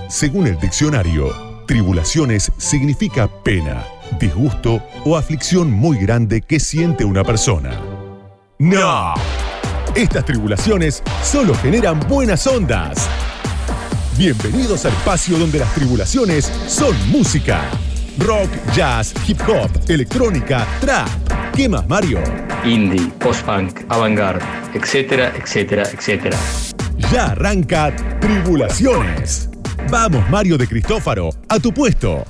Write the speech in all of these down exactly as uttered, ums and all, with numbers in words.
Según el diccionario, tribulaciones significa pena, disgusto o aflicción muy grande que siente una persona. ¡No! Estas tribulaciones solo generan buenas ondas. Bienvenidos al espacio donde las tribulaciones son música. Rock, jazz, hip hop, electrónica, trap. ¿Qué más, Mario? Indie, post-punk, avant-garde, etcétera, etcétera, etcétera. Ya arranca Tribulaciones. Vamos, Mario de Cristófaro, a tu puesto.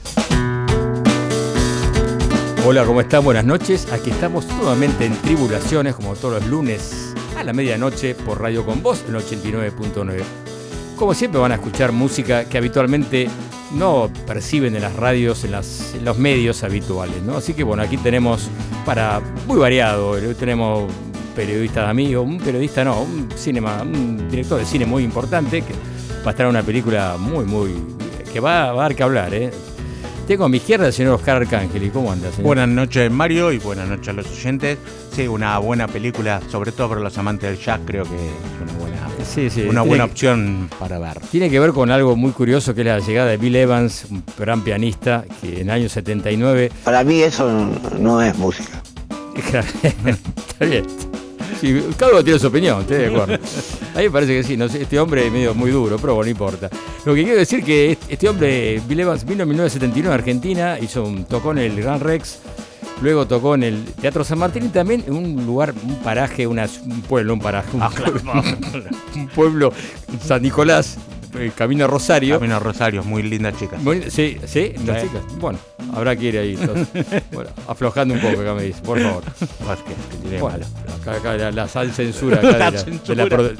Hola, ¿cómo están? Buenas noches. Aquí estamos nuevamente en Tribulaciones, como todos los lunes a la medianoche por Radio Con Voz, en ochenta y nueve punto nueve. Como siempre van a escuchar música que habitualmente no perciben en las radios, en, las, en los medios habituales, ¿no? Así que bueno, aquí tenemos para muy variado. Hoy tenemos periodistas de amigos, un periodista no, un cinema, un director de cine muy importante que va a estar en una película muy, muy, que va, va a dar que hablar, ¿eh? Tengo a mi izquierda al señor Oscar Arcángeli. ¿Cómo anda, señor? Buenas noches, Mario, y buenas noches a los oyentes. Sí, una buena película, sobre todo para los amantes del jazz, creo que es una buena, sí, sí, una buena que, opción para ver. Tiene que ver con algo muy curioso, que es la llegada de Bill Evans, un gran pianista, que en el año setenta y nueve... Para mí eso no es música. Está bien. Sí, cada uno tiene su opinión, estoy de acuerdo. A mí me parece que sí, no sé, este hombre es medio muy duro, pero bueno, no importa. Lo que quiero decir es que este hombre, Bill Evans, vino en mil novecientos setenta y nueve a Argentina, hizo un, tocó en el Gran Rex, luego tocó en el Teatro San Martín y también en un lugar, un paraje, una, un pueblo, un paraje, un, ah, claro. pueblo, un pueblo, San Nicolás, Camino a Rosario. Camino a Rosario, muy linda chica. Muy, sí, sí, las chicas. Bueno, habrá que ir ahí. Entonces. Bueno, aflojando un poco acá me dice, por favor. que, que bueno, acá, acá la, la sal censura, acá la de, la, censura. De, la produ-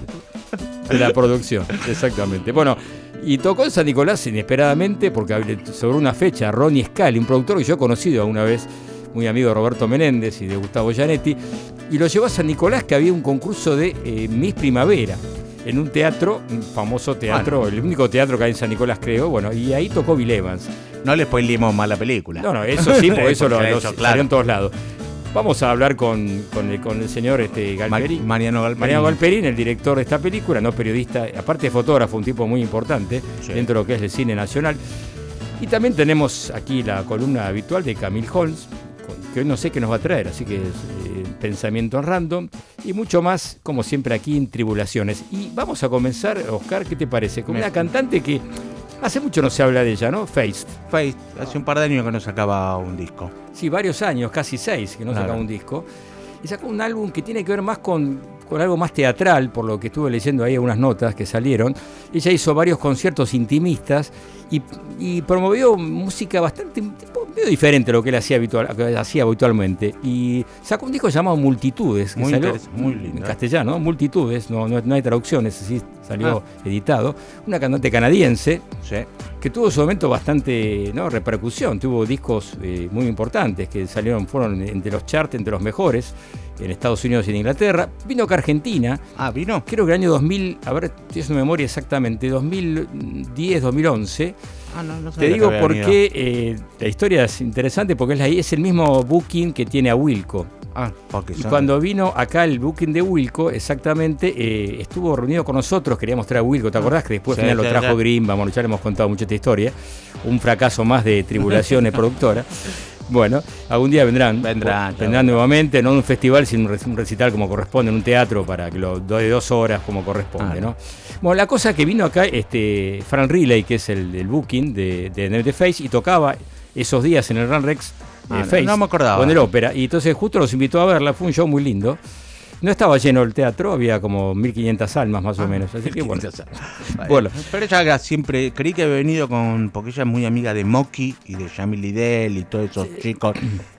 de la producción, exactamente. Bueno, y tocó en San Nicolás inesperadamente porque sobre una fecha Ronnie Scali, un productor que yo he conocido alguna vez, muy amigo de Roberto Menéndez y de Gustavo Gianetti, y lo llevó a San Nicolás, que había un concurso de eh, Miss Primavera en un teatro, un famoso teatro, bueno. El único teatro que hay en San Nicolás, creo, bueno, y ahí tocó Bill Evans. No le spoilemos más la película. No, no, eso sí, porque eso lo, eso, lo claro. salió en todos lados. Vamos a hablar con, con, el, con el señor este, Galperín. Mariano Galperín. Mariano Galperín, el director de esta película, no periodista, aparte de fotógrafo, un tipo muy importante sí. dentro de lo que es el cine nacional. Y también tenemos aquí la columna habitual de Camille Holmes, que hoy no sé qué nos va a traer, así que es eh, pensamiento random y mucho más, como siempre, aquí en Tribulaciones. Y vamos a comenzar, Oscar, ¿qué te parece? Con una cantante que hace mucho no se habla de ella, ¿no? Feist. Feist, hace un par de años que no sacaba un disco. Sí, varios años, casi seis, que no claro. sacaba un disco. Y sacó un álbum que tiene que ver más con, con algo más teatral, por lo que estuve leyendo ahí algunas notas que salieron. Ella hizo varios conciertos intimistas y, y promovió música bastante tipo, medio diferente a lo que él hacía, habitual, que hacía habitualmente. Y sacó un disco llamado Multitudes, que muy salió muy lindo, en castellano, ¿no? Multitudes, no, no, no hay traducciones, así salió ah. editado. Una cantante canadiense sí. que tuvo en su momento bastante ¿no? repercusión, tuvo discos eh, muy importantes que salieron, fueron entre los charts, entre los mejores en Estados Unidos y en Inglaterra. Vino acá a Argentina. Ah, vino. Creo que el año dos mil, a ver, tienes una memoria exactamente, dos mil diez, dos mil once. Ah, no, no sé. Te digo porque eh, la historia es interesante porque es, la, es el mismo booking que tiene a Wilco. Ah, porque y cuando vino acá el booking de Wilco, exactamente, eh, estuvo reunido con nosotros, quería mostrar a Wilco, ¿te acordás? Que después sí, al final sí, lo trajo sí. Green, vamos, ya le hemos contado mucho esta historia. Un fracaso más de Tribulaciones productora. Bueno, algún día vendrán, vendrán, vendrán claro. nuevamente, no en un festival, sino un recital como corresponde, en un teatro, para que lo de dos horas como corresponde, ah, ¿no? Bueno, la cosa que vino acá, este, Fran Riley, que es el, el booking de, de, de Feist, y tocaba esos días en el Gran Rex, ah, eh, Feist, no, no me acordaba. O en el ópera, y entonces justo los invitó a verla, fue un show muy lindo. No estaba lleno el teatro, había como mil quinientas almas más o ah, menos, así que bueno. bueno. Pero ella siempre, creí que había venido con, porque ella es muy amiga de Mocky y de Jamie Lidell y todos esos sí. chicos,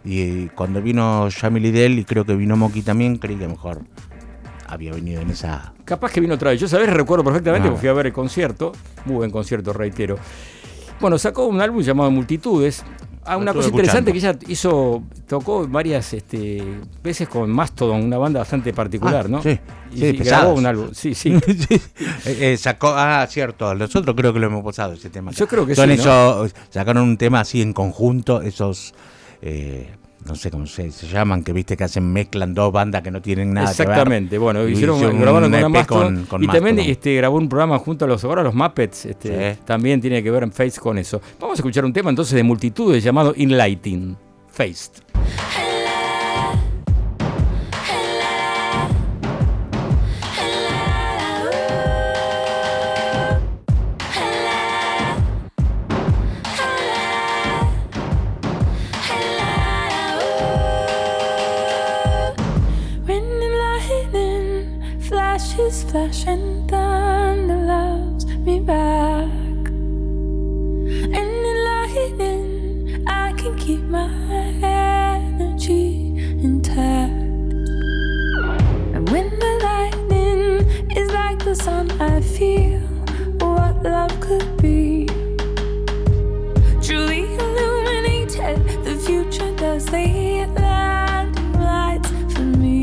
y cuando vino Jamie Lidell y creo que vino Mocky también, creí que mejor había venido en esa... Capaz que vino otra vez, yo sabés, recuerdo perfectamente ah. porque fui a ver el concierto, muy buen concierto, reitero. Bueno, sacó un álbum llamado Multitudes. Ah, una cosa interesante escuchando. Que ella hizo, tocó varias este, veces con Mastodon, una banda bastante particular, ah, ¿no? Sí, y, sí, y grabó un álbum, sí, sí. sí. Eh, eh, sacó, ah, cierto, nosotros creo que lo hemos pasado ese tema. Yo creo que Son sí, esos, ¿no? Sacaron un tema así en conjunto, esos, eh, no sé cómo se, se llaman, que viste que hacen mezclan dos bandas que no tienen nada que ver. Exactamente, bueno, Y hicieron, hicieron grabaron un con, E P Mastodon, con- con y también Mastodon. este, grabó un programa junto a los, ahora los Muppets, este, Sí. también tiene que ver en Face con eso. Vamos a escuchar un tema entonces de multitudes llamado Enlighting, Faced. When the lightning flashes, flash and thunder loves me back. And the lightning, I can keep my energy intact. And when the lightning is like the sun, I feel what love could be. Truly illuminated, the future does the landing lights for me.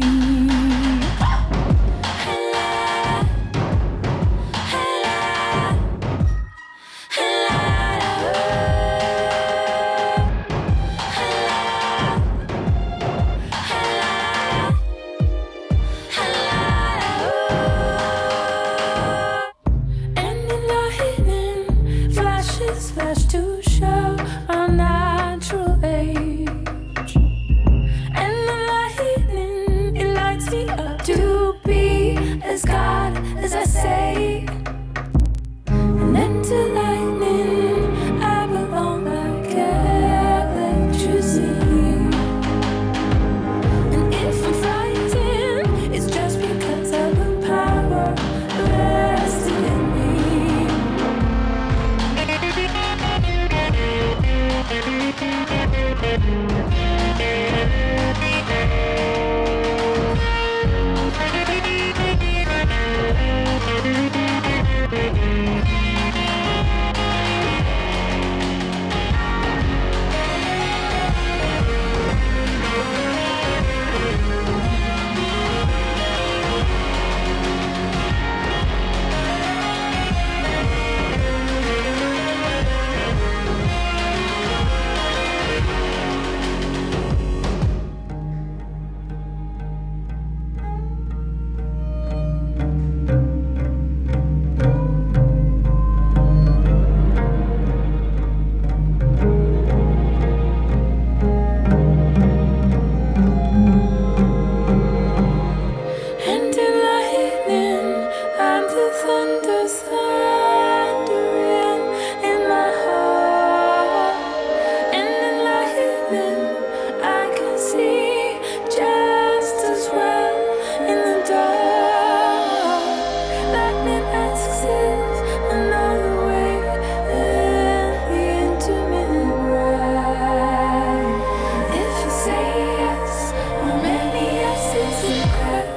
And the lightning flashes flash to show our natural age. And the lightning, it lights me up to be as God as I say. And then to lightning, I belong like electricity. And if I'm frightened, it's just because of the power resting in me. And the lightning, I'm the thunder thundering in my heart. And the lightning, I can see just as well in the dark. Lightning asks if I know the way in the intermittent ride. If you say yes, how many yeses it cracks?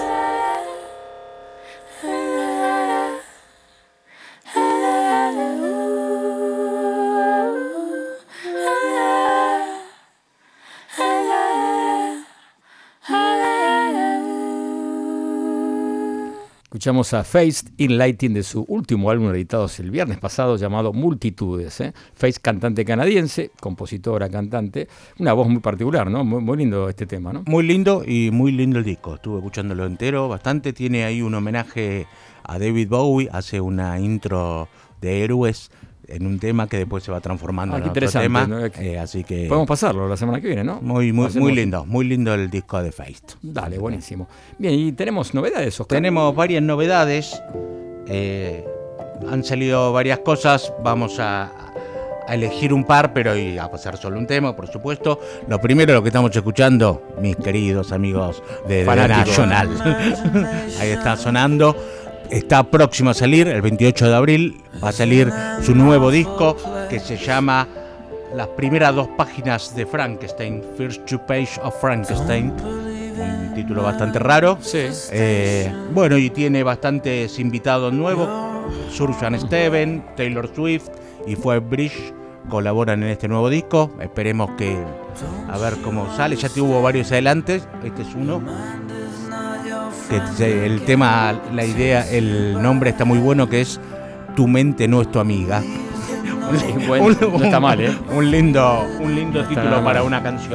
Escuchamos a Faced Enlighting de su último álbum editado el viernes pasado llamado Multitudes. ¿eh? Faced, cantante canadiense, compositora, cantante, una voz muy particular, ¿no? Muy, muy lindo este tema, ¿no? Muy lindo y muy lindo el disco. Estuve escuchándolo entero bastante. Tiene ahí un homenaje a David Bowie. Hace una intro de Héroes en un tema que después se va transformando Ah, en qué otro interesante, tema. ¿no? Eh, así que Podemos pasarlo la semana que viene, ¿no? muy, muy, Hacemos- muy lindo. Muy lindo el disco de Faced. Dale, buenísimo. Bien, y tenemos novedades, Oscar. Tenemos varias novedades. Eh, han salido varias cosas. Vamos a, a elegir un par, pero y a pasar solo un tema, por supuesto. Lo primero, lo que estamos escuchando, mis queridos amigos de The Fanáticos. National. Ahí está sonando. Está próximo a salir, el veintiocho de abril. Va a salir su nuevo disco que se llama Las primeras dos páginas de Frankenstein. First Two Pages of Frankenstein. Un título bastante raro. Sí. Eh, bueno, y tiene bastantes invitados nuevos. Surjan Steven, Taylor Swift y Fue Bridge colaboran en este nuevo disco. Esperemos que a ver cómo sale. Ya tuvo varios adelantes. Este es uno. Que se- el tema, la idea, el nombre está muy bueno, que es Tu mente no es tu amiga. Bueno, no está mal, ¿eh? Un lindo, un lindo No está título nada para mal. una canción.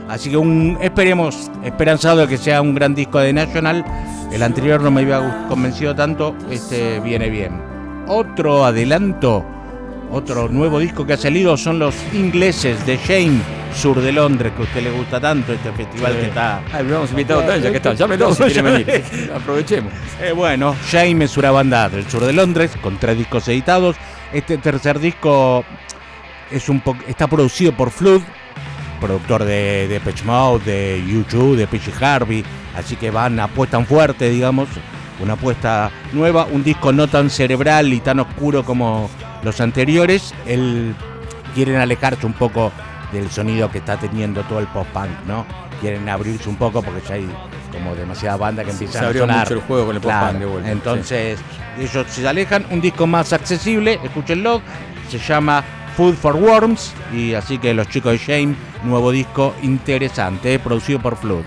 Así que un, esperemos, esperanzado de que sea un gran disco de National. El anterior no me había convencido tanto, este viene bien. Otro adelanto, otro nuevo disco que ha salido son los ingleses de Shame, sur de Londres, que a usted le gusta tanto, este festival sí. que está... Ah, lo hemos invitado también, ya que están. Llámenos si quieren venir. Aprovechemos. Eh, bueno, Shame es una banda del sur de Londres, con tres discos editados. Este tercer disco es un po- está producido por Flood, productor de Depeche Mode, de U dos, de P J Harvey, así que van, apuestan fuerte, digamos, una apuesta nueva, un disco no tan cerebral y tan oscuro como los anteriores. El, quieren alejarse un poco del sonido que está teniendo todo el post-punk, ¿no? Quieren abrirse un poco porque ya hay como demasiada banda que empieza a sonar. Se abrió mucho el juego con el post-punk claro, de vuelta. Entonces, sí. ellos se alejan, un disco más accesible, escúchenlo, se llama Food for Worms, y así que los chicos de Shame, nuevo disco interesante, eh, producido por Flood.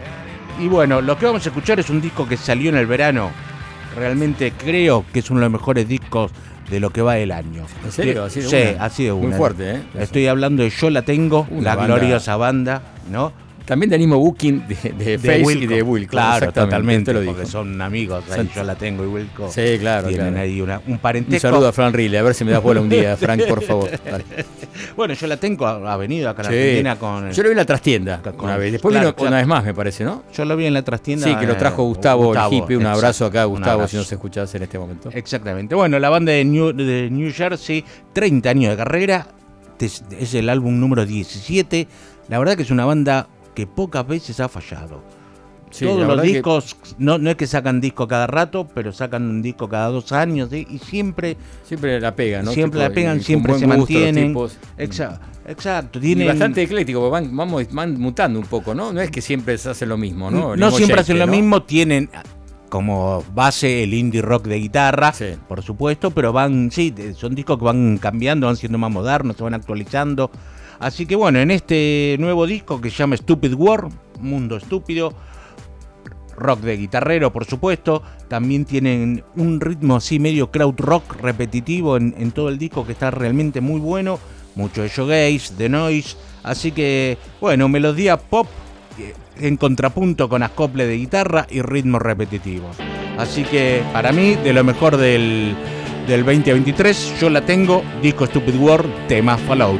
Y bueno, lo que vamos a escuchar es un disco que salió en el verano. Realmente creo que es uno de los mejores discos de lo que va del año. ¿En serio? ¿Así de sí, una? así de una. Muy fuerte, ¿eh? Estoy hablando de Yo la tengo, una la banda... gloriosa banda, ¿no? También de Animo Booking, de, de, de Face Wilco. Y de Wilco. Claro, totalmente, lo porque dijo. son amigos. Ahí Yo la tengo y Wilco. Sí, claro. Tienen claro. ahí una, un parentesco. Un saludo a Fran Rile, a ver si me das bola un día, Frank, por favor. Dale. Bueno, Yo la tengo, ha venido acá a la sí. Argentina con... El, Yo lo vi en la trastienda con, una vez. Después claro, vino claro. una vez más, me parece, ¿no? Yo lo vi en la trastienda. Sí, que lo trajo Gustavo, Gustavo el hippie. Un exacto, abrazo acá a Gustavo, abrazo. si nos escuchás en este momento. Exactamente. Bueno, la banda de New, de New Jersey, treinta años de carrera, es el álbum número diecisiete. La verdad que es una banda que pocas veces ha fallado. Sí, todos los discos, que... no, no es que sacan disco cada rato, pero sacan un disco cada dos años, ¿sí? Y siempre... Siempre la pegan, ¿no? Siempre tipo, la pegan, y, siempre se gusto, mantienen. Exacto, exacto. Tienen... Y bastante ecléctico, porque van, van, van mutando un poco, ¿no? No es que siempre se hace lo mismo, ¿no? El no mismo siempre shape, hacen ¿no? lo mismo, tienen como base el indie rock de guitarra, sí. por supuesto, pero van, sí, son discos que van cambiando, van siendo más modernos, se van actualizando. Así que bueno, en este nuevo disco que se llama Stupid World, Mundo Estúpido, rock de guitarrero, por supuesto, también tienen un ritmo así medio crowd rock repetitivo en, en todo el disco que está realmente muy bueno, mucho de shoegaze, de noise, así que bueno, melodía pop en contrapunto con acople de guitarra y ritmos repetitivos. Así que para mí, de lo mejor del, del veinte veintitrés, Yo la tengo, disco Stupid World, tema Fallout.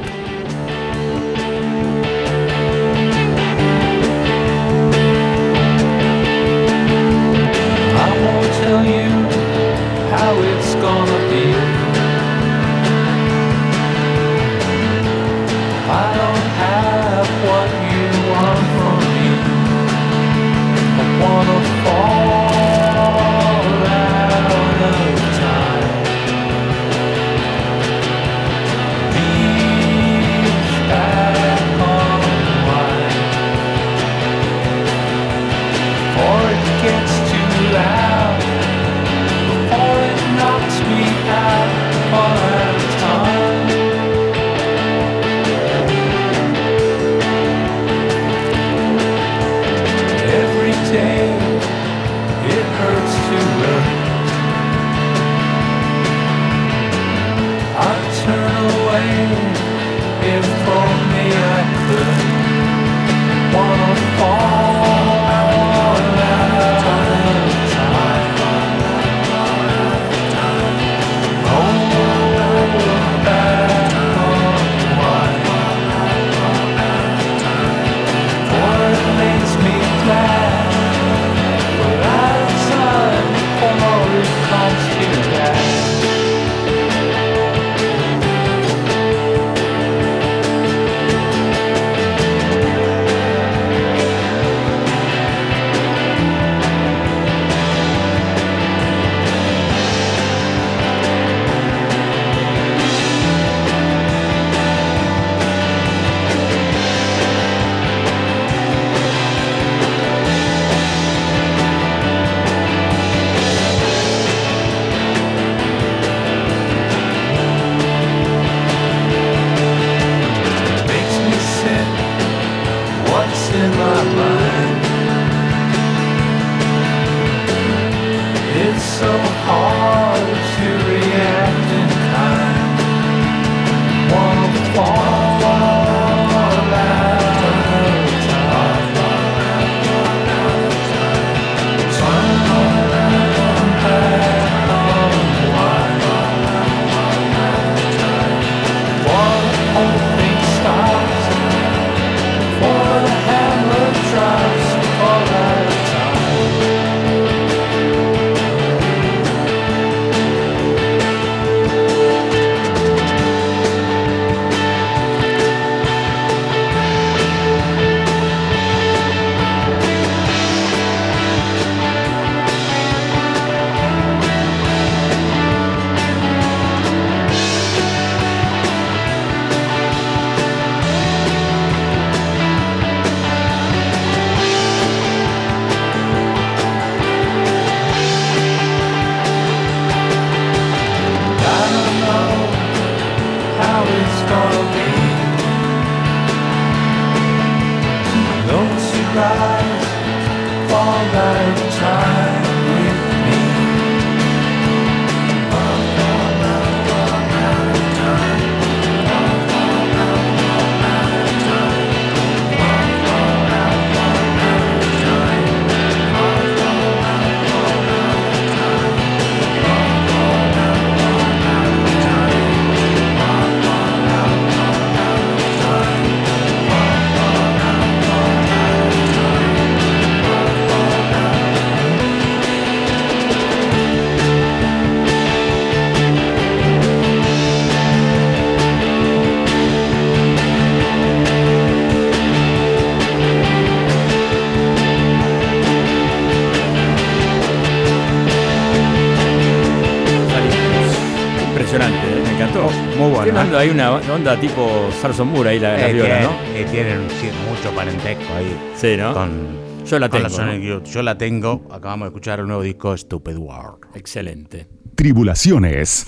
gonna be. Those who rise fall back time with me. Impresionante, ¿eh? Me encantó. Muy bueno. Tiene ¿eh? onda- hay una onda tipo Sarson Moore ahí, la, la Eh, viola, tiene- ¿no? eh, tienen sí, mucho parentesco ahí. Sí, ¿no? Con, Yo la con tengo, Sonic ¿no? Youth. Yo la tengo. Acabamos de escuchar el nuevo disco Stupid World. Excelente. Tribulaciones.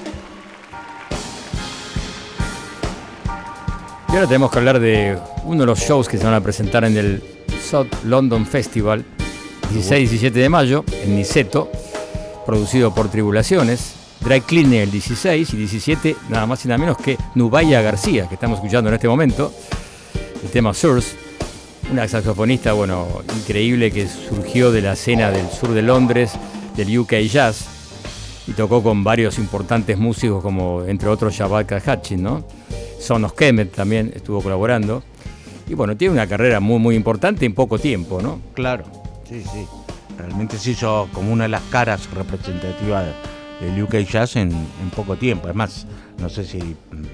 Y ahora tenemos que hablar de uno de los shows que se van a presentar en el South London Festival, dieciséis y diecisiete de mayo, en Niceto, producido por Tribulaciones. Dry Cleaner el dieciséis y diecisiete, nada más y nada menos que Nubaya García, que estamos escuchando en este momento, el tema Source, una saxofonista, bueno, increíble que surgió de la escena del sur de Londres, del U K Jazz, y tocó con varios importantes músicos como, entre otros, Shabaka Hutchins, ¿no? Son of Kemet también estuvo colaborando. Y bueno, tiene una carrera muy, muy importante en poco tiempo, ¿no? Claro, sí, sí. Realmente se hizo como una de las caras representativas del U K Jazz en, en poco tiempo. Es más, no sé si...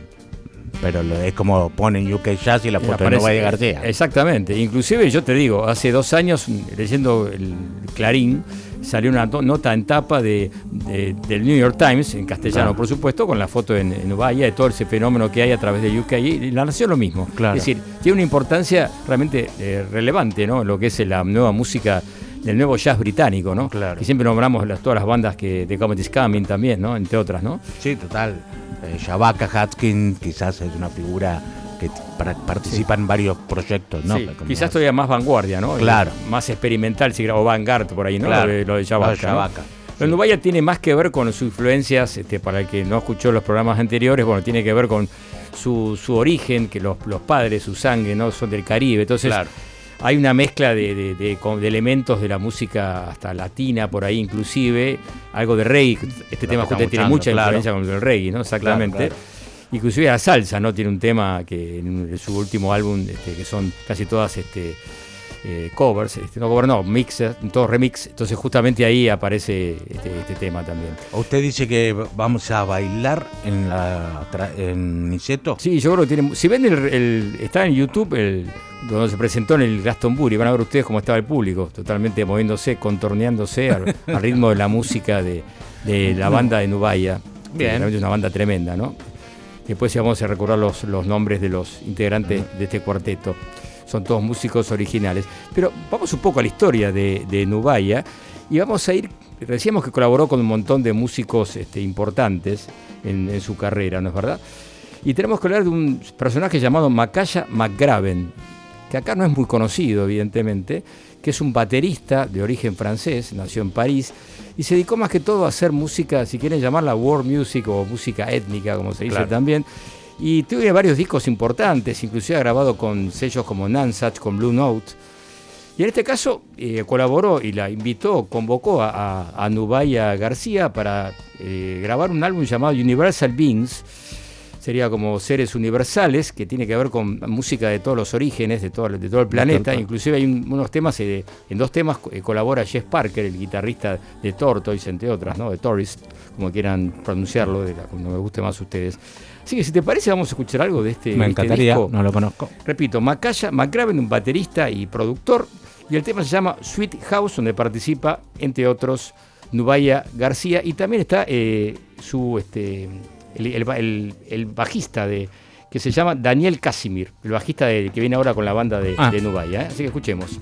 Pero lo- es como ponen U K Jazz y la foto de Aparece- Nubaya García. Exactamente. Inclusive yo te digo, hace dos años, leyendo el Clarín, salió una to- nota en tapa de, de- del New York Times, en castellano Claro. por supuesto, con la foto en, en Nubaya, de todo ese fenómeno que hay a través de U K. Y la Nación lo mismo. Claro. Es decir, tiene una importancia realmente eh, relevante, ¿no? Lo que es la nueva música del nuevo jazz británico, ¿no? Claro. Que siempre nombramos las, todas las bandas que de Comet is Coming también, ¿no? Entre otras, ¿no? Sí, total. Eh, Shabaka Hutchins quizás es una figura que para- participa en varios proyectos, ¿no? Sí, Como- quizás todavía más vanguardia, ¿no? Claro. Más experimental, si o vanguard por ahí, ¿no? Claro. Lo de, lo de Shabaka, Lo de ¿no? Shabaka, Pero sí. Nubaya tiene más que ver con sus influencias, este, para el que no escuchó los programas anteriores, bueno, tiene que ver con su, su origen, que los, los padres, su sangre, ¿no? Son del Caribe. Entonces, Claro. hay una mezcla de, de- de- con- de elementos de la música hasta latina, por ahí inclusive, algo de reggae. Este tema que justo estamos tiene escuchando, mucha claro. influencia con el reggae, ¿no? Exactamente. Claro, claro. Inclusive la salsa, ¿no? Tiene un tema que en su último álbum, este, que son casi todas este, eh, covers, este, no covers, no, mixes, todo remix. Entonces justamente ahí aparece este, este tema también. Usted dice que vamos a bailar en la tra- en Niceto. Sí, yo creo que tiene. Si ven el, el- está en YouTube el, donde se presentó en el Glastonbury, van a ver ustedes cómo estaba el público, totalmente moviéndose, contorneándose al, al ritmo de la música de, de la banda de Nubaya. Bien. Realmente es una banda tremenda, ¿no? Después sí vamos a recordar los, los nombres de los integrantes de este cuarteto. Son todos músicos originales. Pero vamos un poco a la historia de, de Nubaya y vamos a ir. Decíamos que colaboró con un montón de músicos este, importantes en, en su carrera, ¿no es verdad? Y tenemos que hablar de un personaje llamado Makaya McGraven, que acá no es muy conocido, evidentemente, que es un baterista de origen francés, nació en París, y se dedicó más que todo a hacer música, si quieren llamarla world music o música étnica, como se dice Claro. también. Y tiene varios discos importantes, inclusive ha grabado con sellos como Nansach, con Blue Note. Y en este caso eh, colaboró y la invitó, convocó a, a, a Nubaya García para eh, grabar un álbum llamado Universal Beings. Sería como seres universales, que tiene que ver con música de todos los orígenes, de todo, de todo el planeta. Inclusive hay un- unos temas, eh, en dos temas eh, colabora Jess Parker, el guitarrista de Tortoise, entre otras, ¿no? De Tourist, como quieran pronunciarlo, de la, como me guste más a ustedes. Así que si te parece, vamos a escuchar algo de este, Me de este encantaría, disco. no lo conozco. Repito, Makaya McGraven, un baterista y productor, y el tema se llama Sweet House, donde participa, entre otros, Nubaya García, y también está eh, su este el, el- el- el bajista de que se llama Daniel Casimir, el bajista de- que viene ahora con la banda de, Ah. de Nubaya, ¿eh? Así que escuchemos.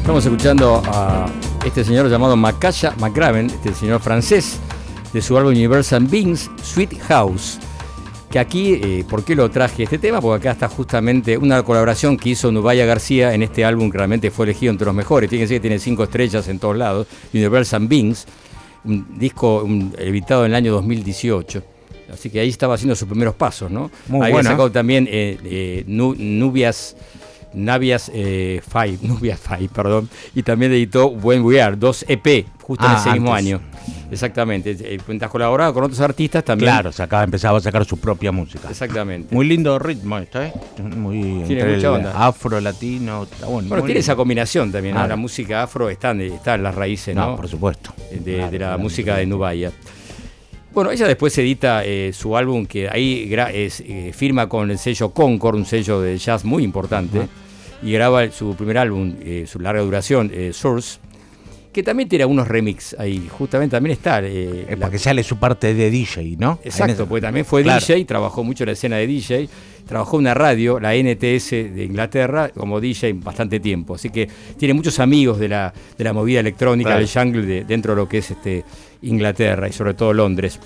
Estamos escuchando a este señor llamado Makaya McGraven, este señor francés, de su álbum Universal Beings, Sweet House. Que aquí, eh, ¿por qué lo traje este tema? Porque acá está justamente una colaboración que hizo Nubaya García en este álbum que realmente fue elegido entre los mejores. Fíjense que tiene cinco estrellas en todos lados. Universal Beings, un disco un, editado en el año dos mil dieciocho. Así que ahí estaba haciendo sus primeros pasos, ¿no? Muy Ahí bueno. sacado también eh, eh, Nu- Nubias... Navias eh, Five, Nubias Five, perdón, y también editó When We Are, dos E P, justo Ah, en ese mismo antes. año. Exactamente. Eh, Cuentas colaborado con otros artistas también. Claro, sacaba, empezaba a sacar su propia música. Exactamente. Muy lindo ritmo esto, ¿eh? Muy Tiene entre mucha el onda. afro, latino, está bueno. Bueno, muy tiene esa lindo. combinación también, ¿no? Claro. La música afro está en, está en las raíces, No, ¿no? por supuesto. De, Claro, de la claro, música de claro. Nubaya. Bueno, ella después edita eh, su álbum que ahí gra- es, eh, firma con el sello Concord, un sello de jazz muy importante, Ajá. y graba el- su primer álbum, eh, su larga duración, eh, Source, que también tiene algunos remix ahí, justamente también está. eh, Es la- porque sale su parte de D J, ¿no? En Exacto, ese- porque también fue Claro. D J, trabajó mucho en la escena de D J, trabajó en una radio, la N T S de Inglaterra, como D J bastante tiempo, así que tiene muchos amigos de la, de la movida electrónica, Claro. del jungle, de- dentro de lo que es este Inglaterra y sobre todo Londres.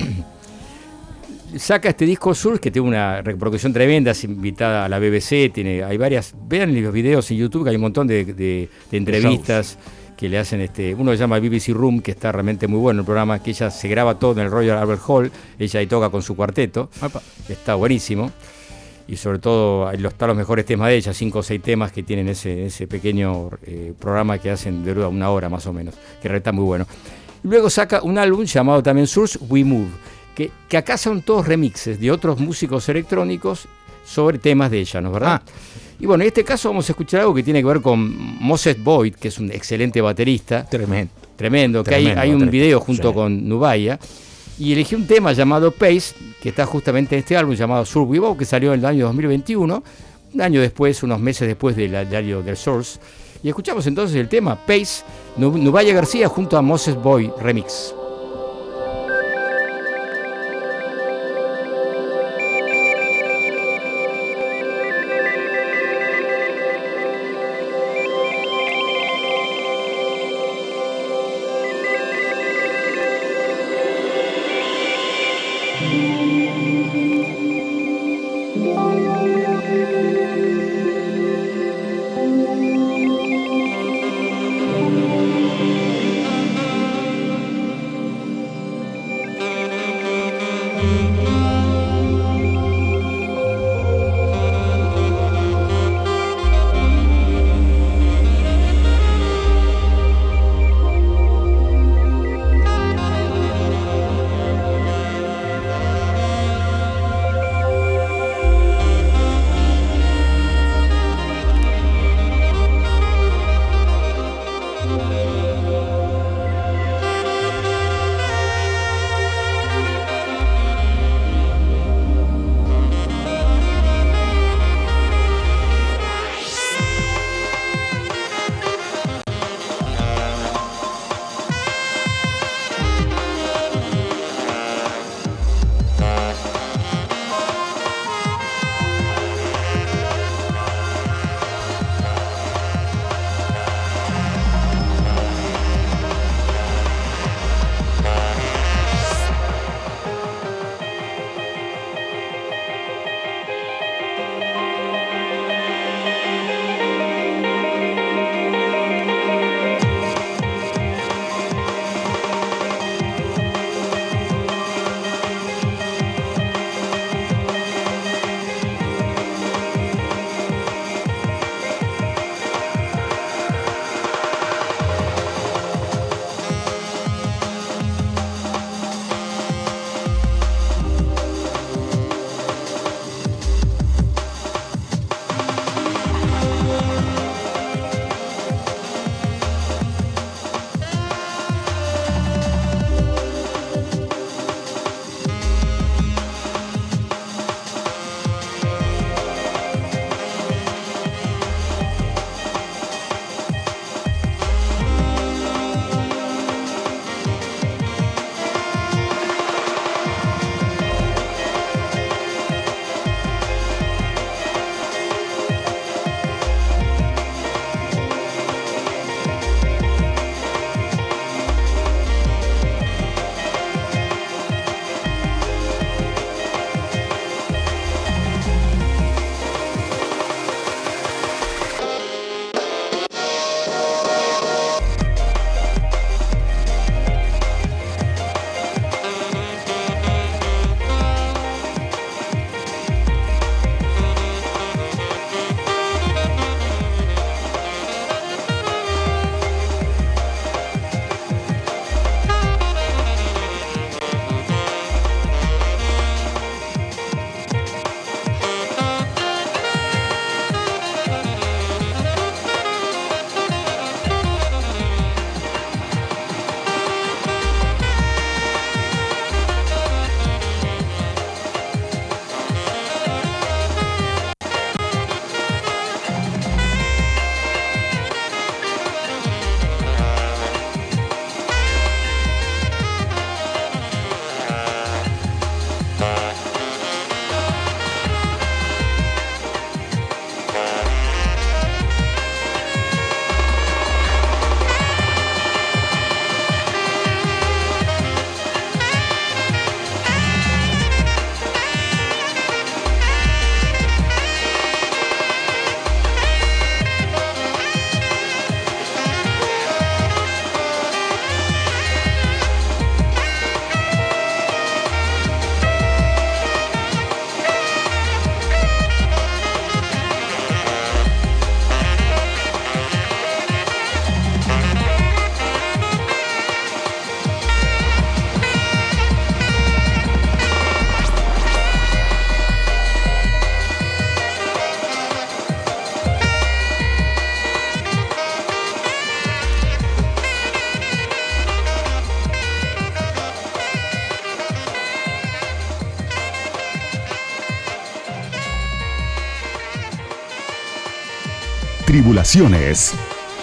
Saca este disco Source que tiene una reproducción tremenda, es invitada a la B B C, tiene, hay varias, vean los videos en YouTube que hay un montón de, de- de entrevistas que le hacen, este, uno se llama B B C Room, que está realmente muy bueno el programa, que ella se graba todo en el Royal Albert Hall, ella ahí toca con su cuarteto, Epa. está buenísimo, y sobre todo ahí los- están los mejores temas de ella, cinco o seis temas que tienen ese, ese pequeño eh, programa que hacen de dura una hora más o menos, que realmente está muy bueno. Y luego saca un álbum llamado también Source We Move, que, que acá son todos remixes de otros músicos electrónicos sobre temas de ella, ¿no es verdad? Ah. Y bueno, en este caso vamos a escuchar algo que tiene que ver con Moses Boyd, que es un excelente baterista, Tremendo. tremendo, que hay, Tremendo hay un baterista, video junto sí. con Nubaya, y elegí un tema llamado Pace, que está justamente en este álbum llamado Source We Move, que salió en el año dos mil veintiuno, un año después, unos meses después del diario del Source, y escuchamos entonces el tema Pace, Nu- Nubaya García junto a Moses Boyd Remix. Tribulaciones.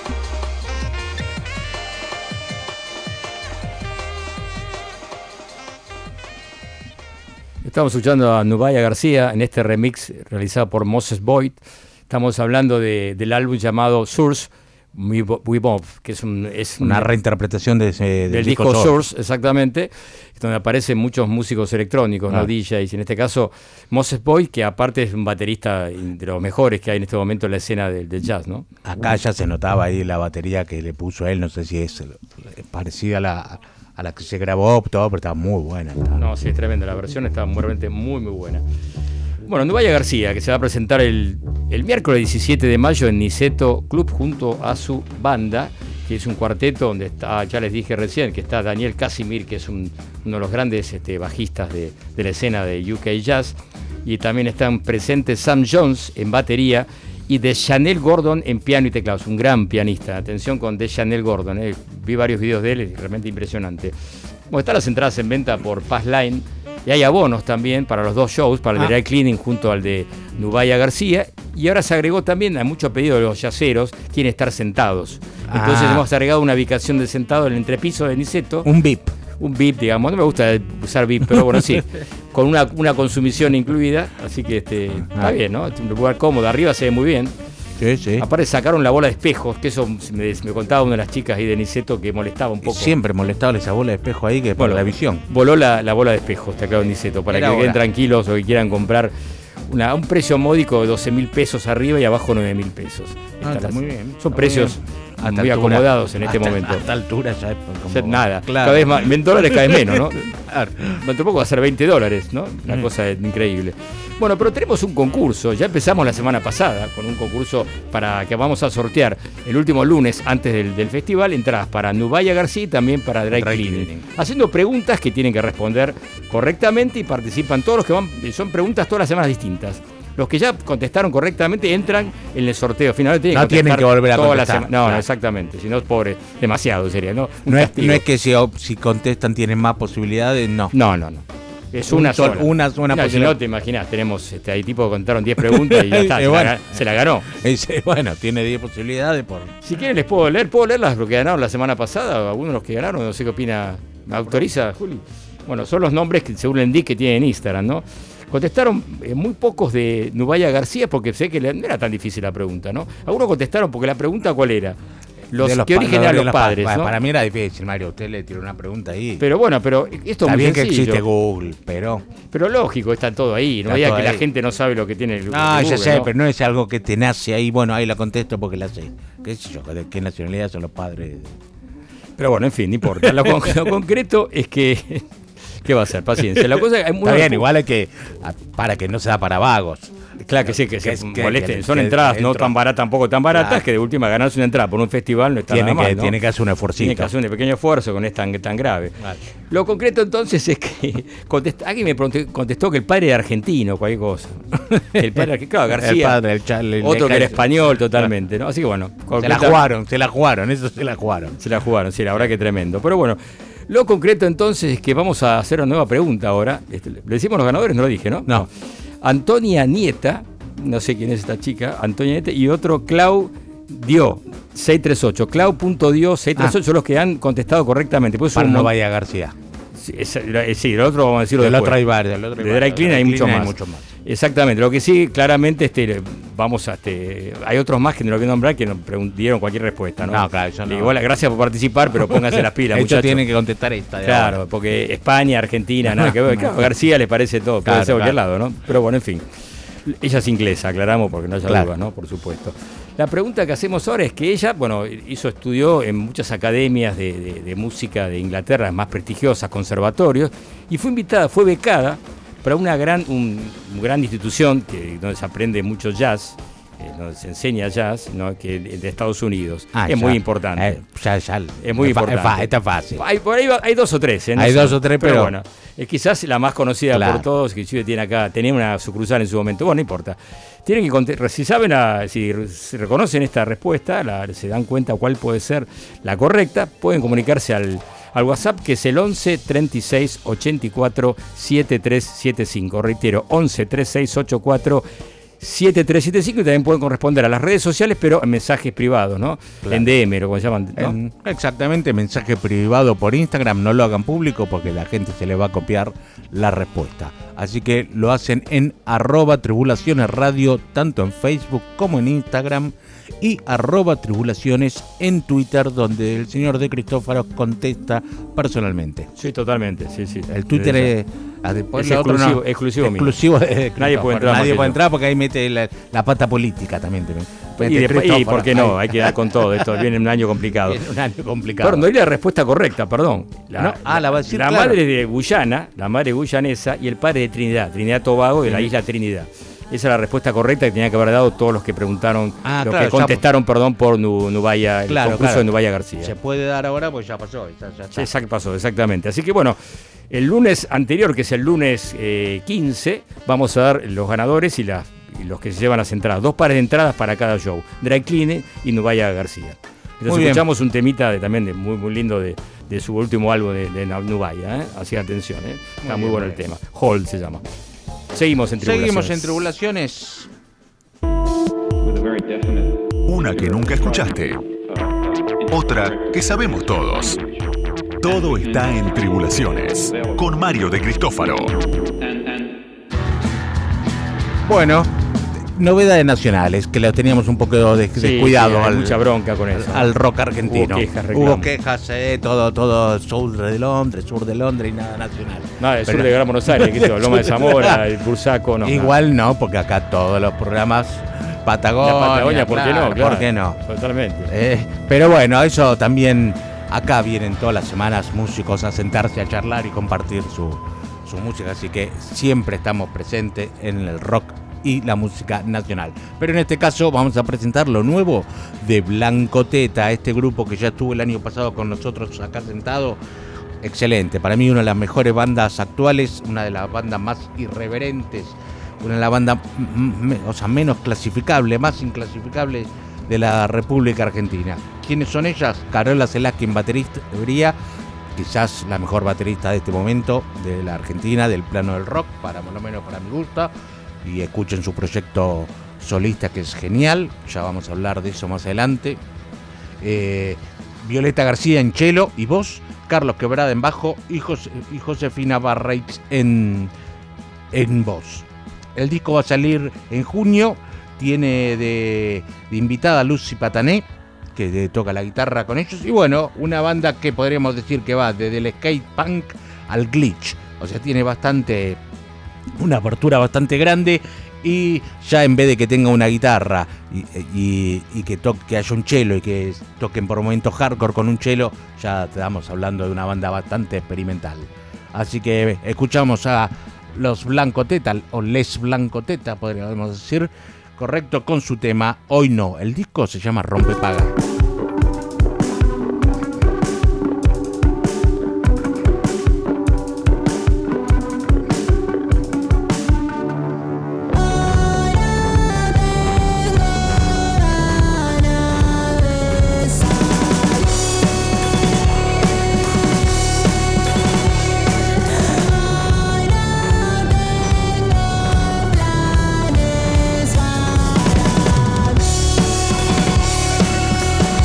Estamos escuchando a Nubia García en este remix realizado por Moses Boyd. Estamos hablando de, del álbum llamado Source We Move, que es, un, es una un, reinterpretación de ese, del, del disco, disco Source. Source, exactamente, donde aparecen muchos músicos electrónicos, ah. ¿no? D Js. En este caso, Moses Boyd, que aparte es un baterista de los mejores que hay en este momento en la escena del, del jazz, ¿no? Acá ya se notaba ahí la batería que le puso él, no sé si es parecida a la... a la que se grabó, todo, pero estaba muy buena. Estaba. No, sí, es tremenda, la versión está realmente muy, muy buena. Bueno, Nubia García, que se va a presentar el, el miércoles diecisiete de mayo en Niceto Club junto a su banda, que es un cuarteto donde está, ya les dije recién, que está Daniel Casimir, que es un, uno de los grandes este, bajistas de, de la escena de U K Jazz, y también están presentes Sam Jones en batería, y Deschanel Gordon en piano y teclados, un gran pianista. Atención con Deschanel Gordon, eh. vi varios videos de él, es realmente impresionante. Bueno, están las entradas en venta por Passline y hay abonos también para los dos shows, para el ah. de Dry Cleaning junto al de Nubia García, y ahora se agregó también, a mucho pedido de los yaceros, quieren estar sentados. Entonces ah. hemos agregado una ubicación de sentado en el entrepiso de Niceto. Un V I P. Un V I P, digamos, no me gusta usar V I P, pero bueno, sí, con una, una consumición incluida, así que este, ah. está bien, ¿no? Es un lugar cómodo, arriba se ve muy bien. Sí, sí. Aparte sacaron la bola de espejos, que eso me, me contaba una de las chicas ahí de Niceto que molestaba un poco. Siempre molestaba esa bola de espejo ahí que por bueno, la visión. Voló la, la bola de espejos, está claro en Niceto, para Era que queden tranquilos o que quieran comprar una, un precio módico de doce mil pesos arriba y abajo nueve mil pesos. Ah, está muy bien. Son está precios muy, muy altura, acomodados en este hasta, momento. A esta altura ya es como... O sea, nada, claro. Cada vez más, en dólares cada vez menos, ¿no? Claro. Dentro poco va a ser veinte dólares, ¿no? Una mm. cosa increíble. Bueno, pero tenemos un concurso, ya empezamos la semana pasada con un concurso para que vamos a sortear el último lunes antes del, del festival, entradas para Nubia García y también para Dry, Dry Cleaning, Cleaning, haciendo preguntas que tienen que responder correctamente y participan todos los que van, son preguntas todas las semanas distintas. Los que ya contestaron correctamente entran en el sorteo. Finalmente tienen no que tienen que volver a contestar. No, claro. no, exactamente. Si no, pobre, demasiado sería, ¿no? No es, no es que si, si contestan tienen más posibilidades, no. No, no, no. Es una Un sola. Sol, una, una Mira, si no te imaginas, tenemos, este, hay tipos que contaron diez preguntas y ya está, se, bueno, la, se la ganó. Dice, bueno, tiene diez posibilidades por... Si quieren les puedo leer, puedo leer las que ganaron la semana pasada, algunos de los que ganaron, no sé qué opina, ¿me autoriza, Juli? Bueno, son los nombres que según el Nick que tiene en Instagram, ¿no? Contestaron eh, muy pocos de Nubia García porque sé que le, no era tan difícil la pregunta, ¿no? Algunos contestaron porque la pregunta ¿cuál era? Los, los ¿Qué origen eran los, los padres? Pa, ¿no? Para mí era difícil, Mario. Usted le tiró una pregunta ahí. Pero bueno, pero esto Está es muy bien sencillo. que existe Google, pero... Pero lógico, está todo ahí. No diga que ahí. La gente no sabe lo que tiene el No, Google, ya sé, ¿no? pero no es algo que te nace ahí. Bueno, ahí la contesto porque la sé. ¿Qué sé yo? ¿De qué nacionalidad son los padres? Pero bueno, en fin, no importa. Lo, con, lo concreto es que... ¿Qué va a ser? Paciencia. La cosa es Está bien, igual es que para que no sea para vagos. Claro que sí, que, que se que, molesten. Que, Son que, entradas que no tan baratas, tampoco tan baratas, claro. Que de última ganarse una entrada por un festival no está tiene nada que, mal, ¿no? Tiene que hacer un esfuerzo. Tiene que hacer un pequeño esfuerzo con esto tan, tan grave. Vale. Lo concreto entonces es que contest, alguien me contestó que el padre era argentino, cualquier cosa. El padre, claro, García. El padre, el Charlie, otro el que era español totalmente, ¿no? Así que bueno. Se la jugaron, se la jugaron, eso se la jugaron. Se la jugaron, sí, la verdad que tremendo. Pero bueno. Lo concreto entonces es que vamos a hacer una nueva pregunta ahora. Este, ¿le decimos los ganadores? No lo dije, ¿no? No. Antonia Nieta, no sé quién es esta chica, Antonia Nieta, y otro Clau Dio, seiscientos treinta y ocho. Clau.dio seiscientos treinta y ocho ah. son los que han contestado correctamente. Pues Para Nubia García. Sí, es, sí, el otro vamos a decirlo del después. Otro hay varios, del otro hay de Dry Cleaning hay, hay, mucho hay más. mucho más. Exactamente, lo que sí, claramente, este, vamos a, este, hay otros más que no lo quiero nombrar que nos dieron cualquier respuesta, ¿no? No, claro, yo no. Igual, gracias por participar, pero pónganse las pilas, muchachos. Tienen que contestar esta. Claro, ahora. Porque España, Argentina, nada que ver. Claro, García les parece todo, puede claro, ser cualquier claro. lado, ¿no? Pero bueno, en fin. Ella es inglesa, aclaramos, porque no haya claro. duda, ¿no? Por supuesto. La pregunta que hacemos ahora es que ella, bueno, hizo, estudió en muchas academias de, de, de música de Inglaterra, más prestigiosas, conservatorios, y fue invitada, fue becada para una gran, un, una gran institución que, donde se aprende mucho jazz, eh, donde se enseña jazz, ¿no? Que de Estados Unidos. Ah, es ya, muy importante. Eh, ya, ya, es muy es importante. Fa, está fácil. Hay, por ahí va, hay dos o tres. ¿eh? No hay sé, dos o tres, pero, pero bueno. Es quizás la más conocida claro. por todos, que Chile tiene acá, tenía una sucursal en su momento. Bueno, no importa. Tienen que, si saben, a, si, si reconocen esta respuesta, la, se dan cuenta cuál puede ser la correcta, pueden comunicarse al, al WhatsApp, que es el once, treinta y seis, ochenta y cuatro, setenta y tres setenta y cinco. Reitero, once, treinta y seis, ochenta y cuatro, siete tres siete cinco y también pueden corresponder a las redes sociales, pero en mensajes privados, ¿no? Claro. En D M, o como se llaman, ¿no? En- exactamente, mensaje privado por Instagram, no lo hagan público porque la gente se le va a copiar la respuesta. Así que lo hacen en arroba tribulaciones radio, tanto en Facebook como en Instagram, y arroba tribulaciones en Twitter, donde el señor De Cristófaro contesta personalmente. Sí, totalmente, sí, sí. El Twitter De es, ah, después Es lo otro no. exclusivo- exclusivo mío. exclusivo de Nadie Cristófaro. puede entrar más Nadie que puede yo. entrar porque ahí mete la, la pata política también. Y, después, y por qué no, hay que dar con todo. Esto viene un año complicado. Viene un año complicado. Perdón, doy la respuesta correcta, perdón. La, No, ah, la va a decir, la claro. madre de Guyana, la madre guyanesa y el padre de Trinidad, Trinidad Tobago de la isla Trinidad. Esa es la respuesta correcta que tenía que haber dado todos los que preguntaron, Ah, los claro, que ya- contestaron, perdón, por Nu- Nubaya, el Claro, concurso claro. de Nubaya García. Se puede dar ahora pues ya pasó. Ya, ya Sí, está. exacto, pasó, exactamente. Así que bueno, el lunes anterior, que es el lunes eh, quince, vamos a dar los ganadores y, las- y los que se llevan las entradas. Dos pares de entradas para cada show. Dry Clean y Nubaya García. Entonces Muy bien. escuchamos un temita de, también de, muy, muy lindo de, de su último álbum de, de Nubaya. ¿eh? Así atención, ¿eh? Está muy, bien, bueno muy el tema. Hold se llama. Seguimos en Tribulaciones. Seguimos en Tribulaciones. Una que nunca escuchaste. Otra que sabemos todos. Todo está en Tribulaciones. Con Mario de Cristófaro. Bueno, novedades nacionales, que lo teníamos un poco de, Sí, descuidado sí, hay al, mucha bronca con eso. al rock argentino. Hubo quejas, reclamos. Hubo quejas, eh, todo, todo sur de Londres, sur de Londres y nada nacional. Nada, el Pero- sur de Gran Buenos Aires, qué sé yo, Loma de Zamora, el Bursaco, no. Igual no, porque acá todos los programas Patagonia, La Patagonia, ¿por qué claro, no? Claro, ¿por qué no? Totalmente. Eh, pero bueno, eso también, acá vienen todas las semanas músicos a sentarse a charlar y compartir su, su música, así que siempre estamos presentes en el rock y la música nacional. Pero en este caso vamos a presentar lo nuevo de Blanco Teta, este grupo que ya estuvo el año pasado con nosotros acá sentado. Excelente, para mí una de las mejores bandas actuales, una de las bandas más irreverentes, una de las bandas mm, mm, o sea, menos clasificables, más inclasificables de la República Argentina. ¿Quiénes son ellas? Carola Selaskin, batería, quizás la mejor baterista de este momento de la Argentina, del plano del rock, para por lo menos para mi gusto. Y escuchen su proyecto solista que es genial, ya vamos a hablar de eso más adelante. Eh, Violeta García en cello y voz, Carlos Quebrada en bajo y, Jos- y Josefina Barreich en, en voz. El disco va a salir en junio, tiene de, de invitada a Lucy Patané, que de- toca la guitarra con ellos, y bueno, una banda que podríamos decir que va desde el skate punk al glitch, o sea, tiene bastante, una apertura bastante grande, y ya en vez de que tenga una guitarra y, y- y que, toque, que haya un cello y que toquen por momentos hardcore con un cello, ya estamos hablando de una banda bastante experimental. Así que escuchamos a los Blanco Teta, o Les Blanco Teta, podríamos decir, correcto, con su tema Hoy No. El disco se llama Rompe Paga. Planes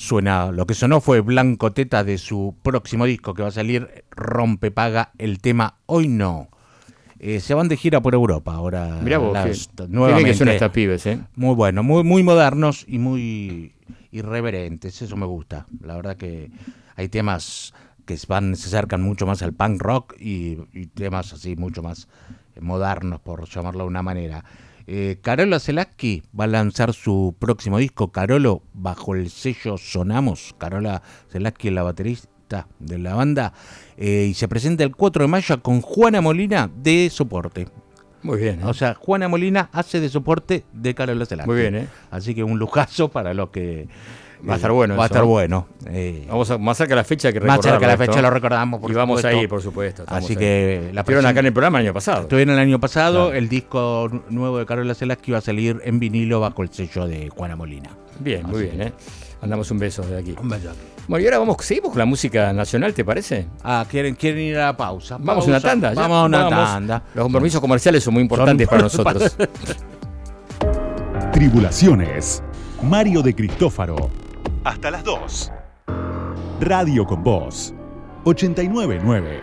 suena, lo que sonó fue Blanco Teta de su próximo disco que va a salir, Rompe Paga, el tema Hoy No. Eh, se van de gira por Europa ahora. Mirá vos, las, qué, nuevamente. qué bien que suenan estas pibes, ¿eh? Muy bueno, muy, muy modernos y muy irreverentes, eso me gusta. La verdad que hay temas que van, se acercan mucho más al punk rock y, y temas así mucho más modernos, por llamarlo de una manera. Eh, Carola Selaski va a lanzar su próximo disco, Carolo, bajo el sello Sonamos. Carola Selaski es la baterista de la banda, eh, y se presenta el cuatro de mayo con Juana Molina de soporte. Muy bien, ¿eh? O sea, Juana Molina hace de soporte de Carola Selaski. Muy bien, ¿eh? Así que un lujazo para los que... Va a estar bueno. Va a eso, estar ¿no? bueno. Eh, Vamos a, más cerca de la fecha que más cerca de la recordarlo fecha esto. lo recordamos, por Y vamos supuesto. a ir, por supuesto. estamos Así ahí. que la Estuvieron próxima- acá en el programa el año pasado. Estuvieron el año pasado, Claro. el disco nuevo de Carola Selaski va a salir en vinilo bajo el sello de Juana Molina. Bien, muy Así bien, ¿eh? Mandamos un beso de aquí. Un beso. Bueno, y ahora vamos, seguimos con la música nacional, ¿te parece? Ah, ¿quieren, quieren ir a la pausa? Vamos a una Pausa. tanda. ya. Vamos a una Vamos. tanda. Los compromisos comerciales son muy importantes Son- para nosotros. Tribulaciones. Mario de Cristófaro. Hasta las dos. Radio con Voz. ochenta y nueve punto nueve.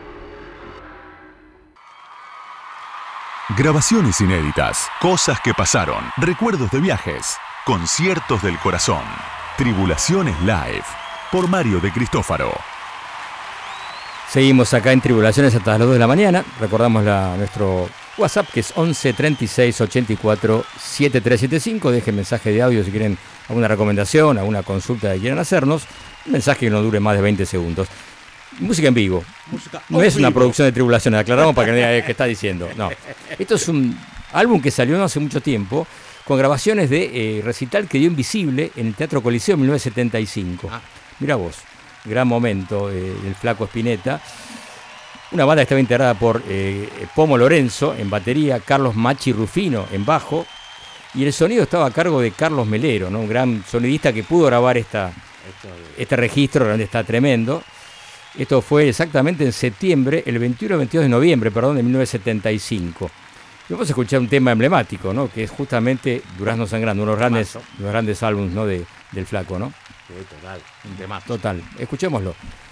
Grabaciones inéditas. Cosas que pasaron. Recuerdos de viajes. Conciertos del corazón. Tribulaciones Live. Por Mario de Cristófaro. Seguimos acá en Tribulaciones hasta las dos de la mañana. Recordamos la, nuestro WhatsApp, que es once treinta y seis ochenta y cuatro setenta y tres setenta y cinco. Dejen mensaje de audio si quieren alguna recomendación, alguna consulta que quieran hacernos. Un mensaje que no dure más de veinte segundos. Música en vivo. Música No en es una vivo. producción de Tribulaciones, aclaramos para que no digan qué está diciendo. No. Esto es un álbum que salió no hace mucho tiempo, con grabaciones de eh, recital que dio Invisible en el Teatro Coliseo en mil novecientos setenta y cinco. Ah. Mirá vos, gran momento eh, del Flaco Spinetta. Una banda que estaba integrada por eh, Pomo Lorenzo en batería, Carlos Machi Rufino en bajo, y el sonido estaba a cargo de Carlos Melero, ¿no? Un gran sonidista que pudo grabar esta, este registro, realmente está tremendo. Esto fue exactamente en septiembre, el veintiuno y veintidós de noviembre, perdón, de mil novecientos setenta y cinco. Y vamos a escuchar un tema emblemático, ¿no? Que es justamente Durazno Sangrando, uno de los grandes, los grandes álbumes, ¿no? de, del Flaco, ¿no? Sí, total, un tema. Total, escuchémoslo.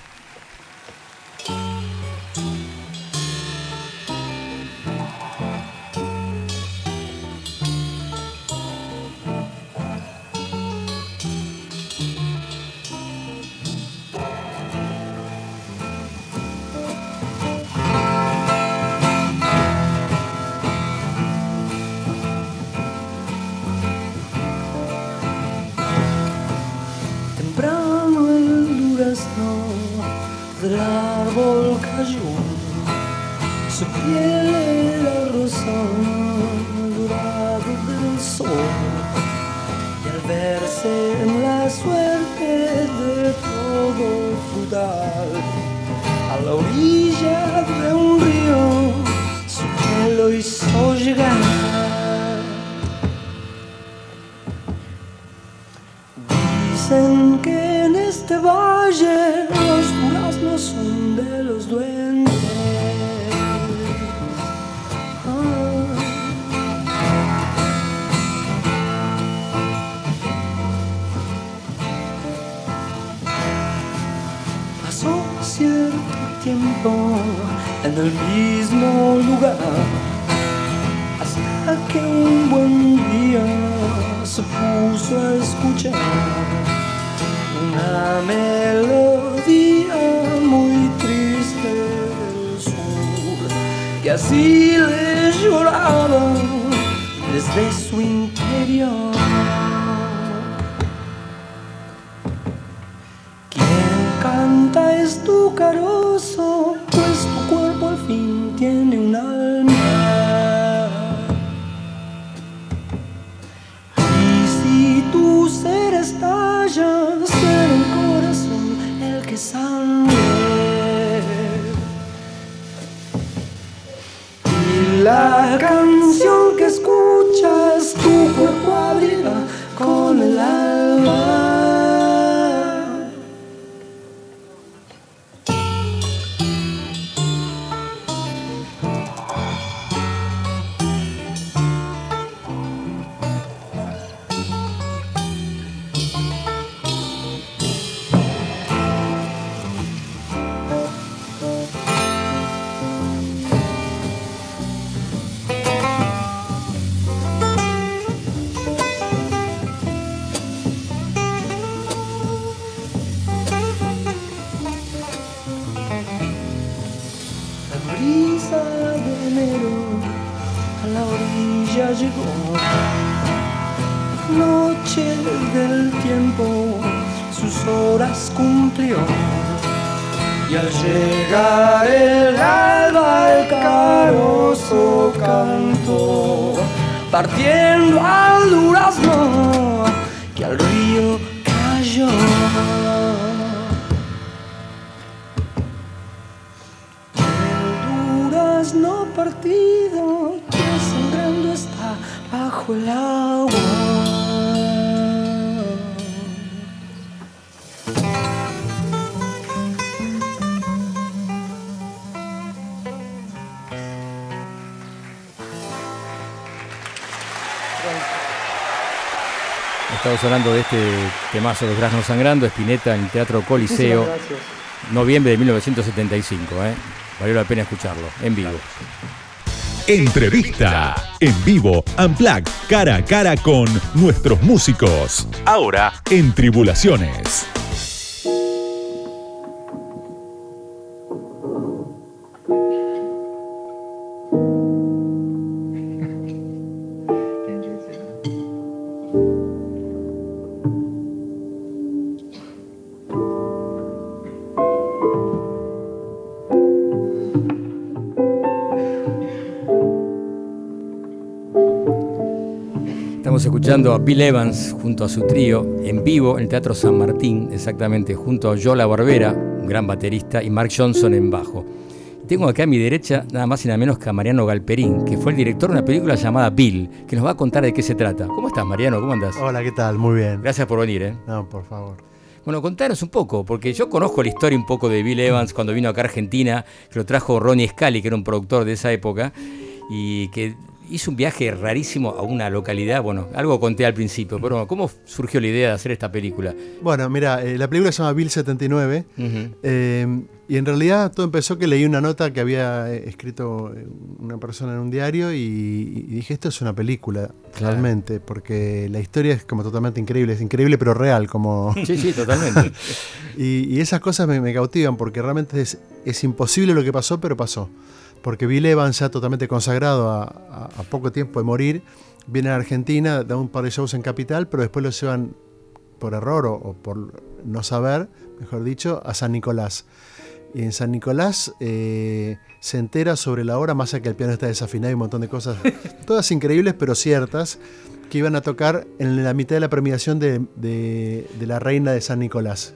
Temprano el durazno del árbol cayó, su piel era rosa, dorado del sol, y al verse en la suerte de todo frutal, a la orilla de un río, su piel lo hizo llegar. Dicen que en este valle los duraznos son de los duendes. Ah. Pasó cierto tiempo en el mismo lugar, hasta que un buen día se puso a escuchar una melodía muy triste del sur, que así le lloraba desde su interior. Quien canta es tu carozo, pues tu cuerpo al fin tiene un alma. Tu ser estalla, ser el corazón el que sangre. Y la canción que escuchas, tu cuerpo abrirá con el alma. Noche del tiempo, sus horas cumplió. Y al llegar el alba, el carozo cantó, partiendo al durazno que al río cayó. El durazno partido que sangrando está bajo el agua. Estamos hablando de este temazo de Durazno Sangrando, Spinetta en el Teatro Coliseo, noviembre de mil novecientos setenta y cinco. ¿eh? Valió la pena escucharlo, en vivo. Entrevista en vivo, Unplugged, cara a cara con nuestros músicos. Ahora en Tribulaciones. Estamos escuchando a Bill Evans junto a su trío en vivo en el Teatro San Martín, exactamente, junto a Joe La Barbera, un gran baterista, y Mark Johnson en bajo. Tengo acá a mi derecha nada más y nada menos que a Mariano Galperín, que fue el director de una película llamada Bill, que nos va a contar de qué se trata. ¿Cómo estás, Mariano? ¿Cómo andás? Hola, ¿qué tal? Muy bien. Gracias por venir, ¿eh? No, por favor. Bueno, contanos un poco, porque yo conozco la historia un poco de Bill Evans cuando vino acá a Argentina, que lo trajo Ronnie Scali, que era un productor de esa época, y que hizo un viaje rarísimo a una localidad, bueno, algo conté al principio, pero ¿cómo surgió la idea de hacer esta película? Bueno, mira, eh, la película se llama Bill setenta y nueve, uh-huh. eh, y en realidad todo empezó que leí una nota que había escrito una persona en un diario y, y dije, esto es una película, claro. Realmente, porque la historia es como totalmente increíble, es increíble pero real, como... Sí, sí, totalmente. y, y esas cosas me, me cautivan porque realmente es, es imposible lo que pasó, pero pasó. Porque Bill Evans, ya totalmente consagrado a, a, a poco tiempo de morir, viene a Argentina, da un par de shows en Capital, pero después lo llevan por error o, o por no saber, mejor dicho, a San Nicolás. Y en San Nicolás eh, se entera sobre la obra, más allá que el piano está desafinado y un montón de cosas, todas increíbles pero ciertas, que iban a tocar en la mitad de la premiación de, de, de La Reina de San Nicolás.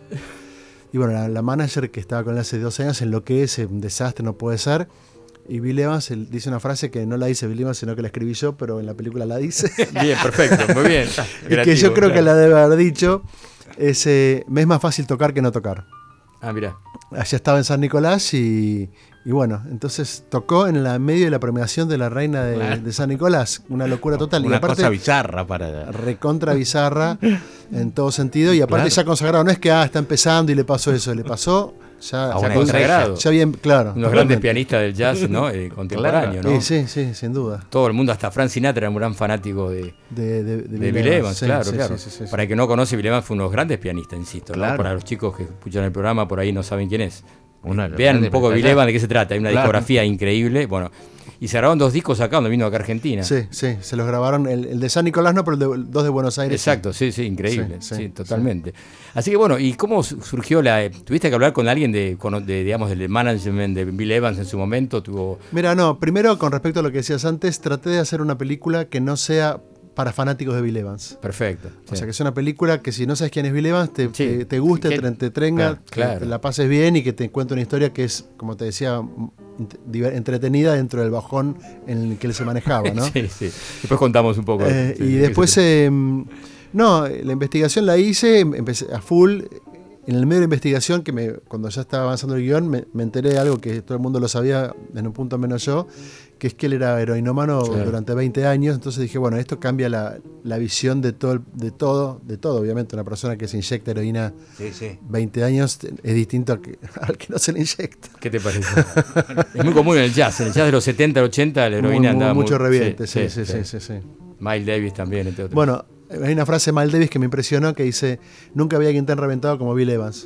Y bueno, la, la manager que estaba con él hace doce años enloquece, un desastre, no puede ser. Y Bill Evans dice una frase que no la dice Bill Evans, sino que la escribí yo, pero en la película la dice. Bien, perfecto, muy bien. Y que yo creo claro. que la debe haber dicho, es, eh, me es más fácil tocar que no tocar. Ah, mira. Allá estaba en San Nicolás y, y bueno, entonces tocó en la medio de la premiación de La Reina de, claro. de San Nicolás. Una locura total. Una y aparte, cosa bizarra para... Recontra bizarra en todo sentido. Y aparte claro. ya consagrado. No es que ah, está empezando y le pasó eso. Le pasó... Ya, ya consagrado. Ya bien, claro. Unos grandes pianistas del jazz, ¿no? Eh, contemporáneo, claro. ¿no? Sí, sí, sí, sin duda. Todo el mundo, hasta Frank Sinatra era un gran fanático de, de, de, de, de Bill Evans, sí, claro, sí, claro. Sí, sí, sí, Para el que no conoce, Bill Evans fue unos grandes pianistas, insisto, claro. ¿no? Para los chicos que escuchan el programa, por ahí no saben quién es. Una Vean un poco Bill Evans, de qué se trata. Hay una claro. discografía increíble. Bueno, y se grabaron dos discos acá cuando vino acá a Argentina. Sí, sí, se los grabaron. El, el de San Nicolás no, pero el de, dos de Buenos Aires. Exacto, sí, sí, increíble. Sí, sí, sí totalmente. Sí. Así que bueno, ¿y cómo surgió la...? ¿Tuviste que hablar con alguien de, con, de digamos, del management de Bill Evans en su momento? ¿Tuvo... Mira, no, primero con respecto a lo que decías antes, traté de hacer una película que no sea para fanáticos de Bill Evans. Perfecto. O sí. sea, que sea una película que si no sabes quién es Bill Evans, te, sí. te, te guste, te, te trenga, claro, claro. te la pases bien y que te cuente una historia que es, como te decía, entretenida dentro del bajón en el que él se manejaba, ¿no? Sí, sí. Después contamos un poco. Eh, sí, y después, eh, no, la investigación la hice, empecé a full. En el medio de la investigación, que me, cuando ya estaba avanzando el guión, me, me enteré de algo que todo el mundo lo sabía, en un punto menos yo, que es que él era heroinómano claro. durante veinte años. Entonces dije, bueno, esto cambia la, la visión de todo, de todo, de todo. Obviamente, una persona que se inyecta heroína sí, sí. veinte años es distinto al que, al que no se le inyecta. ¿Qué te parece? Es muy común en el jazz. En el jazz de los setenta, ochenta, la heroína muy, andaba mucho muy, reviente, sí sí, sí sí, sí, sí, sí, sí. Miles Davis también, entre otros. Bueno, Hay una frase de Miles Davis que me impresionó que dice: nunca había quien tan reventado como Bill Evans.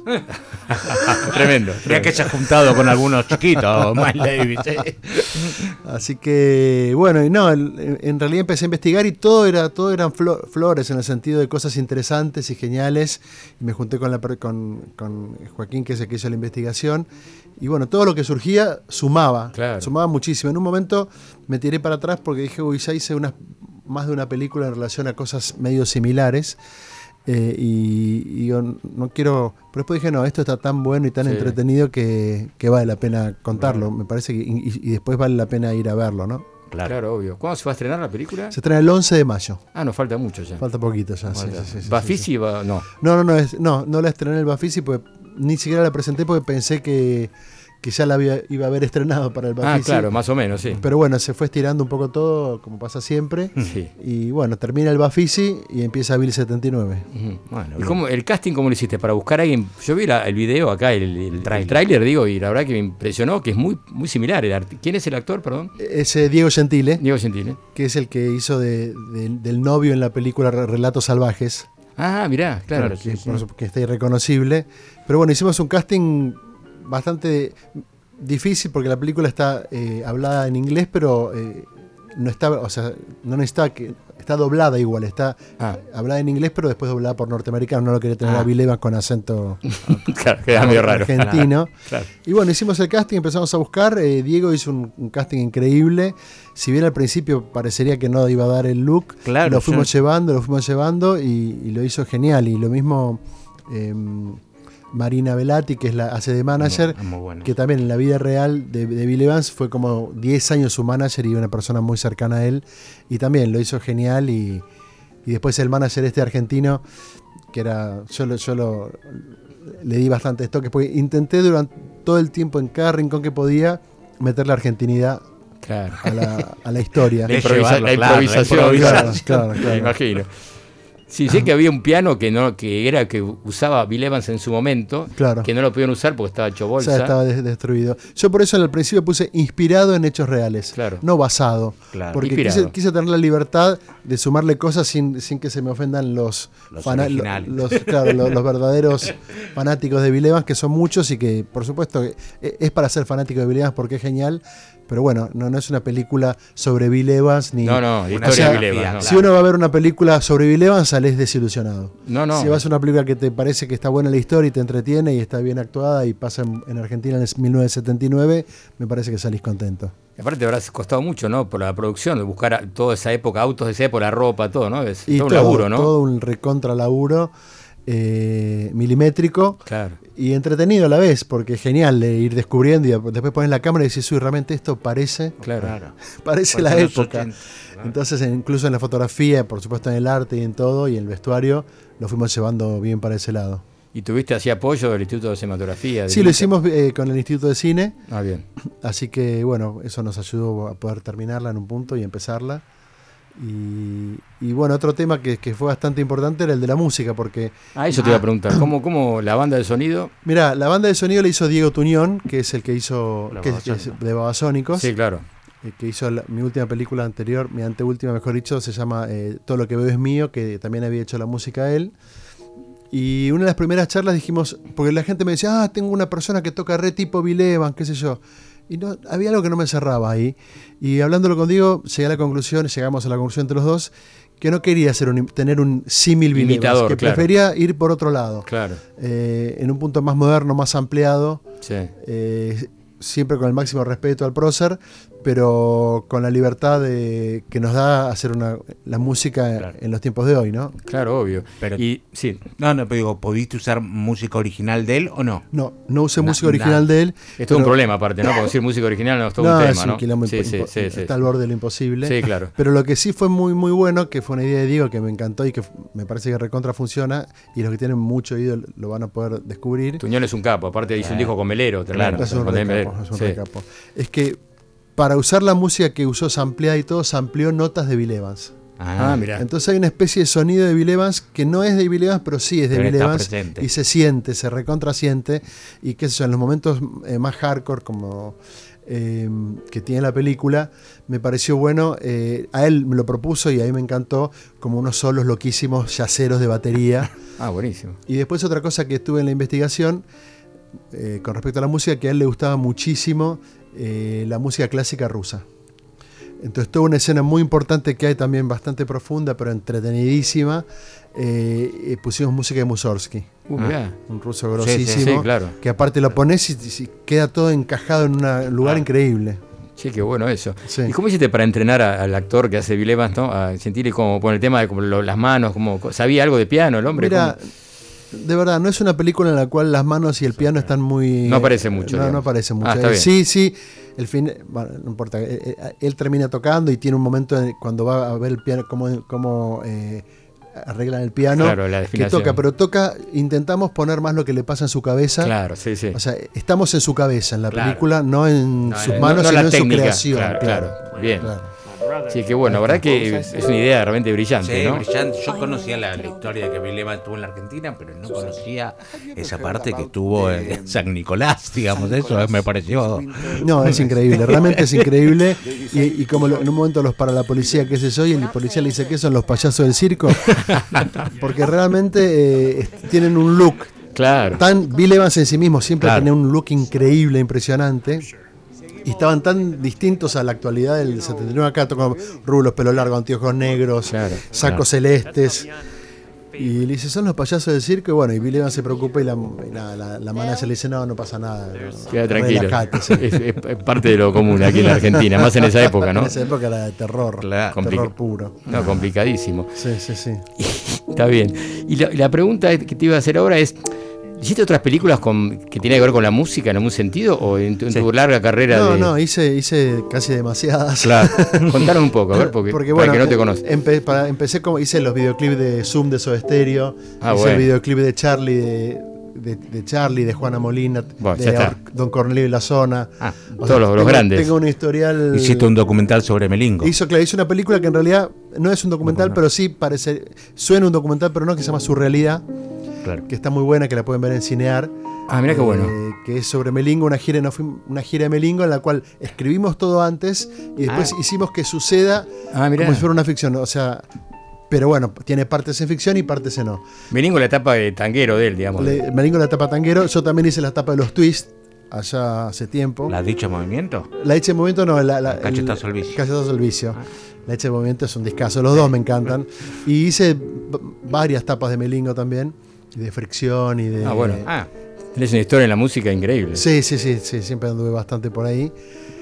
Tremendo. Ya que se ha juntado con algunos chiquitos, Miles Davis. ¿eh? Así que, bueno, y no, el- en realidad empecé a investigar y todo era todo eran flo- flores en el sentido de cosas interesantes y geniales. Y me junté con, la, per- con, con Joaquín, que es el que hizo la investigación. Y bueno, todo lo que surgía sumaba, Claro. sumaba muchísimo. En un momento me tiré para atrás porque dije, uy, ya hice unas, más de una película en relación a cosas medio similares. Eh, y, y yo no quiero, pero después dije, no, esto está tan bueno y tan Sí. entretenido que, que vale la pena contarlo. Me parece que y, y después vale la pena ir a verlo, ¿no? Claro. obvio. ¿Cuándo se va a estrenar la película? Se estrena el once de mayo. Ah, nos falta mucho ya. Falta poquito ya. sí, Falta. sí, sí, sí, Bafisi sí, sí. va. No. No, no, no, es- no, no la estrené en el Bafisi porque ni siquiera la presenté porque pensé que, que ya la había- iba a haber estrenado para el Ah, Bafisi. claro, más o menos, sí. Pero bueno, se fue estirando un poco todo, como pasa siempre. Sí. Y bueno, termina el Bafisi y empieza Bill setenta y nueve. Ujú. Bueno, ¿Y bien. cómo, el casting cómo lo hiciste? Para buscar a alguien. Yo vi la- el video acá, el, el, el Tráiler. tráiler, digo, y la verdad que me impresionó que es muy, muy similar. El art- ¿Quién es el actor, perdón? Ese Diego Gentile, Diego Gentile. que es el que hizo de, de- del novio en la película Re- Relatos Salvajes, Ah, mirá, claro. Claro, que, sí, por supuesto que está irreconocible. Pero bueno, hicimos un casting bastante difícil porque la película está eh, hablada en inglés, pero eh, no está, o sea, no está que está doblada igual, está Ah. hablada en inglés, pero después doblada por norteamericanos. No lo quería tener Ah. a Bill Evans con acento claro, queda medio raro. argentino. Claro. Y bueno, hicimos el casting, empezamos a buscar. eh, Diego hizo un, un casting increíble. Si bien al principio parecería que no iba a dar el look, Claro, lo fuimos yo- llevando, lo fuimos llevando y, y lo hizo genial. Y lo mismo eh, Marina Velati, que es la hace de manager, Muy- muy bueno. que también en la vida real de, de Bill Evans fue como diez años su manager y una persona muy cercana a él. Y también lo hizo genial. Y, y después el manager este argentino, que era, yo, lo, yo lo, le di bastantes toques, porque intenté durante todo el tiempo en cada rincón que podía meter la argentinidad Claro. a la, a la historia. La, De improvisa- llevarlo, la claro, la improvisación. Claro, claro, Me claro. imagino. Sí, sé que había un piano que no que era que usaba Bill Evans en su momento, Claro. que no lo pudieron usar porque estaba hecho O bolsa. sea, estaba des- destruido. Yo por eso al principio puse inspirado en hechos reales, Claro. no basado. Claro. Porque Inspirado. quise, quise tener la libertad de sumarle cosas sin, sin que se me ofendan los, Los fana- originales. los, claro, los, los verdaderos fanáticos de Bill Evans, que son muchos y que por supuesto que e- es para ser fanático de Bill Evans porque es genial. Pero bueno, no, no es una película sobre Bill Evans ni. No, no, la Una historia de sea, Bill Evans. No, Si uno va a ver una película sobre Bill Evans, sales desilusionado. no. no. Si vas a una película que te parece que está buena la historia y te entretiene y está bien actuada y pasa en, en Argentina en el mil novecientos setenta y nueve, me parece que salís contento. Aparte te habrá costado mucho, ¿no? Por la producción, de buscar a- toda esa época, autos de esa época, la ropa, todo, ¿no? Es Y todo un todo, laburo, ¿no? todo un recontra laburo eh, milimétrico Claro. y entretenido a la vez, porque es genial de ir descubriendo y después pones la cámara y decís, uy, realmente esto parece, Claro. Claro. parece Pues la en los época. ochenta, claro. Entonces, en- incluso en la fotografía, por supuesto en el arte y en todo, y en el vestuario, lo fuimos llevando bien para ese lado. ¿Y tuviste así apoyo del Instituto de Cinematografía? de Sí, lo Luca? hicimos eh, con el Instituto de Cine. Ah, bien. Así que bueno, eso nos ayudó a poder terminarla en un punto y empezarla. Y, y bueno, otro tema que, que fue bastante importante era el de la música, porque Ah, eso te iba a preguntar. ¿Cómo, cómo la banda de sonido? mira, la banda de sonido la hizo Diego Tuñón, que es el que hizo La que es- que es Babasónicos. de Babasónicos, Sí, claro. eh, que hizo la- mi última película anterior, mi anteúltima mejor dicho, se llama eh, Todo lo que veo es mío, que también había hecho la música él. Y una de las primeras charlas dijimos, porque la gente me decía, ah, tengo una persona que toca re tipo Bill Evans, qué sé yo. Y no, había algo que no me cerraba ahí. Y hablándolo con Diego, llegué a la conclusión, llegamos a la conclusión entre los dos, que no quería hacer un, tener un símil Bill Evans, Imitador, que claro. prefería ir por otro lado. Claro. Eh, en un punto más moderno, más ampliado, Sí. eh, siempre con el máximo respeto al prócer, pero con la libertad de, que nos da hacer una, la música Claro. en los tiempos de hoy, ¿no? Claro, obvio. Pero- y sí, No, no, pero digo, ¿pudiste usar música original de él o no? No, no usé Na- música original nada. de él. es todo un pero- problema aparte, ¿no? Porque decir música original no es todo No, un es tema, un ¿no? quilombo Sí, impo- sí, impo- sí, sí, está sí. al borde de lo imposible. Sí, claro. Pero lo que sí fue muy muy bueno, que fue una idea de Diego que me encantó y que f- me parece que recontra funciona, y los que tienen mucho oído lo van a poder descubrir. Tuñón es un capo, aparte hizo un Claro. disco con Melero, tremendo. Es un Con recapo, Melero. es un Sí. recapo. Es que para usar la música que usó sampleada y todo, sampleó notas de Bill Evans. Ah, mira. Entonces hay una especie de sonido de Bill Evans que no es de Bill Evans, pero sí es de Pero Bill está Evans. presente. Y se siente, se recontrasiente. Y qué sé yo, en los momentos eh, más hardcore, como eh, que tiene la película, me pareció bueno. Eh, a él me lo propuso y a mí me encantó, como unos solos loquísimos yaceros de batería. Ah, buenísimo. Y después otra cosa que estuve en la investigación, eh, con respecto a la música, que a él le gustaba muchísimo eh, la música clásica rusa. Entonces toda una escena muy importante que hay también, bastante profunda, pero entretenidísima. Eh, eh, pusimos música de Mussorgsky, Uh, mirá. un ruso Sí, grosísimo, sí, sí, claro. que aparte lo pones y, y queda todo encajado en un lugar Ah. increíble. Sí, qué bueno eso. Sí. ¿Y cómo hiciste para entrenar a- al actor que hace Bill Evans, ¿no? A sentirle como por el tema de como lo- las manos, como sabía algo de piano el hombre? Mira, ¿Cómo? de verdad, no es una película en la cual las manos y el piano están muy... No aparece mucho, No, no digamos. aparece mucho. Ah, está Eh, bien. Sí, sí, el fin... Bueno, no importa. eh, eh, Él termina tocando y tiene un momento en- cuando va a ver el piano, cómo, cómo eh, arreglan el piano, Claro, la que afinación. toca, pero toca, intentamos poner más lo que le pasa en su cabeza. Claro, sí, sí. O sea, estamos en su cabeza, en la Claro. película, no en No, sus no- manos, no sino la en técnica. su creación. Claro, claro. Bien. claro. Sí, qué bueno. La verdad que es una idea realmente brillante, Sí, ¿no? brillante. Yo conocía la, la historia de que Bill Evans estuvo en la Argentina, pero no conocía esa parte que tuvo en San Nicolás, digamos, eso me pareció... No, es increíble, realmente es increíble. Y, y como lo- en un momento los para la policía, qué sé yo, y el policía le dice que son los payasos del circo, porque realmente eh, tienen un look Claro. tan... Bill Evans en sí mismo siempre Claro. tenía un look increíble, impresionante. Y estaban tan distintos a la actualidad del setenta y nueve acá, con rulos, pelo largo, anteojos negros, Claro, sacos celestes. Y le dice, son los payasos del circo. Y bueno, y Bill Evans se preocupa y la, y nada, la, la manager le dice, no, no pasa nada. Queda tranquilo. Relajate, sí. Es, es- es parte de lo común aquí en la Argentina, más en esa época, ¿no? En esa época era de terror, Claro. terror Complica- puro. No, complicadísimo. Sí, sí, sí. Está bien. Y la, la pregunta que te iba a hacer ahora es, ¿hiciste otras películas con, que tienen que ver con la música en algún sentido? ¿O en tu, en tu larga carrera No, de...? no, hice, hice casi demasiadas. Claro. Contanos un poco, a ver, porque, Porque para bueno, que no te conoce. empe- para- empecé como hice los videoclips de Zoom de Soda Stereo, Ah, hice bueno. el videoclip de Charlie de, de, de Charlie, de Juana Molina, Bueno, de ya está. Or- Don Cornelio y la Zona. Ah, O todos los- los tengo- grandes. Tengo un historial. Hiciste un documental sobre Melingo. Hizo, claro, hizo una película que en realidad no es un documental, No, no. pero sí parece. Suena un documental, pero no, que se llama Surrealidad, Claro. que está muy buena, que la pueden ver en Cinear. Ah, mira qué bueno. eh, que es sobre Melingo, una gira, no fue una gira de Melingo en la cual escribimos todo antes y después Ah. hicimos que suceda Ah, mirá. como si fuera una ficción. O sea, pero bueno, tiene partes en ficción y partes en no. Melingo la etapa de tanguero de él, digamos. Le- Melingo la tapa tanguero, yo también hice la tapa de los twists allá hace tiempo. ¿La dicha movimiento? La hecha de movimiento no, la, la, Cachetazo el- al vicio. Cachetazo al vicio. La hecha de movimiento es un discazo, los dos me encantan. Y hice b- varias tapas de Melingo también, y de fricción y de... Ah, bueno. Ah, Tenés una historia en la música increíble. Sí, sí, sí, sí, siempre anduve bastante por ahí.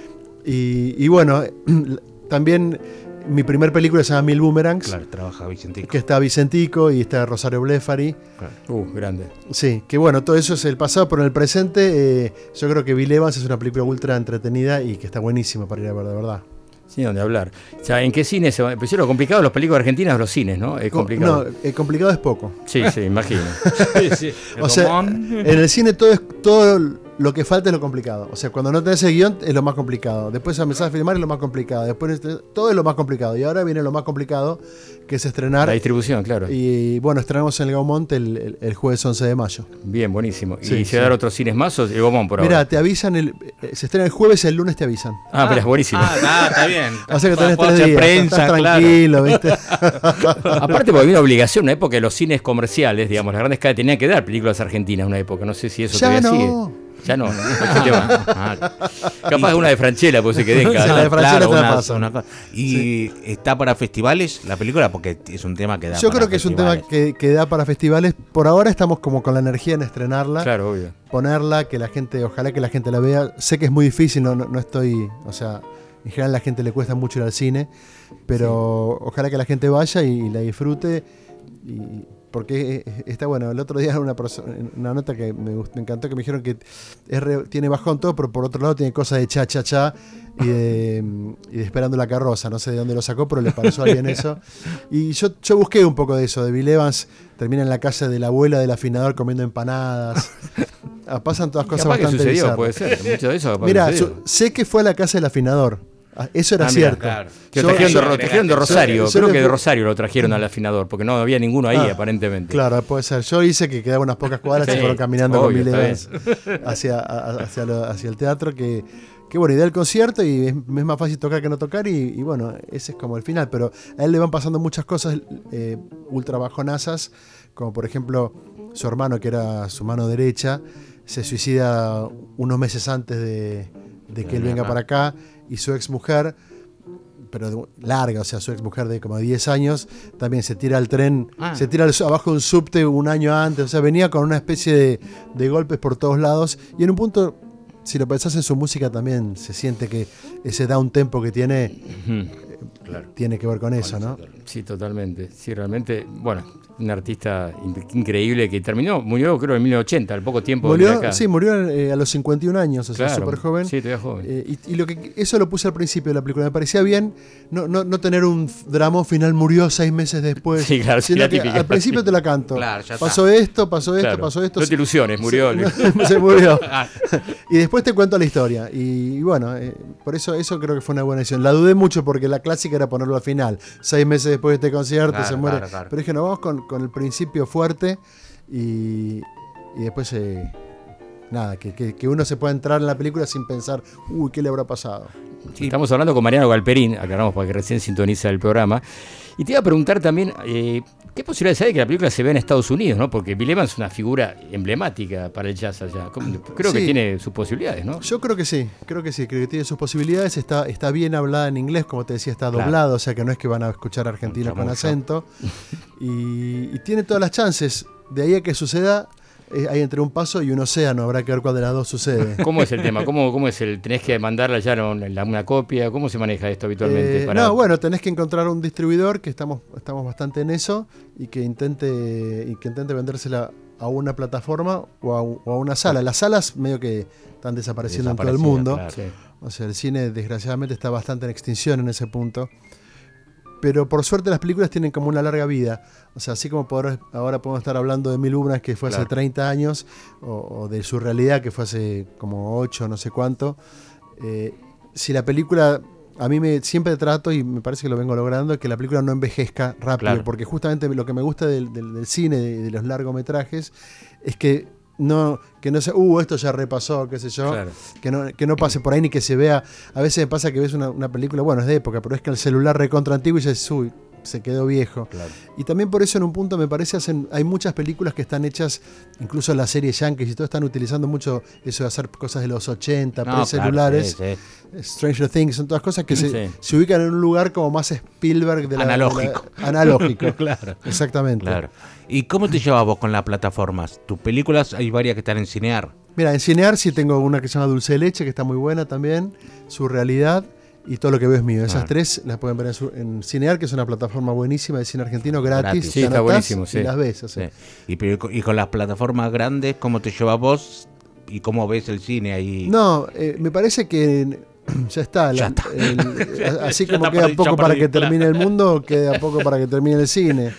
Y, y bueno, también mi primer película se llama Mil Boomerangs, claro, trabaja Vicentico. que está Vicentico y está Rosario Blefari. Claro. Uh, grande. Sí, que bueno, todo eso es el pasado, pero en el presente eh, yo creo que Bill Evans es una película ultra entretenida y que está buenísima para ir a ver, de verdad. Sí, donde hablar. O sea, ¿en qué cine se va? Pues sí, lo complicado de las películas argentinas los cines, ¿no? Es complicado. No, eh, complicado es poco. Sí, sí, imagino. Sí, sí. O sea, en el cine todo es todo lo que falta es lo complicado. O sea, cuando no tenés el guión es lo más complicado. Después empezás a filmar es lo más complicado. Después todo es lo más complicado. Y ahora viene lo más complicado, que es estrenar. La distribución, claro. Y bueno, estrenamos en el Gaumont el, el, el jueves once de mayo. Bien, buenísimo. ¿Y Sí, se sí. va a dar otros cines más o el Gomón por Mira, ahora? te avisan, el, eh, se estrena el jueves y el lunes te avisan. Ah, pero es buenísimo. Ah, ah, está bien. O sea que tenés Puedo tres hacer días. prensa, estás claro. tranquilo, ¿viste? Aparte porque había una obligación, una época de los cines comerciales, digamos, las grandes cadenas tenían que dar películas argentinas, una época, no sé si eso Ya todavía no. sigue. Ya no. ¿Qué te va? Ah, capaz una de Franchella, pues se quedé en Sí, la casa. de Franchella Claro, te la una- paso. una cosa. ¿Y está para festivales la película? Porque es un tema que da Yo para creo que es un tema festivales. que, que da para festivales. Por ahora estamos como con la energía en estrenarla. Claro, obvio. Ponerla, que la gente, ojalá que la gente la vea. Sé que es muy difícil, no, no, no estoy, o sea, en general a la gente le cuesta mucho ir al cine, pero ojalá que la gente vaya y, y la disfrute, y, porque está bueno. El otro día una, perso- una nota que me, gust- me encantó, que me dijeron que es re- tiene bajón todo, pero por otro lado tiene cosas de cha cha cha y de, y de Esperando la carroza, no sé de dónde lo sacó, pero le pareció a alguien eso. Y yo, yo busqué un poco de eso, de Bill Evans, termina en la casa de la abuela del afinador comiendo empanadas. Ah, pasan todas cosas Capaz que bastante sucedió, bizarras. puede ser. Mucho de eso capaz Mira, que sucedió. su- sé que fue a la casa del afinador. Ah, eso era Ah, mira, cierto. claro. Que lo Yo- trajeron, de, yo- Ro- trajeron de Rosario, yo- yo creo le que de fui- Rosario lo trajeron al afinador, porque no había ninguno ahí Ah, aparentemente. Claro, puede ser. Yo hice que quedaba unas pocas cuadras Sí, y fueron caminando obvio, con Bill está Evans hacia, a- hacia, lo- hacia el teatro, que, que bueno, y da el concierto y es, es más fácil tocar que no tocar y, y bueno, ese es como el final, pero a él le van pasando muchas cosas eh, ultra bajonazas, como por ejemplo su hermano, que era su mano derecha, se suicida unos meses antes de, de que él venga para acá, y su ex mujer, pero de- larga, o sea, su ex mujer de como diez años, también se tira al tren, Ah. se tira al- abajo de un subte un año antes, o sea, venía con una especie de, de golpes por todos lados, y en un punto, si lo pensás en su música también se siente que ese down tempo que tiene Claro. tiene que ver con eso, ¿no? Sí, totalmente. Sí, realmente, bueno, un artista in- increíble que terminó, murió creo en mil novecientos ochenta, al poco tiempo de venir Murió, acá. sí, murió eh, a los cincuenta y un años, o sea, Claro, súper joven. sí, todavía joven. Eh, y, y lo que eso lo puse al principio de la película. Me parecía bien no, no, no tener un f- drama final, murió seis meses después. Sí, claro, sí, sino la que típica, al principio sí. te la canto. Claro, ya pasó esto, pasó esto, Claro. pasó esto. No te ilusiones, murió. Se, se murió. Y después te cuento la historia. Y, y bueno, eh, por eso eso creo que fue una buena decisión. La dudé mucho porque la clásica era ponerlo al final. Seis meses después de este concierto Claro, se muere. claro, claro. Pero dije, no, vamos con, con el principio fuerte y, y después, eh, nada, que, que, que uno se pueda entrar en la película sin pensar, uy, ¿qué le habrá pasado? Estamos hablando con Mariano Galperín, aclaramos para que recién sintoniza el programa. Y te iba a preguntar también, eh, ¿qué posibilidades hay de que la película se vea en Estados Unidos, ¿no? Porque Bill Evans es una figura emblemática para el jazz allá. ¿Cómo- Creo que Sí. tiene sus posibilidades, ¿no? Yo creo que sí, creo que sí, creo que tiene sus posibilidades, está, está bien hablada en inglés, como te decía, está Claro. doblado, o sea que no es que van a escuchar argentinos Mucho, con mucho. acento, y, y tiene todas las chances, de ahí a que suceda, eh, hay entre un paso y un océano, habrá que ver cuál de las dos sucede. ¿Cómo es el tema? ¿Cómo, cómo es el? ¿Tenés que mandarla ya en la- una copia? ¿Cómo se maneja esto habitualmente? Eh, para- No, bueno, tenés que encontrar un distribuidor, que estamos, estamos bastante en eso, y que intente, y que intente vendérsela a una plataforma o a, u- o a una sala. Las salas medio que están desapareciendo en todo el Desaparecida, mundo. claro. Sí. O sea, el cine desgraciadamente está bastante en extinción en ese punto. Pero por suerte las películas tienen como una larga vida. O sea, así como por ahora podemos estar hablando de Mil Unas, que fue hace Claro. treinta años, o, o de Su Realidad, que fue hace como ocho, no sé cuánto. Eh, si la película, a mí me siempre trato, y me parece que lo vengo logrando, que la película no envejezca rápido. Claro. Porque justamente lo que me gusta del, del- del cine, de, de los largometrajes, es que no, que no sea, uh, esto ya repasó, qué sé yo. Claro. Que no, que no pase por ahí ni que se vea. A veces me pasa que ves una, una película, bueno, es de época, pero es que el celular recontra antiguo y dices, uy, se quedó viejo. Claro. Y también por eso en un punto me parece hacen, hay muchas películas que están hechas, incluso las series yankees y todo, están utilizando mucho eso de hacer cosas de los ochenta, No, pre-celulares. claro, sí, sí. Stranger Things, son todas cosas que se, Sí. se ubican en un lugar como más Spielberg de la, Analógico. de la- analógico. Claro. Exactamente. Claro. ¿Y cómo te llevas vos con las plataformas? Tus películas hay varias que están en Cinear. Mira, en Cinear sí tengo una que se llama Dulce de Leche, que está muy buena también, Su Realidad, y Todo lo que veo es mío. Esas Claro. tres las pueden ver en, su- en Cinear, que es una plataforma buenísima de cine argentino, gratis. Gratis. te Sí, está anotás buenísimo, y sí. las ves. o sea. Sí. Y, pero- y con las plataformas grandes, ¿cómo te llevas vos? ¿Y cómo ves el cine ahí? No, eh, me parece que ya está. la- Ya está. el- así Ya como está queda perdi- poco ya para perdí, que claro. termine el mundo, queda poco para que termine el cine.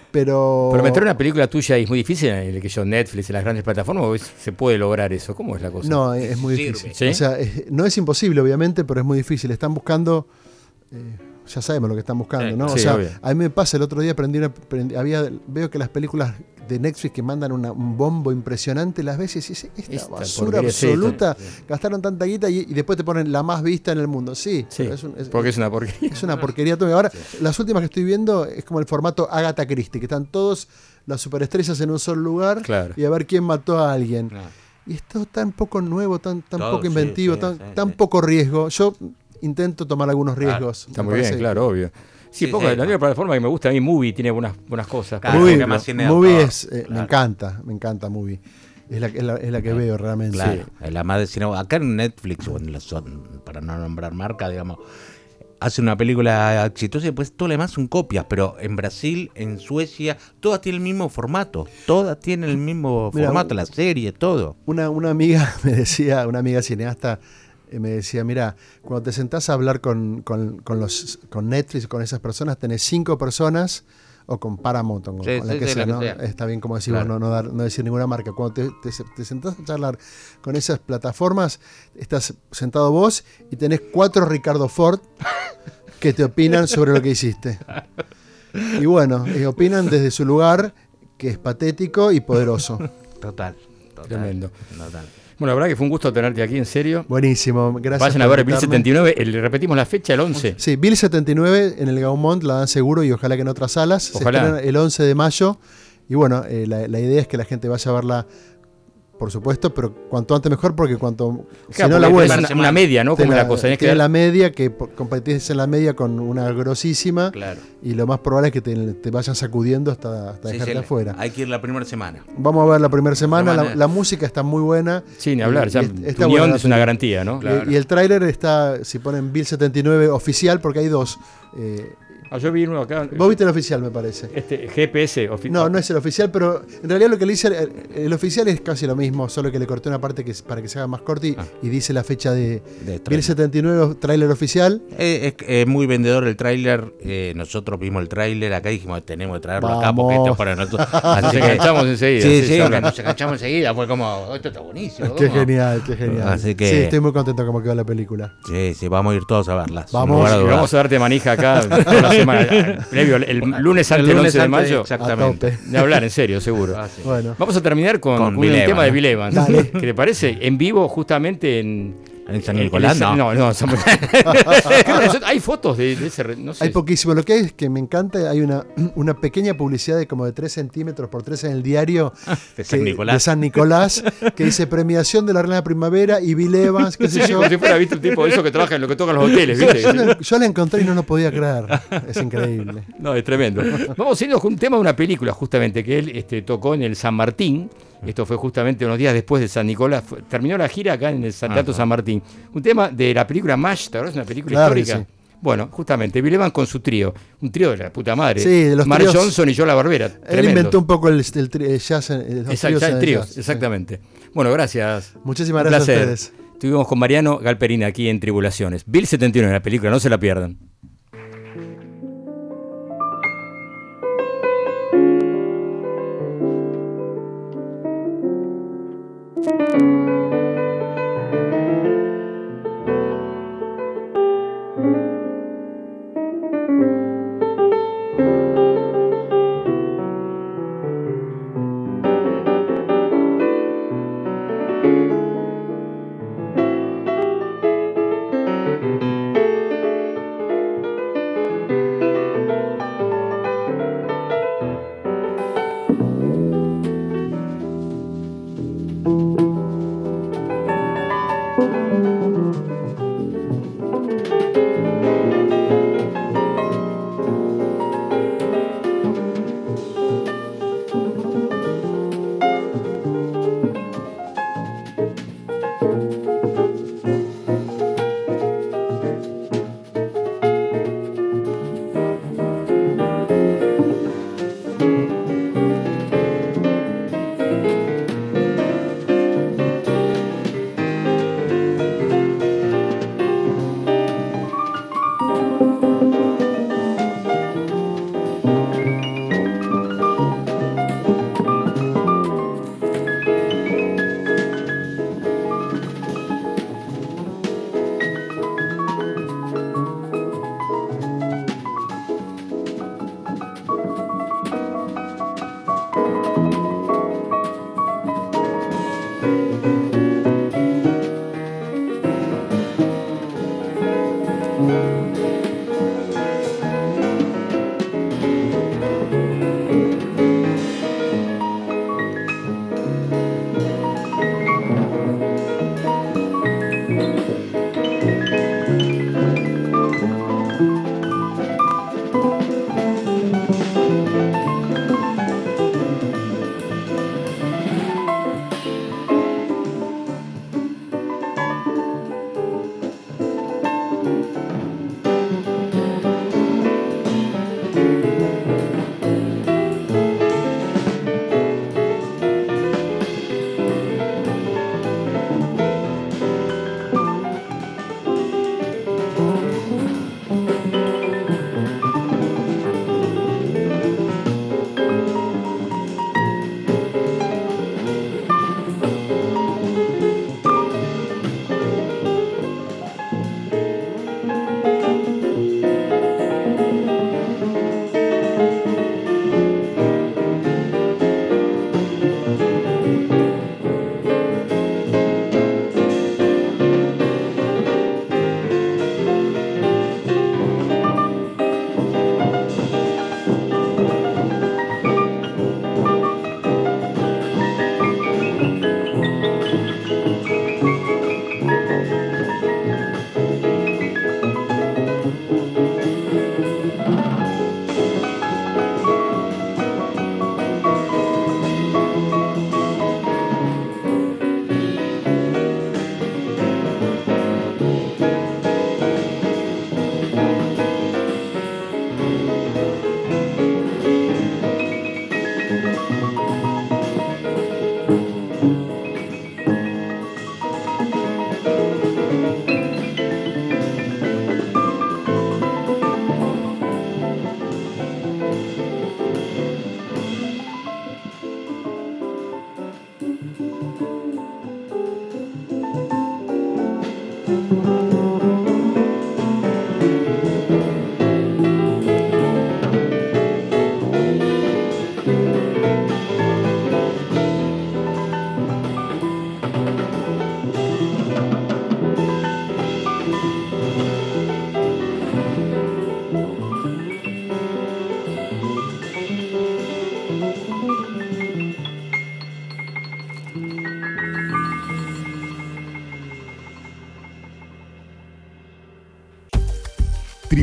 Pero, Pero meter una película tuya es muy difícil en el que yo Netflix, en las grandes plataformas, ¿o es- se puede lograr eso? ¿Cómo es la cosa? No, es es muy Sirve. difícil. ¿Sí? O sea, es- no es imposible, obviamente, pero es muy difícil. Están buscando. eh, ya sabemos lo que están buscando, Eh, ¿no? O sí, sea, obvio. a mí me pasa el otro día, prendí una, prendí- había, veo que las películas de Netflix que mandan una- un bombo impresionante las veces y dices, esta, Esta basura porquería, sí, absoluta, sí. gastaron tanta guita y, y después te ponen la más vista en el mundo. Sí, Sí, pero es, un- es- porque es una porquería. es una porquería. todo. Ahora, las últimas que estoy viendo es como el formato Agatha Christie, que están todos las superestrellas en un solo lugar Claro. y a ver quién mató a alguien. No. Y esto tan poco nuevo, tan, tan Todo, poco sí, inventivo, sí, tan, sí, tan sí. poco riesgo. Yo intento tomar algunos riesgos. Está me muy bien, parece. claro, obvio. Sí, Sí, poco, sí, la única plataforma que me gusta a mí, Movie, tiene buenas, buenas cosas. Claro, Movie, porque más cine de Movie autor, es, eh, me claro. encanta, me encanta Movie. Es la, es la, es la que veo realmente. Claro, la más de cine. Acá en Netflix, o en la son- para no nombrar marca, digamos, hace una película exitosa y después todo lo demás son copias, pero en Brasil, en Suecia, todas tienen el mismo formato. Todas tienen el mismo Mira, formato, un- la serie, todo. Una, una amiga me decía, una amiga cineasta, eh, me decía, mira, cuando te sentás a hablar con, con, con los, con Netflix, con esas personas, tenés cinco personas, o con Paramount, o con, Sí, con la sí, que sí, sea, la que ¿no? sea. Está bien como decimos, Claro. no, no, dar- no decir ninguna marca. Cuando te, te, te sentás a charlar con esas plataformas, estás sentado vos y tenés cuatro Ricardo Ford que te opinan sobre lo que hiciste. Y bueno, eh, opinan desde su lugar, que es patético y poderoso. Total. total Tremendo. total. Bueno, la verdad que fue un gusto tenerte aquí, en serio. Buenísimo, gracias. Vayan a por ver Bill invitarme. setenta y nueve, el- repetimos la fecha, el once. Sí, Bill setenta y nueve en el Gaumont, la dan seguro y ojalá que en otras salas. Ojalá. Se estrena el once de mayo. Y bueno, eh, la, la idea es que la gente vaya a verla, por supuesto, pero cuanto antes mejor, porque cuanto. Claro, si no, la porque vuelta. tenés una, una media, ¿no? Te Como la- la cosa. Tenés que tiene ver- la media, que po- competís en la media con una grosísima. Claro. Y lo más probable es que te, te vayan sacudiendo hasta, hasta Sí, dejarte sí, afuera. Hay que ir la primera semana. Vamos a ver la primera semana. semana. La, la música está muy buena. Sí, ni hablar. Y- Ya, y tu está unión buena la es una película. garantía, ¿no? Y- Y, el tráiler está, si ponen Bill setenta y nueve oficial, porque hay dos. Eh, Ah, yo vi uno acá. vos viste el oficial, me parece. Este, G P S. ofi- No, no es el oficial, pero en realidad lo que le dice el, el oficial es casi lo mismo, solo que le corté una parte que es para que se haga más corta y, Ah. y dice la fecha de De Bill tráiler. setenta y nueve tráiler oficial. Eh, es, es muy vendedor el tráiler. eh, nosotros vimos el tráiler acá y dijimos, tenemos que traerlo acá porque Vamos. esto es para nosotros. Nos Así que, enganchamos enseguida. sí, sí, sí, sabrán. nos enganchamos enseguida. Fue como, esto está buenísimo. Qué ¿cómo? genial, qué genial. Así que- Sí, estoy muy contento como quedó la película. Sí, sí, vamos a ir todos a verlas. sin Vamos. lugar a Y dudas. vamos a darte manija acá toda la semana. Previo, el, el lunes antes del lunes once de antes, mayo. Exactamente. A tope. De hablar, en serio, seguro. Ah, sí. Bueno, Vamos a terminar con, Con con Bill un Evans, tema de ¿no? Bill Evans. Dale. ¿Qué te parece? En vivo, justamente en. ¿En San en- Nicolás? en- No. No, no. San- Creo que hay fotos de, de ese. re- No sé. hay poquísimo. Lo que es que me encanta, hay una, una pequeña publicidad de como de tres centímetros por tres en el diario De San que- Nicolás. de San Nicolás, que dice premiación de la Reina de Primavera y Bill Evans, qué sé Sí, yo. como si fuera, viste, un tipo de eso que trabaja en lo que tocan los hoteles, ¿viste? Yo la, yo la encontré y no lo podía creer. Es increíble. No, es tremendo. Vamos a irnos con un tema de una película, justamente, que él este, tocó en el San Martín. Esto fue justamente unos días después de San Nicolás. Fue- terminó la gira acá en el San Teatro Ajá. San Martín. Un tema de la película MASH, ¿te acuerdas? Una película Claro que histórica. sí. Bueno, justamente, Bill Evans con su trío. Un trío de la puta madre. Sí, de los Mark tríos. Johnson y Joe La Barbera. Él Tremendo. inventó un poco el, el, tri- el jazz, en- los Exacto, tríos en el tríos, jazz. exactamente. Bueno, gracias. Muchísimas Un gracias a placer. ustedes. Estuvimos con Mariano Galperín aquí en Tribulaciones. Bill setenta y nueve, la película, no se la pierdan.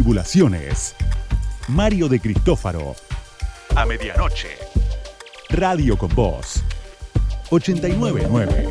Tribulaciones. Mario de Cristófaro. A medianoche. Radio con Voz. ochenta y nueve punto nueve.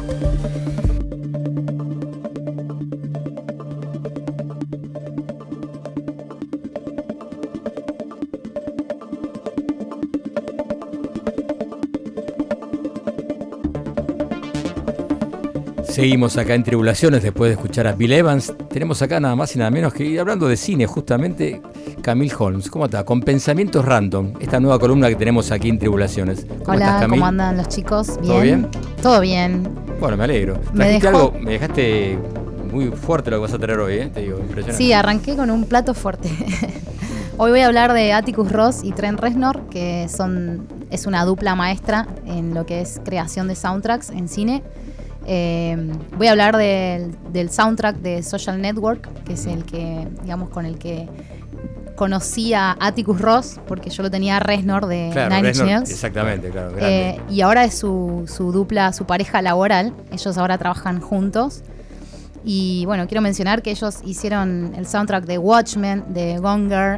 Seguimos acá en Tribulaciones después de escuchar a Bill Evans. Tenemos acá nada más y nada menos que, hablando de cine justamente, Camille Holmes. ¿Cómo está? Con Pensamientos Random, esta nueva columna que tenemos aquí en Tribulaciones. ¿Cómo Hola, estás, Camille? ¿cómo andan los chicos? ¿Bien? ¿Todo bien? Todo bien. Bueno, me alegro. Me Trajiste dejó- algo, me dejaste muy fuerte lo que vas a traer hoy, ¿eh? Te digo, impresionante. Sí, arranqué con un plato fuerte. Hoy voy a hablar de Atticus Ross y Trent Reznor, que son es una dupla maestra en lo que es creación de soundtracks en cine. Eh, voy a hablar del, del soundtrack de Social Network, que es el que, digamos, con el que conocí a Atticus Ross, porque yo lo tenía a Reznor de Claro, Nine Inch Reznor, Nails. exactamente, claro, grande. Eh, y ahora es su, su dupla, su pareja laboral. Ellos ahora trabajan juntos. Y bueno, quiero mencionar que ellos hicieron el soundtrack de Watchmen, de Gone Girl,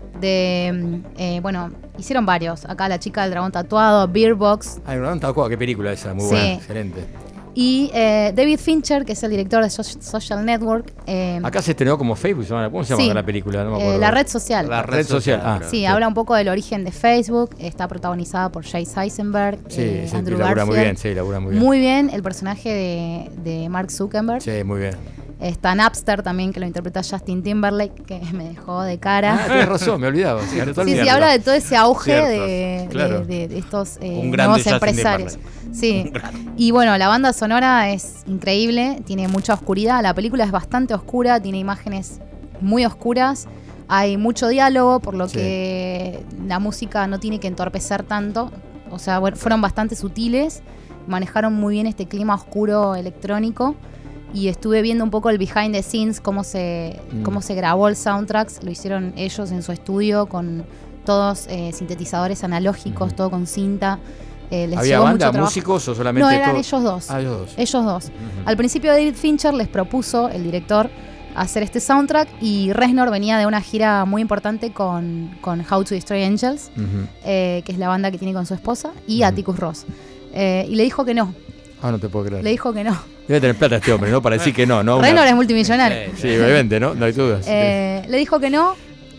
de, eh, bueno, hicieron varios. Acá La chica del dragón tatuado, Beer Box. Ay, no, no, qué película esa, muy Sí. buena, excelente. Y eh, David Fincher, que es el director de So- Social Network. eh, Acá se estrenó como Facebook, ¿cómo se llama Sí. la película? No me eh, acuerdo. La red social. La red social, ah. Sí, habla un poco del origen de Facebook. Está protagonizada por Jay Eisenberg, Sí, eh, sí, Andrew labura muy Garfield. bien, sí, labura muy bien. Muy bien el personaje de, de Mark Zuckerberg. Sí, muy bien. Está Napster también, que lo interpreta Justin Timberlake, que me dejó de cara. Ah, tienes razón, me olvidaba. Sí, Sí, sí, totalmente. habla de todo ese auge Cierto, de, claro. de- de- de estos eh, Un grande nuevos Justin empresarios. Timberlake. Sí. Y bueno, la banda sonora es increíble, tiene mucha oscuridad. La película es bastante oscura, tiene imágenes muy oscuras. Hay mucho diálogo, por lo Sí. que la música no tiene que entorpecer tanto. O sea, bueno, fueron bastante sutiles, manejaron muy bien este clima oscuro electrónico. Y estuve viendo un poco el behind the scenes, cómo se, Mm. cómo se grabó el soundtrack. Lo hicieron ellos en su estudio con todos eh, sintetizadores analógicos, Ujú. todo con cinta. Eh, les ¿Había llevó banda, mucho trabajo. músicos o solamente No, eran todo? ellos dos. Ah, ellos dos. Ellos dos. Ujú. Al principio David Fincher les propuso, el director, hacer este soundtrack y Reznor venía de una gira muy importante con, con How to Destroy Angels, Ujú. eh, que es la banda que tiene con su esposa, y Ujú. Atticus Ross. Eh, y le dijo que no, Ah, no te puedo creer. le dijo que no. Debe tener plata este hombre, ¿no? Para decir que no, ¿no? Una- Reznor es multimillonario. Sí, obviamente, ¿no? No hay dudas. Eh, le dijo que no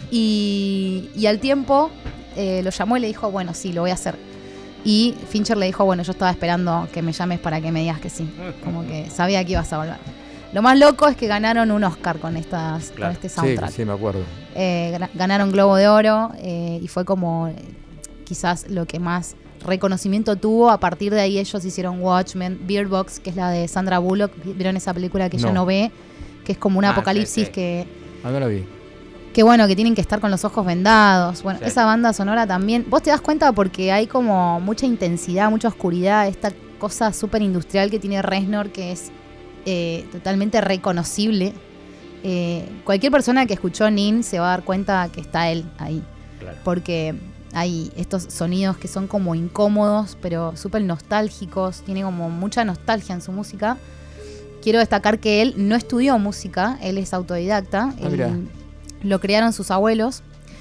y, y al tiempo eh, lo llamó y le dijo, bueno, sí, lo voy a hacer. Y Fincher le dijo, bueno, yo estaba esperando que me llames para que me digas que sí. Como que sabía que ibas a volver. Lo más loco es que ganaron un Oscar con, estas, con este Sí, soundtrack. sí, me acuerdo. Eh, gra- ganaron Globo de Oro eh, y fue como eh, quizás lo que más reconocimiento tuvo. A partir de ahí ellos hicieron Watchmen, Beer Box, que es la de Sandra Bullock. ¿Vieron esa película que ella No. no ve? Que es como un Ah, apocalipsis sí, sí. que... Ah, no la vi. Que bueno, que tienen que estar con los ojos vendados. Bueno, Sí. esa banda sonora también. Vos te das cuenta porque hay como mucha intensidad, mucha oscuridad, esta cosa súper industrial que tiene Reznor, que es eh, totalmente reconocible. Eh, cualquier persona que escuchó Nin se va a dar cuenta que está él ahí. Claro. Porque hay estos sonidos que son como incómodos, pero súper nostálgicos. Tiene como mucha nostalgia en su música. Quiero destacar que él no estudió música, él es autodidacta. Ah, mirá. Él- lo criaron sus abuelos.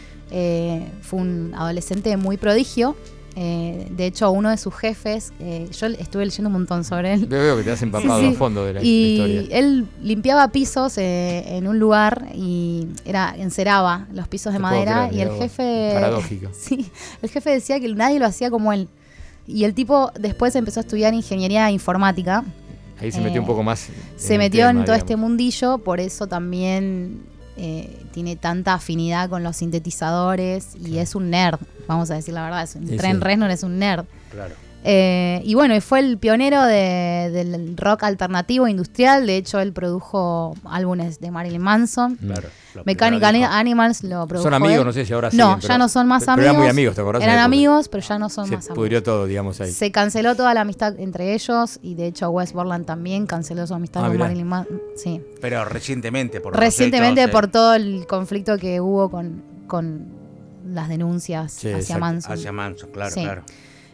Eh, fue un adolescente muy prodigio. Eh, de hecho, uno de sus jefes, eh, yo estuve leyendo un montón sobre él. Veo, veo que te has empapado Sí, sí. a fondo de la, la Y historia. él limpiaba pisos eh, en un lugar y era enceraba los pisos de Te puedo madera. creer, Y el mirá vos. jefe. Paradójico. Sí, el jefe decía que nadie lo hacía como él. Y el tipo después empezó a estudiar ingeniería informática. Ahí se eh, metió un poco más. Se el metió tema, en todo digamos. este mundillo, por eso también eh, tiene tanta afinidad con los sintetizadores y es un nerd, vamos a decir la verdad. Es un, Sí, Trent sí. Reznor es un nerd. Claro. Eh, y bueno, y fue el pionero de- del rock alternativo industrial. De hecho, él produjo álbumes de Marilyn Manson. Claro. Lo Mechanical primero dijo. Animals lo produjo. Son amigos, él. no sé si ahora No, siguen, ya pero- no son más pero amigos. eran muy amigos, ¿te acordás? Eran En la época. amigos, pero ya no son Se más amigos. pudrió todo, digamos, ahí. Se canceló toda la amistad entre ellos y de hecho Wes Borland también canceló su amistad Ah, con mirá. Marilyn Manson. Sí. Pero recientemente, por los Recientemente hechos, por eh, todo el conflicto que hubo con, con las denuncias Sí, hacia exacto. Manson. hacia Manson, claro, Sí. claro.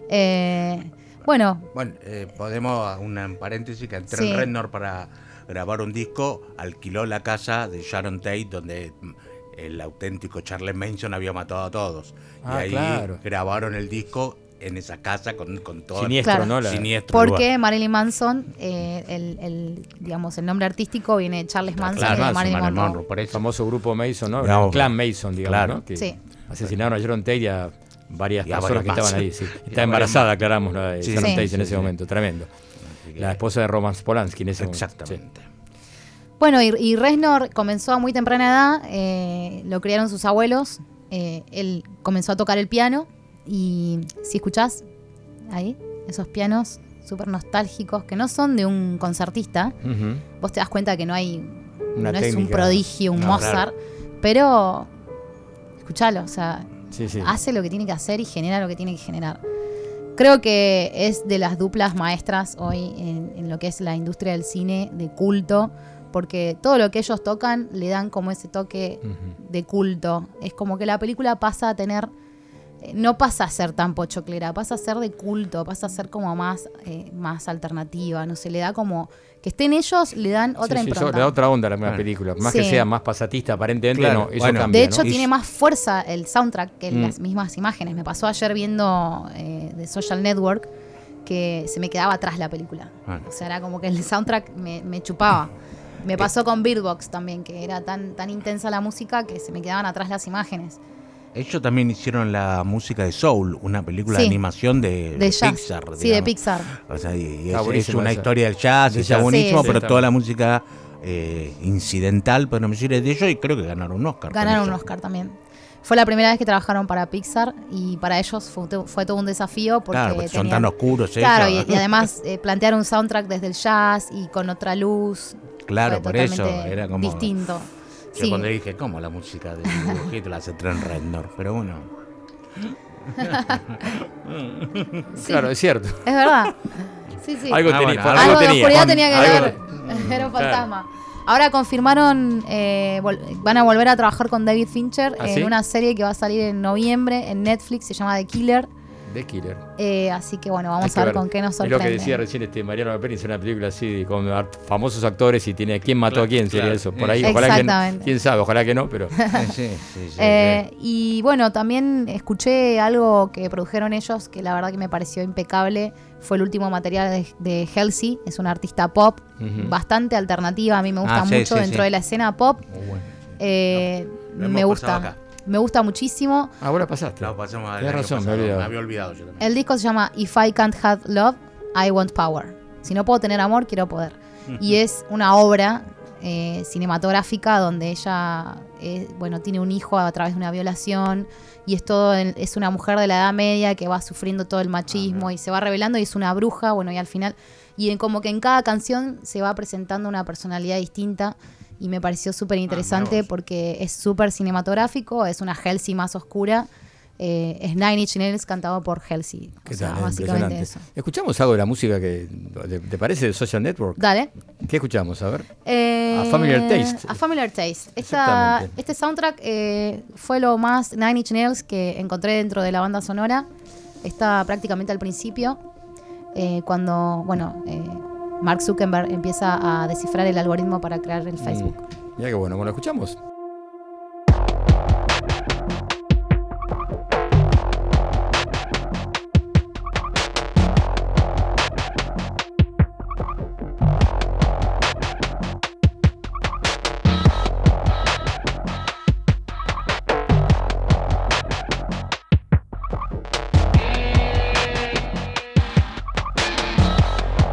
Eh, bueno, Bueno, eh, podemos, una en paréntesis, que Trent Sí. Reznor para grabar un disco alquiló la casa de Sharon Tate, donde mm, el auténtico Charles Manson había matado a todos. Ah, y ahí claro. grabaron el disco en esa casa con, con todo Siniestro, Claro. ¿no? La- siniestro Porque lugar. Marilyn Manson, eh, el, el, digamos, el nombre artístico viene de Charles Manson Claro, y de Manson, Marilyn Marilyn Monroe. Monroe, por el eso. famoso grupo Mason, ¿no? No, el clan Mason, digamos, claro. ¿no? Que Sí. asecinaron a Sharon Tate y a varias Y a personas varios que estaban más. ahí. Sí. Y a Está varios embarazada, más. aclaramos, ¿no? de Sí, Sharon sí, Tate sí, en ese sí. momento, tremendo. Así que- La esposa de Roman Polanski en ese momento. Exactamente. Bueno, y, y Reznor comenzó a muy temprana edad, eh, lo criaron sus abuelos, eh, él comenzó a tocar el piano y si escuchás ahí, esos pianos súper nostálgicos que no son de un concertista, Sí. Ujú. vos te das cuenta que no hay, Una no es un técnica. prodigio, un No, Mozart, pero escuchalo, o sea, Sí, sí. hace lo que tiene que hacer y genera lo que tiene que generar. Creo que es de las duplas maestras hoy en, en lo que es la industria del cine de culto, porque todo lo que ellos tocan le dan como ese toque Ujú. de culto. Es como que la película pasa a tener, eh, no pasa a ser tan pochoclera, pasa a ser de culto, pasa a ser como más, eh, más alternativa, no sé, le da como, que estén ellos, le dan otra Sí, sí, impronta. le da otra onda a la misma Claro. película. Más Sí. que sea más pasatista, aparentemente, Claro, no, eso bueno. cambia, De hecho, ¿no? tiene más fuerza el soundtrack que Mm. las mismas imágenes. Me pasó ayer viendo eh, The Social Network que se me quedaba atrás la película. Ah. O sea, era como que el soundtrack me, me chupaba. Me pasó con Bird Box también, que era tan, tan intensa la música que se me quedaban atrás las imágenes. Ellos también hicieron la música de Soul, una película Sí. de animación de, De de jazz. Pixar. Sí, de digamos. Pixar. O sea, y, y Está es, es buenísima una esa. historia del jazz, De está jazz. buenísimo, Sí, pero sí, toda también. la música eh, incidental, podemos decir, es de ellos y creo que ganaron un Oscar. con Ganaron un eso. Oscar también. Fue la primera vez que trabajaron para Pixar y para ellos fue, fue todo un desafío porque, Claro, porque son tenían- tan oscuros Claro, y, ellos. y además eh, plantear un soundtrack desde el jazz y con otra luz. Claro, fue por eso, totalmente era como- distinto. Yo Sí. cuando dije, ¿cómo la música del dibujito la hace Trent Reznor? Pero bueno, Sí, Claro, es cierto. es verdad. Sí, sí. Algo Ah, tenía. bueno, algo Algo de tenía. oscuridad tenía que Algo ver. te- Era un Claro. fantasma. Ahora confirmaron, eh, vol- van a volver a trabajar con David Fincher ¿Ah, en sí? una serie que va a salir en noviembre en Netflix, se llama The Killer. The Killer. Eh, así que bueno, Hay vamos que a ver, ver. con qué nos Es lo sorprende. que decía recién este Mariano Pérez, es una película así con art- famosos actores y tiene quién mató Claro, a quién, sería claro. eso. Por ahí, ojalá que no, Exactamente. quién sabe, ojalá que no, pero sí, sí, sí, Eh, y bueno, también escuché algo que produjeron ellos que la verdad que me pareció impecable. Fue el último material de, de Halsey, es una artista pop Ujú. bastante alternativa. A mí me gusta Ah, sí, mucho sí, dentro sí. de la escena pop. Muy bueno. Eh, Lo hemos me pasado gusta. acá. Me gusta muchísimo. ahora pasaste. Lo pasamos al Tenés año razón, me pasado, he olvidado. me había olvidado yo también. El disco se llama If I Can't Have Love, I Want Power. Si no puedo tener amor, quiero poder. Y es una obra eh, cinematográfica donde ella eh, bueno, tiene un hijo a través de una violación y es todo en- es una mujer de la Edad Media que va sufriendo todo el machismo y se va revelando y es una bruja, bueno, y al final y en, como que en cada canción se va presentando una personalidad distinta y me pareció súper interesante mirá vos. porque es súper cinematográfico, es una Halsey más oscura. Eh, es Nine Inch Nails cantado por Halsey. ¿Qué O sea, tal? básicamente Impresionante. eso. ¿Escuchamos algo de la música que te, te parece de Social Network? Dale. ¿Qué escuchamos? A ver. Eh, A Familiar Taste. A Familiar Taste. Esta, Exactamente. este soundtrack eh, fue lo más Nine Inch Nails que encontré dentro de la banda sonora. Está prácticamente al principio, eh, cuando bueno eh, Mark Zuckerberg empieza a descifrar el algoritmo para crear el Facebook. Mm, mira qué bueno. Bueno, escuchamos.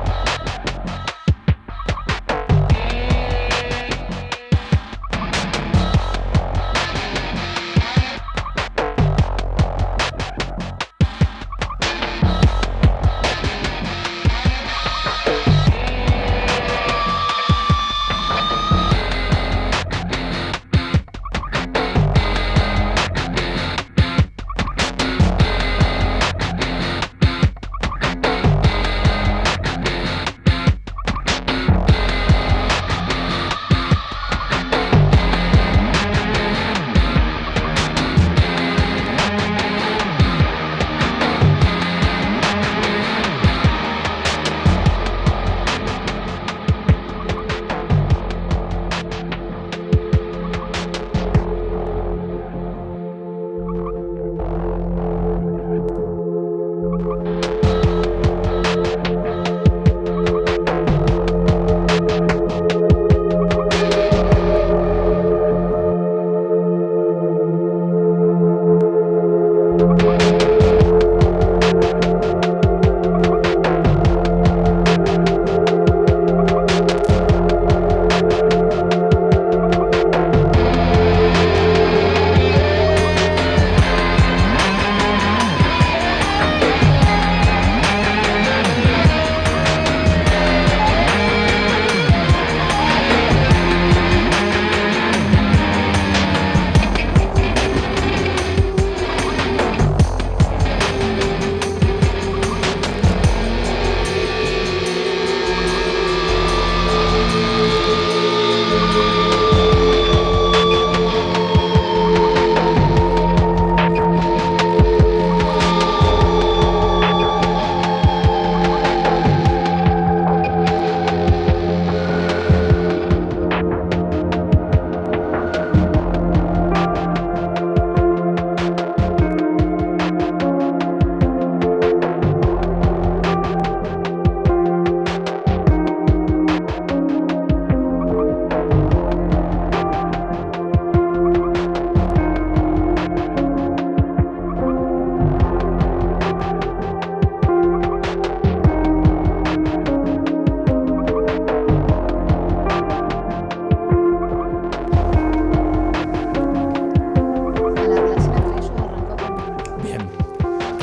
Thank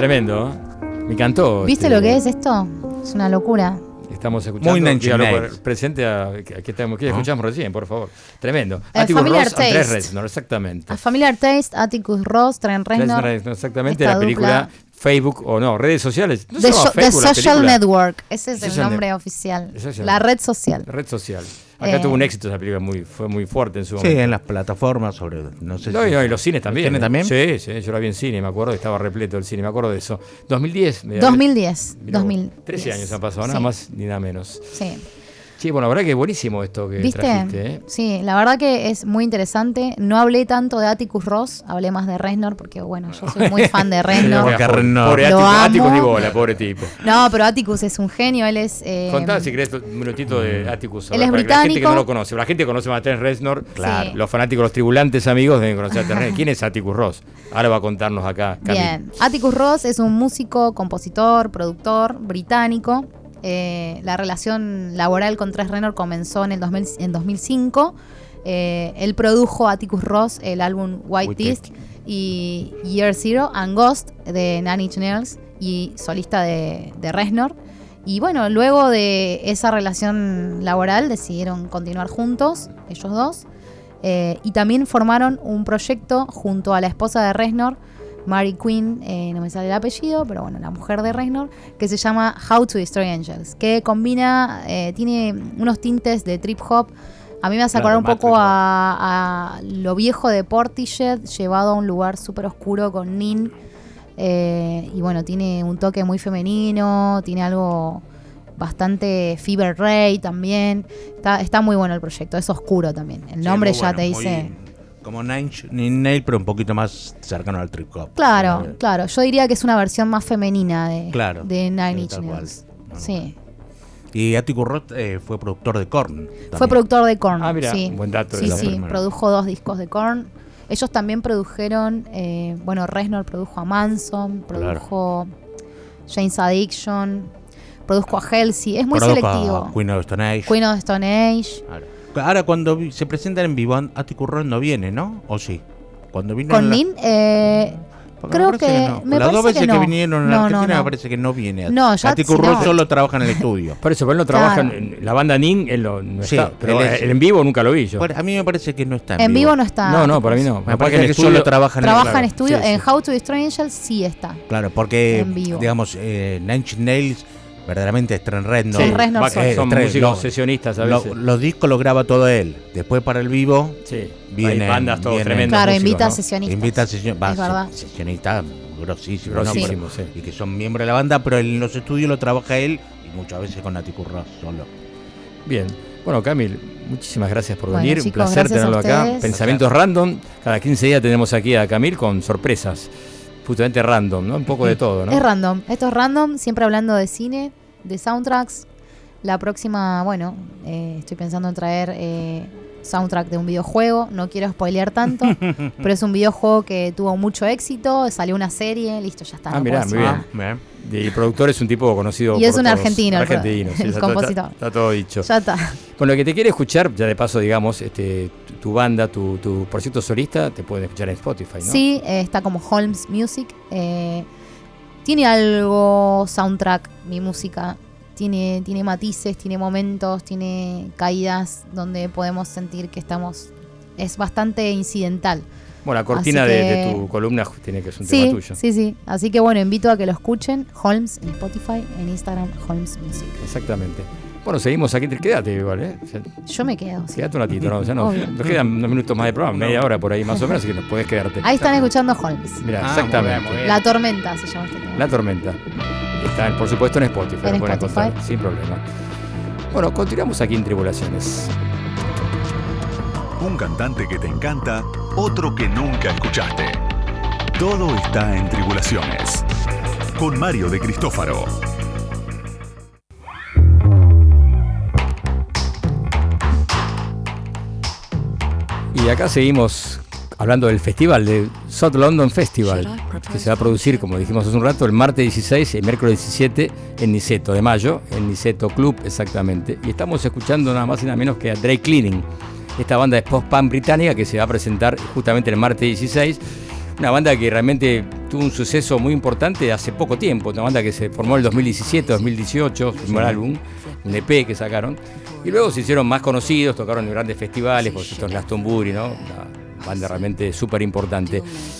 tremendo. ¿eh? Me encantó. ¿Viste este, lo que es esto? Es una locura. Estamos escuchando. Muy Nine Inch dígalo Nails. por- presente a que, estamos, que escuchamos recién, por favor. Tremendo. Eh, Atticus Familiar Ross and Trent Taste. Reznor, exactamente. A Familiar Taste, Atticus Ross, Trent Reznor. Reznor, exactamente, esta la película dupla. Facebook o no, redes sociales. ¿No se The, llama Sho- The Facebook la Social película? Network. Ese es el Social nombre Net- oficial. Social La Net- red social. Red social. Acá Eh, tuvo un éxito esa película, muy, fue muy fuerte en su Sí, momento. en las plataformas, sobre. No sé No, si. y, no, y los cines también. ¿Cine ¿eh? también? Sí, sí, yo la vi en cine, me acuerdo que estaba repleto el cine, me acuerdo de eso. dos mil diez. me- dos mil diez. mirá vos, dos mil diez. trece años han pasado, nada Sí. más ni nada menos. Sí. Sí, bueno, la verdad que es buenísimo esto que ¿Viste? trajiste. ¿eh? Sí, la verdad que es muy interesante. No hablé tanto de Atticus Ross, hablé más de Reznor, porque bueno, yo soy muy fan de Reznor. Porque Pobre- Reznor. Pobre Lo Atticus, amo. Atticus ni bola, pobre tipo. No, pero Atticus es un genio, él es... eh, Contá si querés un minutito de Atticus. Él es para que la gente que británico. no lo conoce. La gente que conoce más a Trent Reznor, Claro. los fanáticos, los tribulantes amigos deben conocer a Trent Reznor. ¿Quién es Atticus Ross? Ahora va a contarnos acá Camille. Bien, Atticus Ross es un músico, compositor, productor británico. Eh, la relación laboral con Trent Reznor comenzó en el dos mil, en dos mil cinco. Eh, él produjo Atticus Ross el álbum White, White Disc y Year Zero and Ghost de Nine Inch Nails y solista de, de Reznor. Y bueno, luego de esa relación laboral decidieron continuar juntos, ellos dos. Eh, y también formaron un proyecto junto a la esposa de Reznor, Mary Quinn, eh, no me sale el apellido, pero bueno, la mujer de Reznor, que se llama How to Destroy Angels, que combina, eh, tiene unos tintes de trip hop. A mí me hace Claro, acordar un más poco trip hop. a, a lo viejo de Portishead, llevado a un lugar súper oscuro con Nin. Eh, y bueno, tiene un toque muy femenino, tiene algo bastante Fever Ray también. Está, está muy bueno el proyecto, es oscuro también. El Sí, nombre muy ya bueno, te muy- dice... Como Nine Inch Nails, pero un poquito más cercano al trip hop. Claro, Eh, claro. Yo diría que es una versión más femenina de, Claro, de Nine sí, Inch tal cual. Nails. No, Sí. Y Atticus Ross eh, fue productor de Korn. Fue también. productor de Korn. Ah, mira, sí. buen dato. Sí, de la sí. primera. Produjo dos discos de Korn. Ellos también produjeron, eh, bueno, Reznor produjo a Manson, produjo Jane's Addiction, produjo a Halsey. Es muy Produjo selectivo. a Queen of Stone Age. Queen of Stone Age. Claro. Ahora cuando vi- se presentan en vivo, Atticus Ross no viene, ¿no? ¿O sí? Cuando vino Con en la- Nin, eh, Porque creo me parece que. no. Me Las dos parece veces que, que, no. vinieron en No, no, Argentina no. me parece que no viene. No, ya Atticus si Ross no- solo trabaja en el estudio. Por eso, pero él no trabaja Claro. en en la banda Nin, él no, no Sí, está. Pero él es- en vivo nunca lo vi yo. Bueno, a mí me parece que no está en, En vivo no está. No, no, para mí no. Me Capaz parece en que estudio- solo trabaja en el Trabaja en claro, estudio. sí, en sí. How to Destroy Angels sí está. Claro, porque, En vivo. digamos, eh, Nine Inch Nails verdaderamente es Trent Reznor. Sí, Reznor va- solo. son Trent- músicos lo- sesionistas a lo- veces. los discos los graba todo él. Después para el vivo sí, vienen- hay bandas todos vienen- tremendos. Claro, músicos, invita a ¿no? sesionistas. invita a sesión, va, Es verdad. se- sesionistas grosísimos, ¿no? Grosísimos, Pero- sí. y que son miembros de la banda, pero en los estudios lo trabaja él y muchas veces con Atticus Ross solo. Bien. Bueno, Camil, muchísimas gracias por Bueno, venir. Un chicos, placer gracias a tenerlo acá. ustedes. Pensamientos random. Cada quince días tenemos aquí a Camil con sorpresas. Justamente random, ¿no? Un poco de todo, ¿no? Es random. Esto es random, siempre hablando de cine, de soundtracks. La próxima, bueno, eh, estoy pensando en traer eh, soundtrack de un videojuego. No quiero spoilear tanto, pero es un videojuego que tuvo mucho éxito. Salió una serie, listo, ya está. Ah, no mirá, puedo muy decir bien. nada. Y el productor es un tipo conocido. Y es por un todos. argentino, el Argentino, pro- sí, el está- está- compositor. Está, todo dicho. Ya está. Con lo que te quiere escuchar, ya de paso, digamos, este, tu, tu banda, tu, tu proyecto solista, te pueden escuchar en Spotify, ¿no? Sí, eh, está como Holmes Music. eh, tiene algo soundtrack, mi música. Tiene, tiene matices, tiene momentos, tiene caídas donde podemos sentir que estamos... Es bastante incidental. Bueno, la cortina Así de, que- de tu columna tiene que ser un tema Sí, tuyo. sí, sí. Así que bueno, invito a que lo escuchen. Holmes en Spotify, en Instagram, Holmes Music. Exactamente. Bueno, seguimos aquí. Quédate igual, ¿eh? O sea, Yo me quedo. sí. quédate un ratito, ¿no? Ya no, Obvio. nos quedan unos minutos más de programa, media hora por ahí más o menos, así que nos podés quedarte. Ahí están escuchando Holmes. Mira, Ah, exactamente. muy bien, muy bien. La tormenta se llama este tema. La tormenta. Está, por supuesto, en Spotify. En lo pueden Spotify. encontrar sin problema. Bueno, continuamos aquí en Tribulaciones. Un cantante que te encanta, otro que nunca escuchaste. Todo está en Tribulaciones. Con Mario de Cristófaro. Y acá seguimos hablando del festival, del South London Festival, que se va a producir, como dijimos hace un rato, el martes dieciséis y el miércoles diecisiete en Niceto de mayo, en Niceto Club exactamente. Y estamos escuchando nada más y nada menos que a Dry Cleaning, esta banda de post-punk británica que se va a presentar justamente el martes dieciséis. Una banda que realmente tuvo un suceso muy importante hace poco tiempo. Una banda que se formó en el dos mil diecisiete, dos mil dieciocho, su primer álbum, un E P que sacaron. Y luego se hicieron más conocidos, tocaron en grandes festivales, por ejemplo en Glastonbury, ¿no? Una banda realmente súper importante.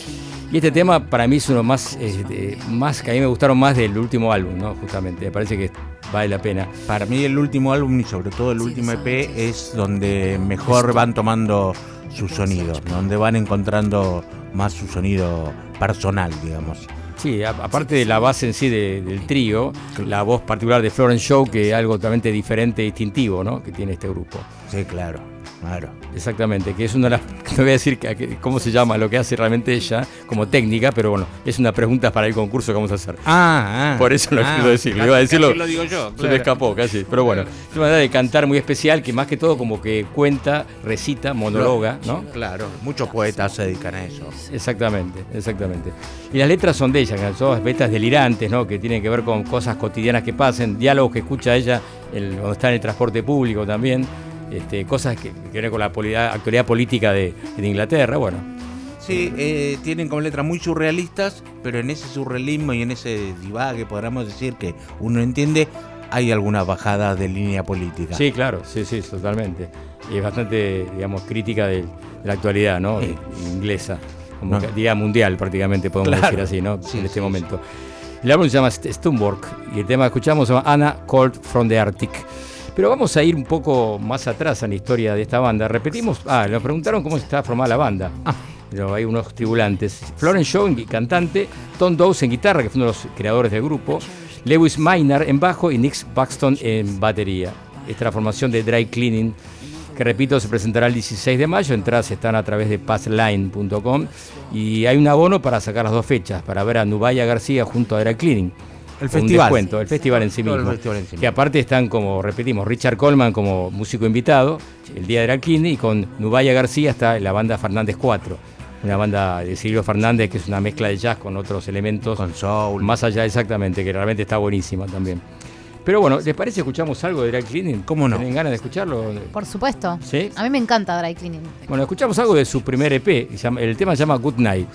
Y este tema para mí es uno más, eh, de, más que a mí me gustaron más del último álbum, ¿no? Justamente, me parece que vale la pena. Para mí el último álbum y sobre todo el último E P es donde mejor van tomando sus sonidos, donde van encontrando más su sonido personal, digamos. Sí, a, aparte de la base en sí de, del trío, la voz particular de Florence Shaw, que es algo totalmente diferente e distintivo, ¿no? Que tiene este grupo. Sí, claro, claro. Exactamente, que es una de las, no voy a decir que, que, cómo se llama lo que hace realmente ella como técnica, pero bueno, es una pregunta para el concurso que vamos a hacer. Ah, ah. Por eso lo ah, quiero decir, casi, iba a decirlo, casi lo digo yo, se claro. me escapó casi, pero bueno, es una manera de cantar muy especial que más que todo como que cuenta, recita, monologa, ¿no? Claro, muchos poetas se dedican a eso. Exactamente, exactamente. Y las letras son de ella, que son letras delirantes, ¿no? Que tienen que ver con cosas cotidianas que pasen, diálogos que escucha ella el, cuando está en el transporte público también. Este, cosas que, que ver con la poli- actualidad política de, de Inglaterra, bueno. Sí, eh, tienen como letras muy surrealistas, pero en ese surrealismo y en ese divague, podríamos decir, que uno entiende, hay alguna bajada de línea política. Sí, claro, sí, sí, totalmente. Y es bastante, digamos, crítica de, de la actualidad, ¿no? Sí. Inglesa, como No. que, día mundial prácticamente, podemos Claro. decir así, ¿no? Sí, en este sí, momento. El álbum se llama Stonework y el tema que escuchamos se llama Anna Cold from the Arctic. Pero vamos a ir un poco más atrás en la historia de esta banda. Repetimos, ah, nos preguntaron cómo está formada la banda. Ah, pero hay unos tribulantes. Florence Shaw, en cantante, Tom Dowes en guitarra, que fue uno de los creadores del grupo, Lewis Maynard en bajo y Nick Buxton en batería. Esta es la formación de Dry Cleaning, que repito, se presentará el dieciséis de mayo. Entradas están a través de passline punto com y hay un abono para sacar las dos fechas, para ver a Nubaya García junto a Dry Cleaning. El Un festival. descuento, el festival en sí Todo mismo. el festival en sí Que mismo. aparte están, como repetimos, Richard Coleman como músico invitado, el día de la Cleaning, y con Nubaya García está la banda Fernández cuatro, una banda de Silvio Fernández que es una mezcla de jazz con otros elementos. Con soul. Más allá, exactamente, que realmente está buenísima también. Pero bueno, ¿les parece escuchamos algo de Dry Cleaning? ¿Cómo no? ¿Tienen ganas de escucharlo? Por supuesto. ¿Sí? A mí me encanta Dry Cleaning. Bueno, escuchamos algo de su primer E P. se llama- El tema se llama Good Night.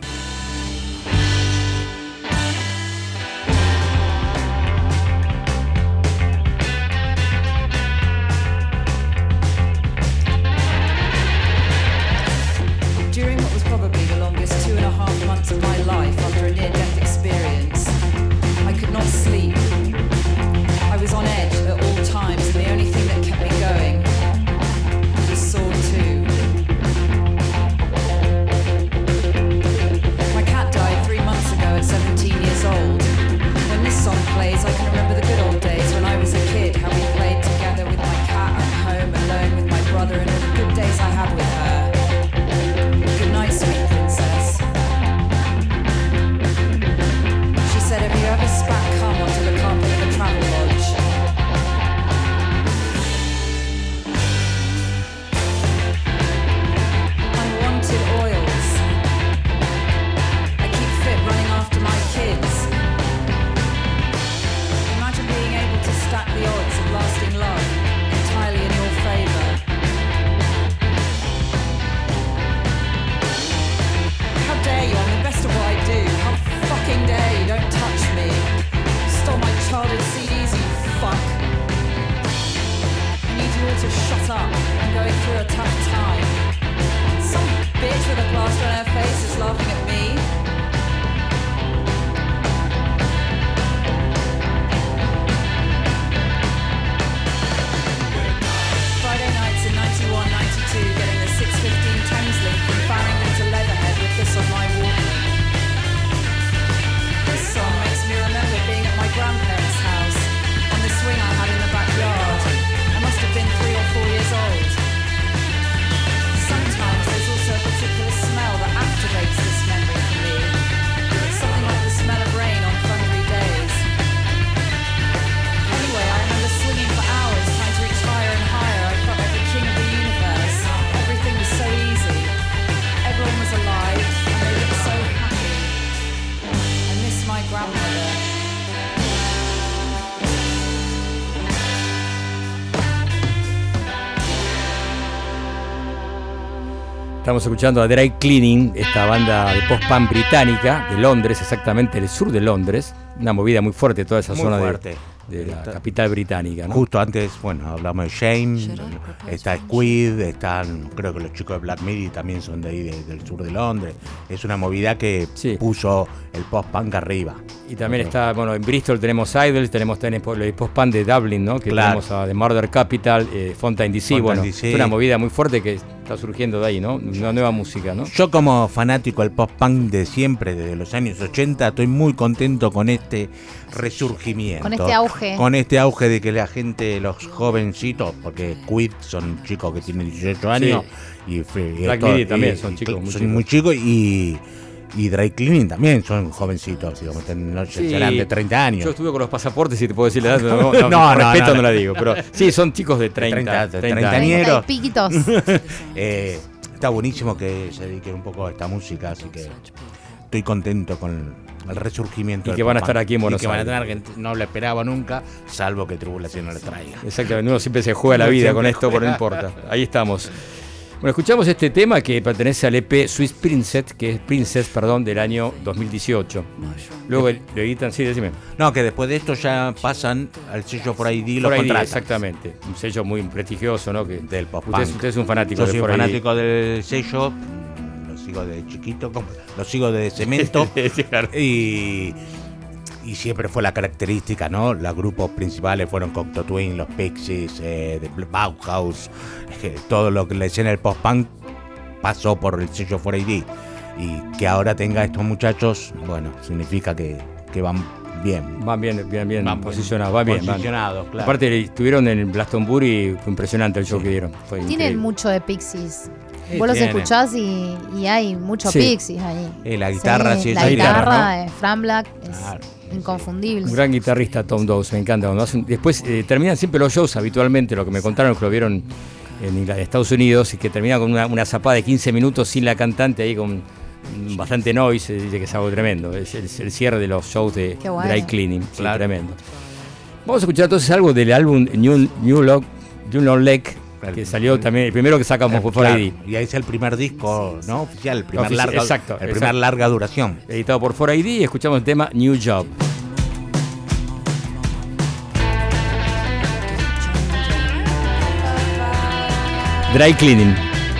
During what was probably the longest two and a half months of my life after a near-death experience, I could not sleep. I was on edge at all times, and the only thing that kept me going was Saw two. My cat died three months ago at seventeen years old. When this song plays, I can remember the good old days when I was a kid, how we played together with my cat at home, alone with my brother, and all the good days I had with her. Good night, sweet princess. She said, have you ever spat cum onto the carpet of a travel lodge? Unwanted oils. I keep fit running after my kids. Estamos escuchando a Dry Cleaning, esta banda de post-punk británica de Londres, exactamente el sur de Londres. Una movida muy fuerte toda esa Muy zona fuerte. de, de la capital británica, ¿no? Justo antes, bueno, hablamos de Shame, está Squid, están, creo que los chicos de Black Midi también son de ahí, de- del sur de Londres. Es una movida que Sí. puso el post-punk arriba. Y también está, bueno, en Bristol tenemos Idols, tenemos también el post-punk de Dublin, ¿no? Que Claro. tenemos a The Murder Capital, eh, Fontaine D C, Fontaine bueno, D C. es una movida muy fuerte que está surgiendo de ahí, ¿no? Una nueva música, ¿no? Yo como fanático del post-punk de siempre, desde los años ochenta, estoy muy contento con este resurgimiento. Con este auge. Con este auge de que la gente, los jovencitos, porque Quid son chicos que tienen dieciocho años. Y, y Black todo- Midi también y- son y- chicos, muy son chicos. muy chicos y, y Dry Cleaning también son jovencitos, digamos, ten- no sé, Sí. serán de treinta años. Yo estuve con los pasaportes y te puedo decir la edad, no, no, No, no, respeto no, no, no. la digo, pero sí, son chicos de treinta, treinta, treinta, treinta años. años. Treinta y piquitos. Eh, está buenísimo que se dediquen un poco a esta música, así que estoy contento con el resurgimiento. Y del que van a pop-punk. estar aquí en Buenos Y que van a Aires. tener Argentina, no lo esperaba nunca, salvo que Tribulación no lo traiga. Exactamente, uno siempre se juega la vida con Siempre esto, pero no juega. importa. Ahí estamos. Bueno, escuchamos este tema que pertenece al E P Swiss Princess, que es Princess, perdón, del año dos mil dieciocho. Luego lo editan, sí, decime. No, que después de esto ya pasan al sello por I D y los cuatro I D, contratan. exactamente. Un sello muy prestigioso, ¿no? Que Del pop usted, es- usted es un fanático Yo de soy un cuatro I D. fanático del sello, mm, lo sigo de chiquito, como- lo sigo de cemento. Sí, claro. y, y siempre fue la característica, ¿no? Los grupos principales fueron Cocteau Twin, los Pixies, eh, The Bauhaus, eh, todo lo que la escena del post-punk pasó por el sello cuatro I D. Y que ahora tenga estos muchachos, bueno, significa que, que van bien. Van bien, bien, bien Van posicionados, va bien. van. Posicionados, claro. Aparte estuvieron en Glastonbury, fue impresionante el show que dieron. Fue Tienen increíble. mucho de Pixies. Sí, Vos los tienen. escuchás y, y hay mucho Sí. Pixies ahí. Eh, la guitarra, sí, la esa guitarra guitarra, de Fran Black es Claro, inconfundible. Un gran guitarrista, Tom Dawes, me encanta. Cuando hacen- después eh, terminan siempre los shows habitualmente, lo que me contaron que lo vieron en Ingl- Estados Unidos, y que termina con una, una zapada de quince minutos sin la cantante ahí con mm, bastante noise, eh, dice que es algo tremendo. Es el, el cierre de los shows de Qué bueno. Dry Cleaning, sí, Claro. tremendo. Vamos a escuchar entonces algo del álbum New, New Lock, New Long Leg, que El- saleó también, el primero que sacamos por Claro, cuatro I D. y ahí es el primer disco, ¿no? Oficial, el primer Oficial, larga, exacto, el primer exacto. larga duración. Editado por cuatro I D, y escuchamos el tema New Job. Dry Cleaning.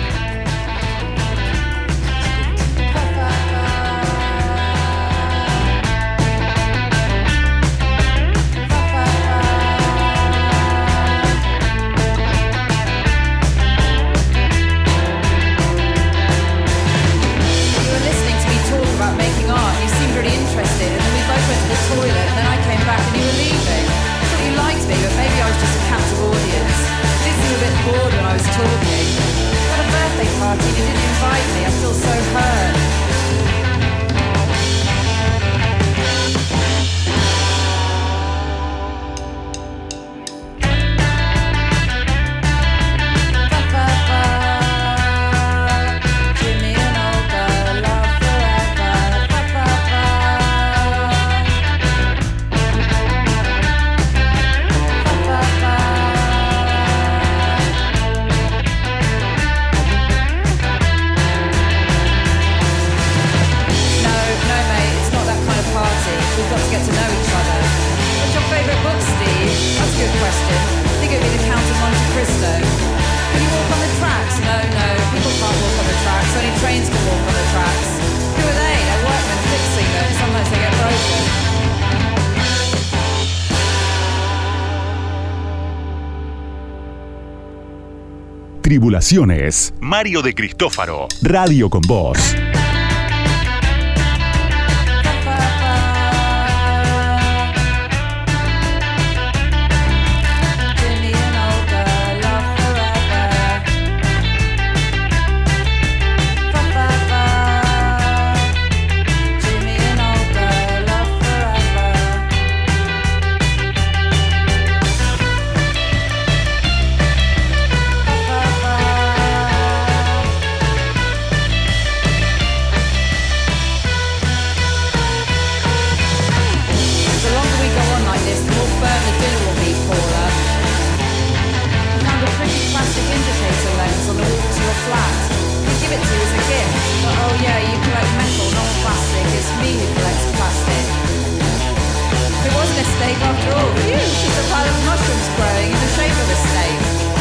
You were listening to me talk about making art, and you seemed really interested, and then we both went to the toilet, and then I came back and you were leaving. I thought you liked me, but maybe I was just a captive audience. You did seem a bit bored when I was talking. You had a birthday party and you didn't invite me. I feel so hurt. Jimmy and Olga, love forever. No, no, mate, it's not that kind of party. We've got to get to know each other. What's your favourite book, Steve? That's a good question. I think it'd be The Count of Monte Cristo. Can you walk on the tracks? No, no, people can't walk on the tracks. Only trains can walk on the tracks. Who are they? They're workmen fixing them. Sometimes they get broken. Tribulaciones. Mario de Cristófaro. Radio con Voz. Jimmy and Olga, love forever. Jimmy and Olga, love forever. The longer we go on like this, the more firm the dinner will be, Paula. I found a pretty plastic indicator lens on the wall to your flat. Can you give it to you as a gift. But, oh yeah, you collect metal, not plastic. It's me who collects plastic. It wasn't a steak after all. Phew, just a pile of mushrooms growing in the shape of a steak.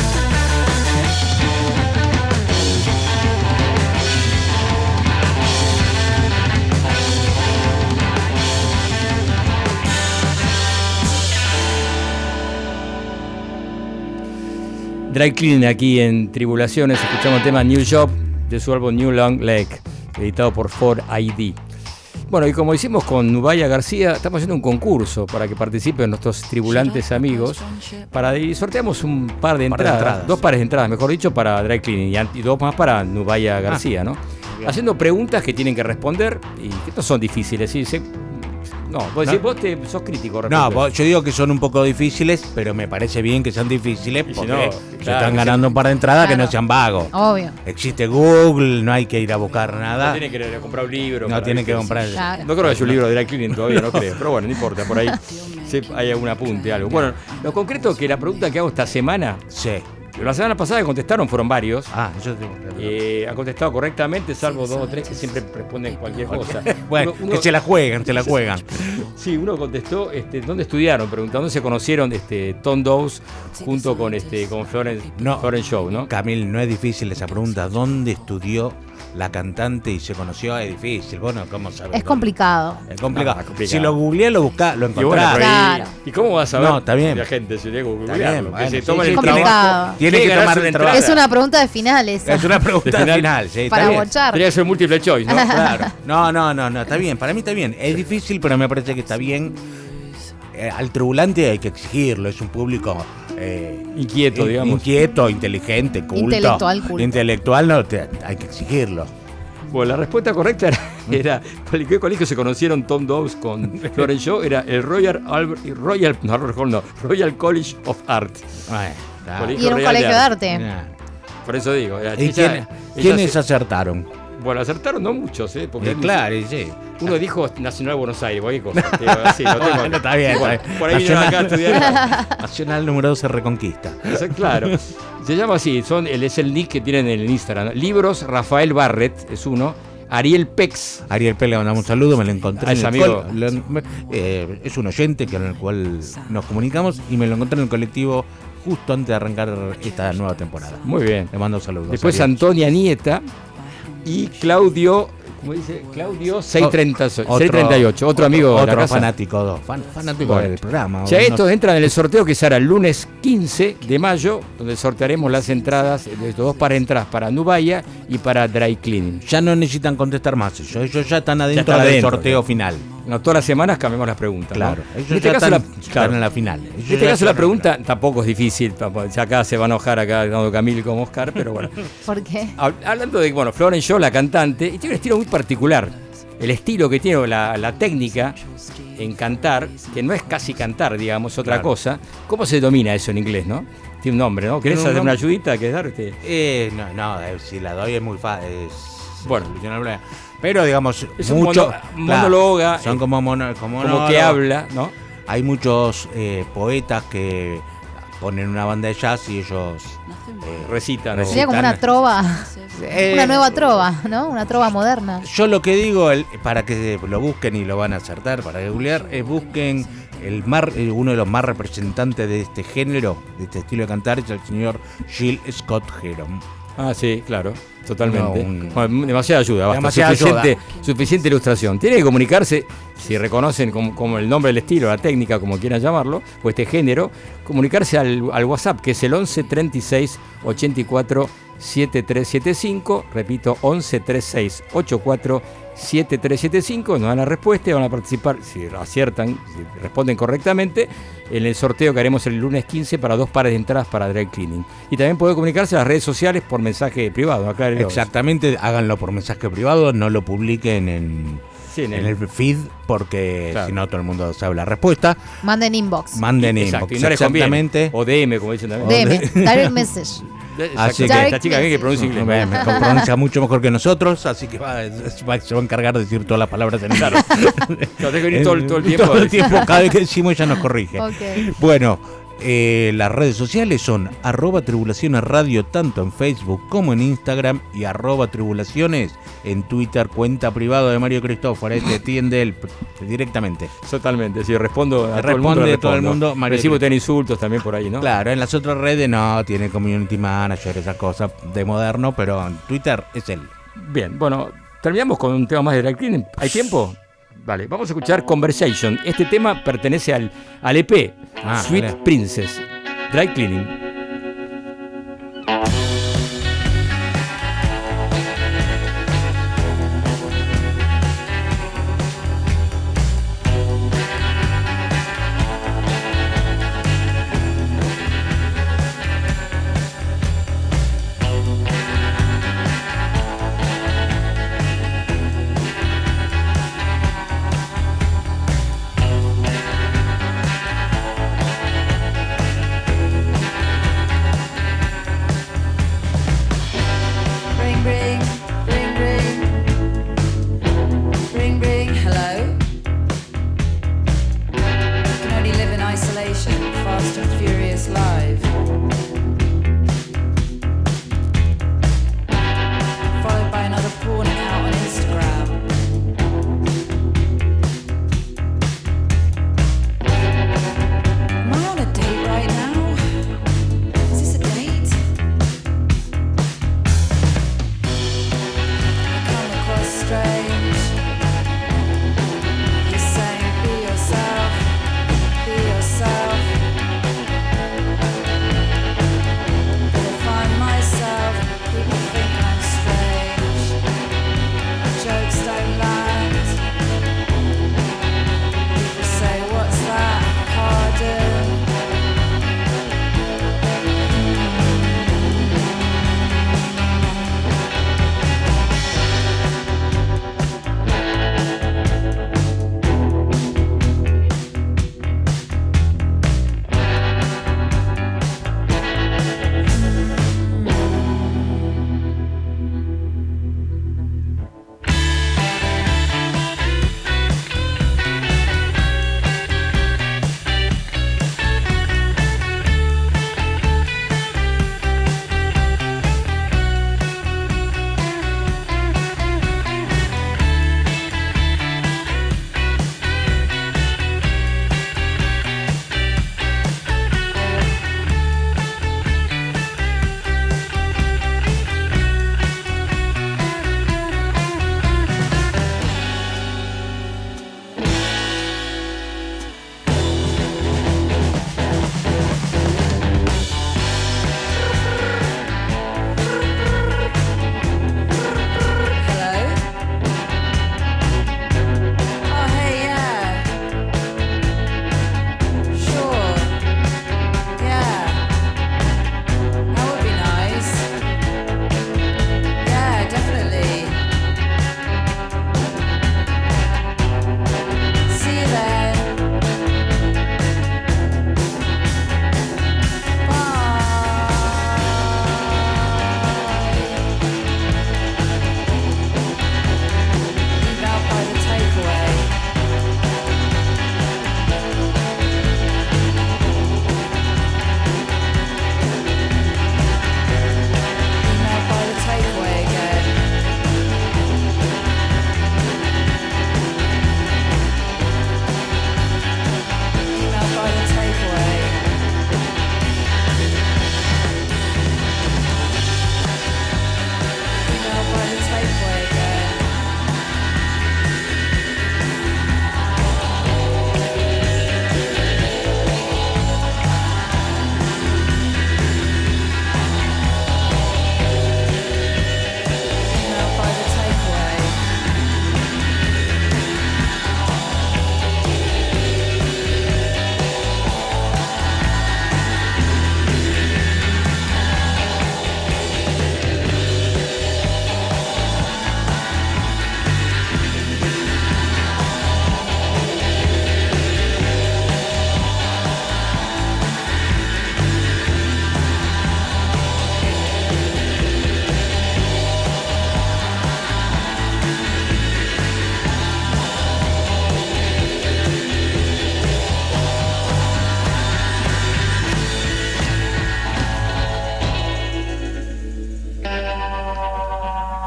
Dry Cleaning aquí en Tribulaciones, escuchamos el tema New Job de su álbum New Long Leg, editado por four I D. Bueno, y como hicimos con Nubaya García, estamos haciendo un concurso para que participen nuestros tribulantes amigos. Para, y sorteamos un par de, Par de entradas, entradas. dos pares de entradas, mejor dicho, para Dry Cleaning y, an- y dos más para Nubaya García, ¿no? Haciendo preguntas que tienen que responder y que no son difíciles. ¿Sí? Se- no, vos, decís, No. vos te, sos crítico. No, respecto a vos- yo digo que son un poco difíciles, pero me parece bien que sean difíciles Y si porque no, se claro, están que ganando un par de entradas que Claro. no sean vagos. Obvio. Existe Google, no hay que ir a buscar No nada. tienen que comprar un libro. No para tienen que ver- comprar. Claro. No creo que haya un libro de Dry Cleaning todavía, no creo. Pero bueno, no importa, por ahí sí, hay algún apunte, algo. Bueno, lo concreto es que la pregunta que hago esta semana, Sí. la semana pasada que contestaron fueron varios. Ah, yo tengo Eh, han contestado correctamente, salvo dos o tres que siempre responden cualquier cosa. Bueno, Uno- uno- que se la juegan, se la juegan. Sí, uno contestó, este, ¿dónde estudiaron? Preguntando, ¿dónde se conocieron este, Tom Dowes junto con, este, con Florence, No. Florence Show, ¿no? Camil, no es difícil esa pregunta. ¿Dónde estudió la cantante y se conoció? Es difícil. Bueno, ¿cómo sabes? Es dónde? complicado. Es complicado. Ah, complicado. Si lo googleás, lo buscás, lo Y bueno, encontrás. pero ahí- Claro. ¿y cómo vas a ver? No, está bien. La gente se tiene que Está googlearlo, bien, que bueno, se sí, tomen sí, el complicado. trabajo. Tiene que ganarse tomar una el trabajo. entrada. Es una pregunta de final esa. Es una pregunta De final. final, sí, está Para bien. bochar. Tenía que ser múltiple choice, ¿no? Claro. No, no, no, no, está bien. Para mí está bien. Es difícil, pero me parece que está bien. Eh, al tribulante hay que exigirlo. Es un público eh, Inquieto, in- digamos. Inquieto, inteligente, culto. Intelectual, culto. Intelectual, no, te- hay que exigirlo. Bueno, la respuesta correcta era, era ¿cuál- ¿qué colegio se conocieron Tom Dowes con Florence Show? Era el Royal Albert, Royal, no, no, Royal College of Art. Bueno, está. Colegio Y era un Real colegio de Arte. arte. Nah. Por eso digo. era- ¿Y ella- quién- ella quiénes se- acertaron? Bueno, acertaron no muchos, ¿eh? Porque Eh, claro, y sí. uno dijo Nacional Buenos Aires, cualquier cosa. Digo, así, lo tengo Bueno, está bien, Bueno, está bien. por ahí vinieron acá a estudiar. Nacional número doce Reconquista. Eso, claro. Se llama así, son, el, es el nick que tienen en el Instagram. ¿no? Libros, Rafael Barrett es uno. Ariel Pex. Ariel P. le mandamos un saludo, me lo encontré Ah, en es el amigo. col- lo- me- eh, es un oyente con el cual nos comunicamos y me lo encontré en el colectivo justo antes de arrancar esta nueva temporada. Muy bien. Le mando saludos. Después Ariel. Antonia Nieta y Claudio, ¿cómo dice? Claudio seiscientos treinta, seiscientos treinta y ocho, otro, amigo de la otro casa. fanático, dos, fan- fanático Bueno. del programa. Ya No- estos entran en el sorteo que será el lunes quince de mayo, donde sortearemos las entradas de estos dos para entradas para Nubaya y para Dry Cleaning. ya no necesitan contestar más ellos, ellos ya están adentro están del adentro, sorteo ya. final. No, todas las semanas cambiamos las preguntas. ¿no? Claro, ellos En este ya caso, están, la, están claro. en la final. En Ellos este ya caso la están en pregunta tampoco es difícil, tampoco- ya acá se va a enojar acá tanto Camil como Oscar, pero bueno. ¿Por qué? Hab- Hablando de, bueno, Florence Shaw, la cantante, y tiene un estilo muy particular. El estilo que tiene, la, la técnica en cantar, que no es casi cantar, digamos, otra Claro. cosa. ¿Cómo se domina eso en inglés, no? Tiene un nombre, ¿no? ¿Querés Tiene un hacer una nombre. ayudita que darte? Eh, no, no, eh, si la doy es muy fácil. Bueno. Pero digamos, Es un mucho. mono- monóloga, Son eh, como, mono, como, Como que monólogo. habla, ¿no? Hay muchos eh, poetas que ponen una banda de jazz y ellos eh, Recitan. ¿no? Recitan. Sería como una trova. Eh, Una nueva trova, ¿no? Una trova moderna. Yo lo que digo, el- para que lo busquen y lo van a acertar, para googlear, es busquen el mar, eh, uno de los más representantes de este género, de este estilo de cantar, es el señor Gil Scott Heron. Ah, sí, claro, totalmente. No, un- Bueno, demasiada ayuda, basta. Demasiada suficiente, ayuda. suficiente ilustración. Tiene que comunicarse, si reconocen como, como el nombre del estilo, la técnica, como quieran llamarlo, o este género, comunicarse al, al WhatsApp, que es el once treinta y seis ochenta y cuatro setenta y tres setenta y cinco, repito, once treinta y seis ochenta y cuatro setenta y tres setenta y cinco, nos dan la respuesta y van a participar, si aciertan, si responden correctamente, en el sorteo que haremos el lunes quince para dos pares de entradas para Dry Cleaning. Y también puede comunicarse a las redes sociales por mensaje privado, aclárenlo. Exactamente, háganlo por mensaje privado, no lo publiquen en, Sí, en en el- el feed, porque Claro. si no todo el mundo sabe la respuesta. Manden inbox. Manden Exacto, inbox, y no les conviene. exactamente. O D M, como dicen también. D M, direct message. Así Exacto, que- esta chica bien que pronuncia inglés. Me, me pronuncia mucho mejor que nosotros, así que va, va- se va a encargar de decir todas las palabras en Claro, tengo que venir todo, el- todo el tiempo. Todo el tiempo, cada vez que decimos ella nos corrige. Ok. Bueno, Eh, las redes sociales son arroba tribulaciones radio tanto en Facebook como en Instagram y arroba tribulaciones en Twitter, cuenta privada de Mario Cristóforo, te atiende él directamente. Totalmente, sí, respondo a Te todo el mundo. responde le todo el respondo. mundo, Mario Recibo Cristóforo. ten insultos también por ahí, ¿no? Claro, en las otras redes no, tiene community manager, esas cosas de moderno, pero en Twitter es él. Bien, bueno, terminamos con un tema más de dry cleaning. ¿Hay tiempo? Vale, vamos a escuchar Conversation. Este tema pertenece al, al E P Ah, Sweet vale. Princess, Dry Cleaning. Thank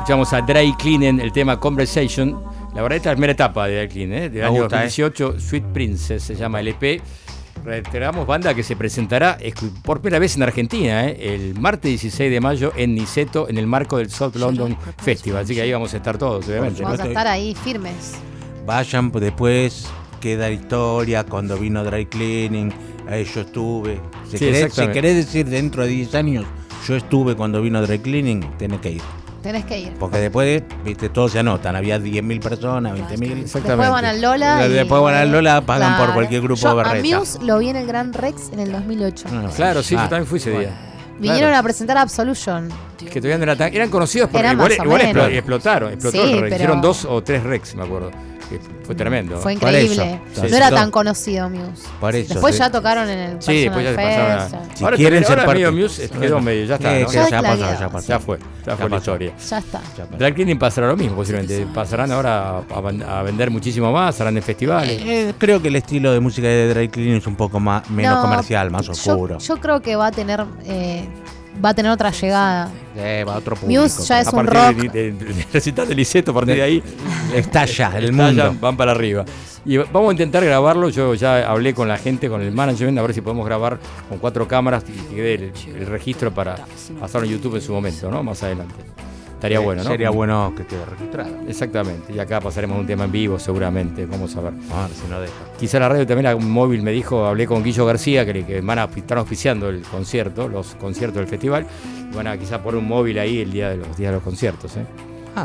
Escuchamos a Dry Cleaning, el tema Conversation. La verdad, esta es la primera etapa de Dry Clean, ¿eh? del Me año gusta, dos mil dieciocho, eh. Sweet Princess se llama el E P. Reiteramos, banda que se presentará por primera vez en Argentina, ¿eh? el martes dieciséis de mayo en Niceto, en el marco del South London Festival. Así que ahí vamos a estar todos, obviamente. Vamos ¿no? a estar ahí firmes. Vayan, pues después queda la historia cuando vino Dry Cleaning. Ahí yo estuve. Si, Sí, querés, si exactamente. querés decir dentro de diez años, yo estuve cuando vino Dry Cleaning, tenés que ir. Tenés que ir. Porque después, viste, todos se anotan. Había diez mil personas, veinte mil. Después van al Lola. y- Después van al Lola, pagan Claro. por cualquier grupo Yo de a berreta. Muse lo vi en el Gran Rex en el dos mil ocho. Ah, Claro, sí, ah, yo también fui ese bueno. día. Vinieron Claro. a presentar Absolution. Que todavía no era tan. Eran conocidos porque Eran igual, más o igual menos. explo- explotaron. Explotó Sí, el Rex. pero- Hicieron dos o tres Rex, me acuerdo. Que fue tremendo. Fue Por increíble. eso. No Sí, era sí. tan conocido Muse. Por eso, Después sí. ya tocaron en el Sí, después ya se Personal pasaron Fest, a. Si ahora quieren ahora ser parte- medio Muse eh, quedó medio. Ya está, Sí, ¿no? que Ya ya es pasó, claridad. ya pasó. Ya fue. Ya fue la pasó. historia. Ya está. Ya pasó. Drag Cleaning pasará lo mismo, posiblemente. Pasarán ahora a, a- a vender muchísimo más, harán en festivales. Eh, creo que el estilo de música de Dry Cleaning es un poco más menos No, comercial, más yo- oscuro. Yo, creo que va a tener eh, va a tener otra llegada. Eh, va a otro público. Muse ya es a un partir rock. de- de- de- del recital de Liceto, a partir de ahí. Estalla el estallan, mundo. Van para arriba. Y vamos a intentar grabarlo. Yo ya hablé con la gente, con el management, a ver si podemos grabar con cuatro cámaras y que quede el, el registro para pasarlo en YouTube en su momento, ¿no? Más adelante. Estaría Eh, bueno, ¿no? Sería bueno que quede registrado. Exactamente. Y acá pasaremos un tema en vivo, seguramente. Vamos a ver. A ver si no deja. Quizá la radio también, a un móvil me dijo, hablé con Guillo García, que, que van a estar auspiciando el concierto, los conciertos del festival. Y van a quizá poner un móvil ahí el día de los días de los conciertos, ¿eh? Ah,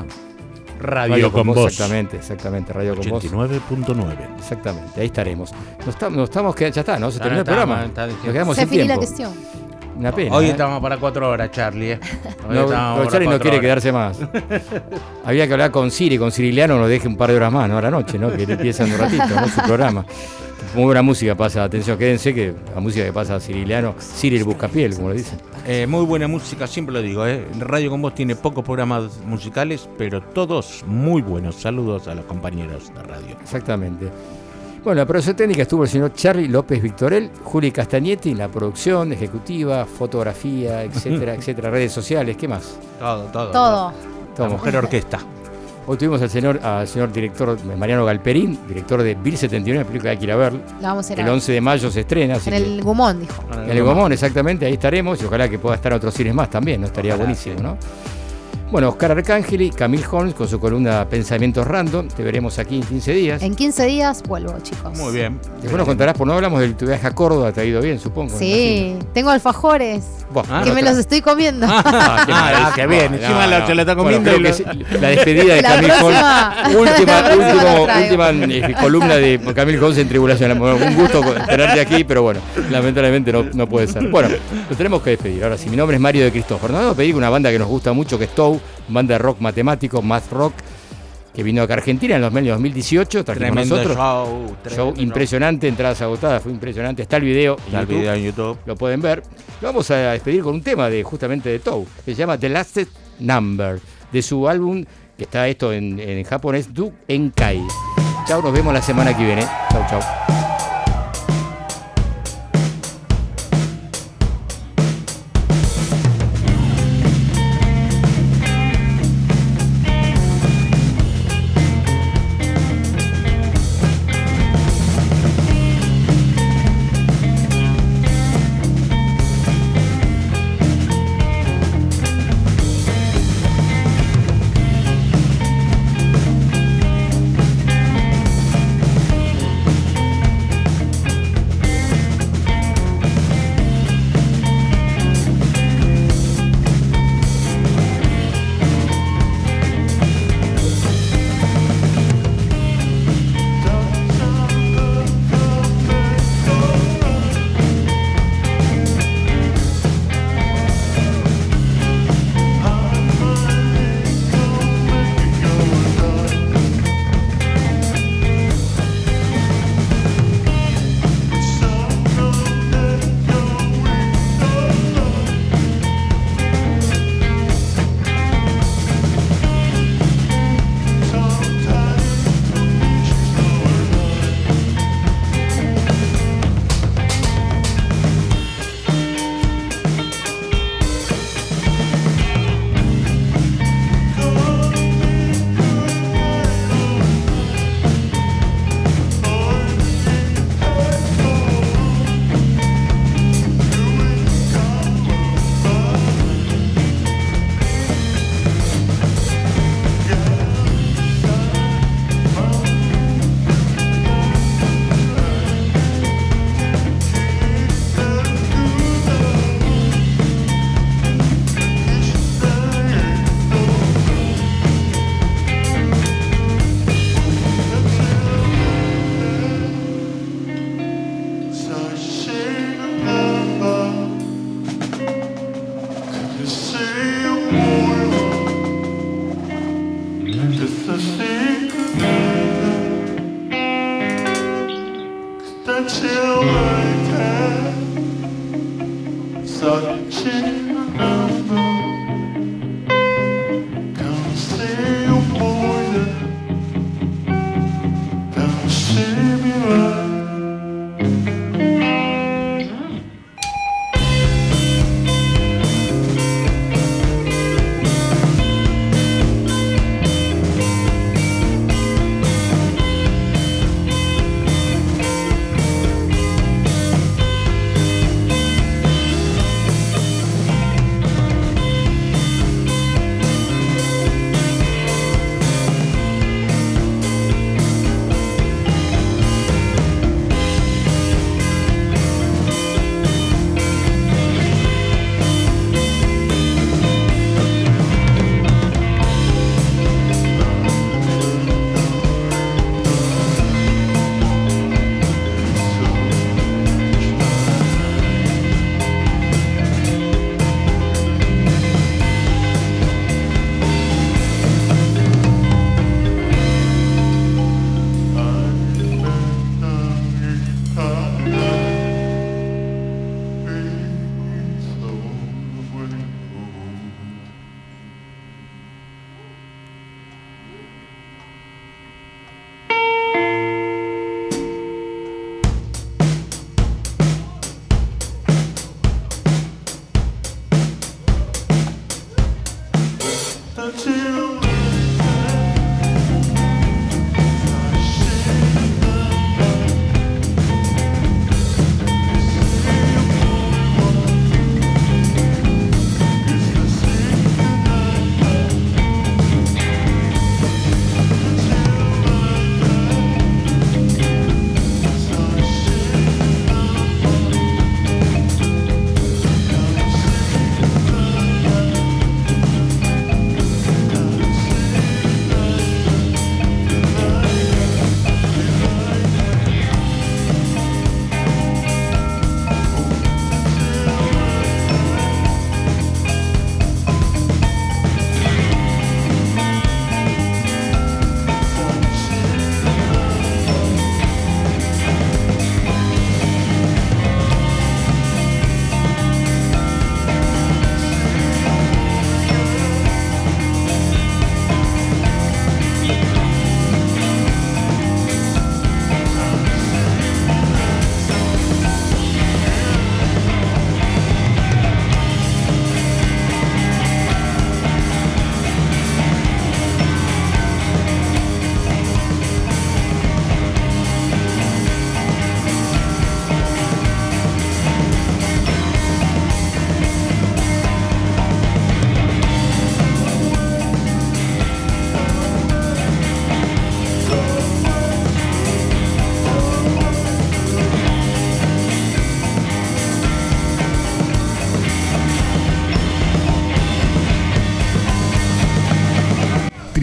Radio, con vos. Exactamente, exactamente. Radio con vos. ochenta y nueve punto nueve. Exactamente, ahí estaremos. Nos, estamos, nos estamos quedando, ya está, ¿no? Se Ah, terminó el está, programa. está diciendo. Nos quedamos Se sin finí la tiempo. cuestión. Una pena. Hoy ¿eh? estamos para cuatro horas, Charlie. ¿eh? Hoy No, estamos no, para Charlie no cuatro quiere horas. quedarse más. Había que hablar con Siri, con Ciriliano, nos deje un par de horas más, ¿no? A la noche, ¿no? Que empiezan un ratito, ¿no? Su programa. Muy buena música pasa, atención, quédense que la música que pasa a Ciriliano, Ciri el Buscapiel, como lo dicen. Eh, muy buena música, siempre lo digo. ¿eh? Radio con Vos tiene pocos programas musicales, pero todos muy buenos. Saludos a los compañeros de radio. Exactamente. Bueno, la producción técnica estuvo el señor Charlie López Victorel, Juli Castagnetti en la producción ejecutiva, fotografía, etcétera, etcétera, redes sociales, ¿qué más? Todo, todo. Todo. La Todo. mujer orquesta. Hoy tuvimos al señor, al señor director Mariano Galperín, director de Bill setenta y uno, la película que hay que ir a ver. La vamos a ir a El ver. once de mayo se estrena, así En que- el Gumón, dijo. en el Gomón, exactamente, ahí estaremos y ojalá que pueda estar en otros cines más también, ¿no? Estaría Ojalá, buenísimo, sí. ¿no? Bueno, Oscar Arcángeli, Camille Holmes con su columna Pensamientos Random, te veremos aquí en quince días. En quince días vuelvo, chicos. Muy bien. Después nos contarás, por no hablamos de tu viaje a Córdoba, te ha ido bien, supongo. Sí, tengo alfajores. Bueno, Ah, que no me te- los estoy comiendo. Ah, qué Ah, maravilla. qué bien, No, encima no, la- no. se la está comiendo Bueno, y creo lo- que es la despedida de La Camille próxima- Holmes. Última, la próxima último- la traigo. última eh, columna de Camille Holmes en Tribulación. Un gusto tenerte aquí, pero bueno, lamentablemente no, no puede ser. Bueno, lo tenemos que despedir. Ahora sí, mi nombre es Mario de Cristóforo. Nos vamos a pedir una banda que nos gusta mucho, que es Tow, banda de rock matemático, math rock, que vino acá a Argentina en los dos mil dieciocho, trajimos Tremendo nosotros. show. Show tremendo impresionante, entradas agotadas, fue impresionante. Está el video en Está el YouTube, video en YouTube. lo pueden ver. Lo vamos a despedir con un tema de justamente de Tow, que se llama The Last Number, de su álbum, que está esto en, en japonés, Du Enkai. Chau, nos vemos la semana que viene. Chau, chau.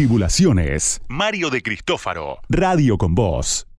Tribulaciones. Mario de Cristófaro. Radio con Voz.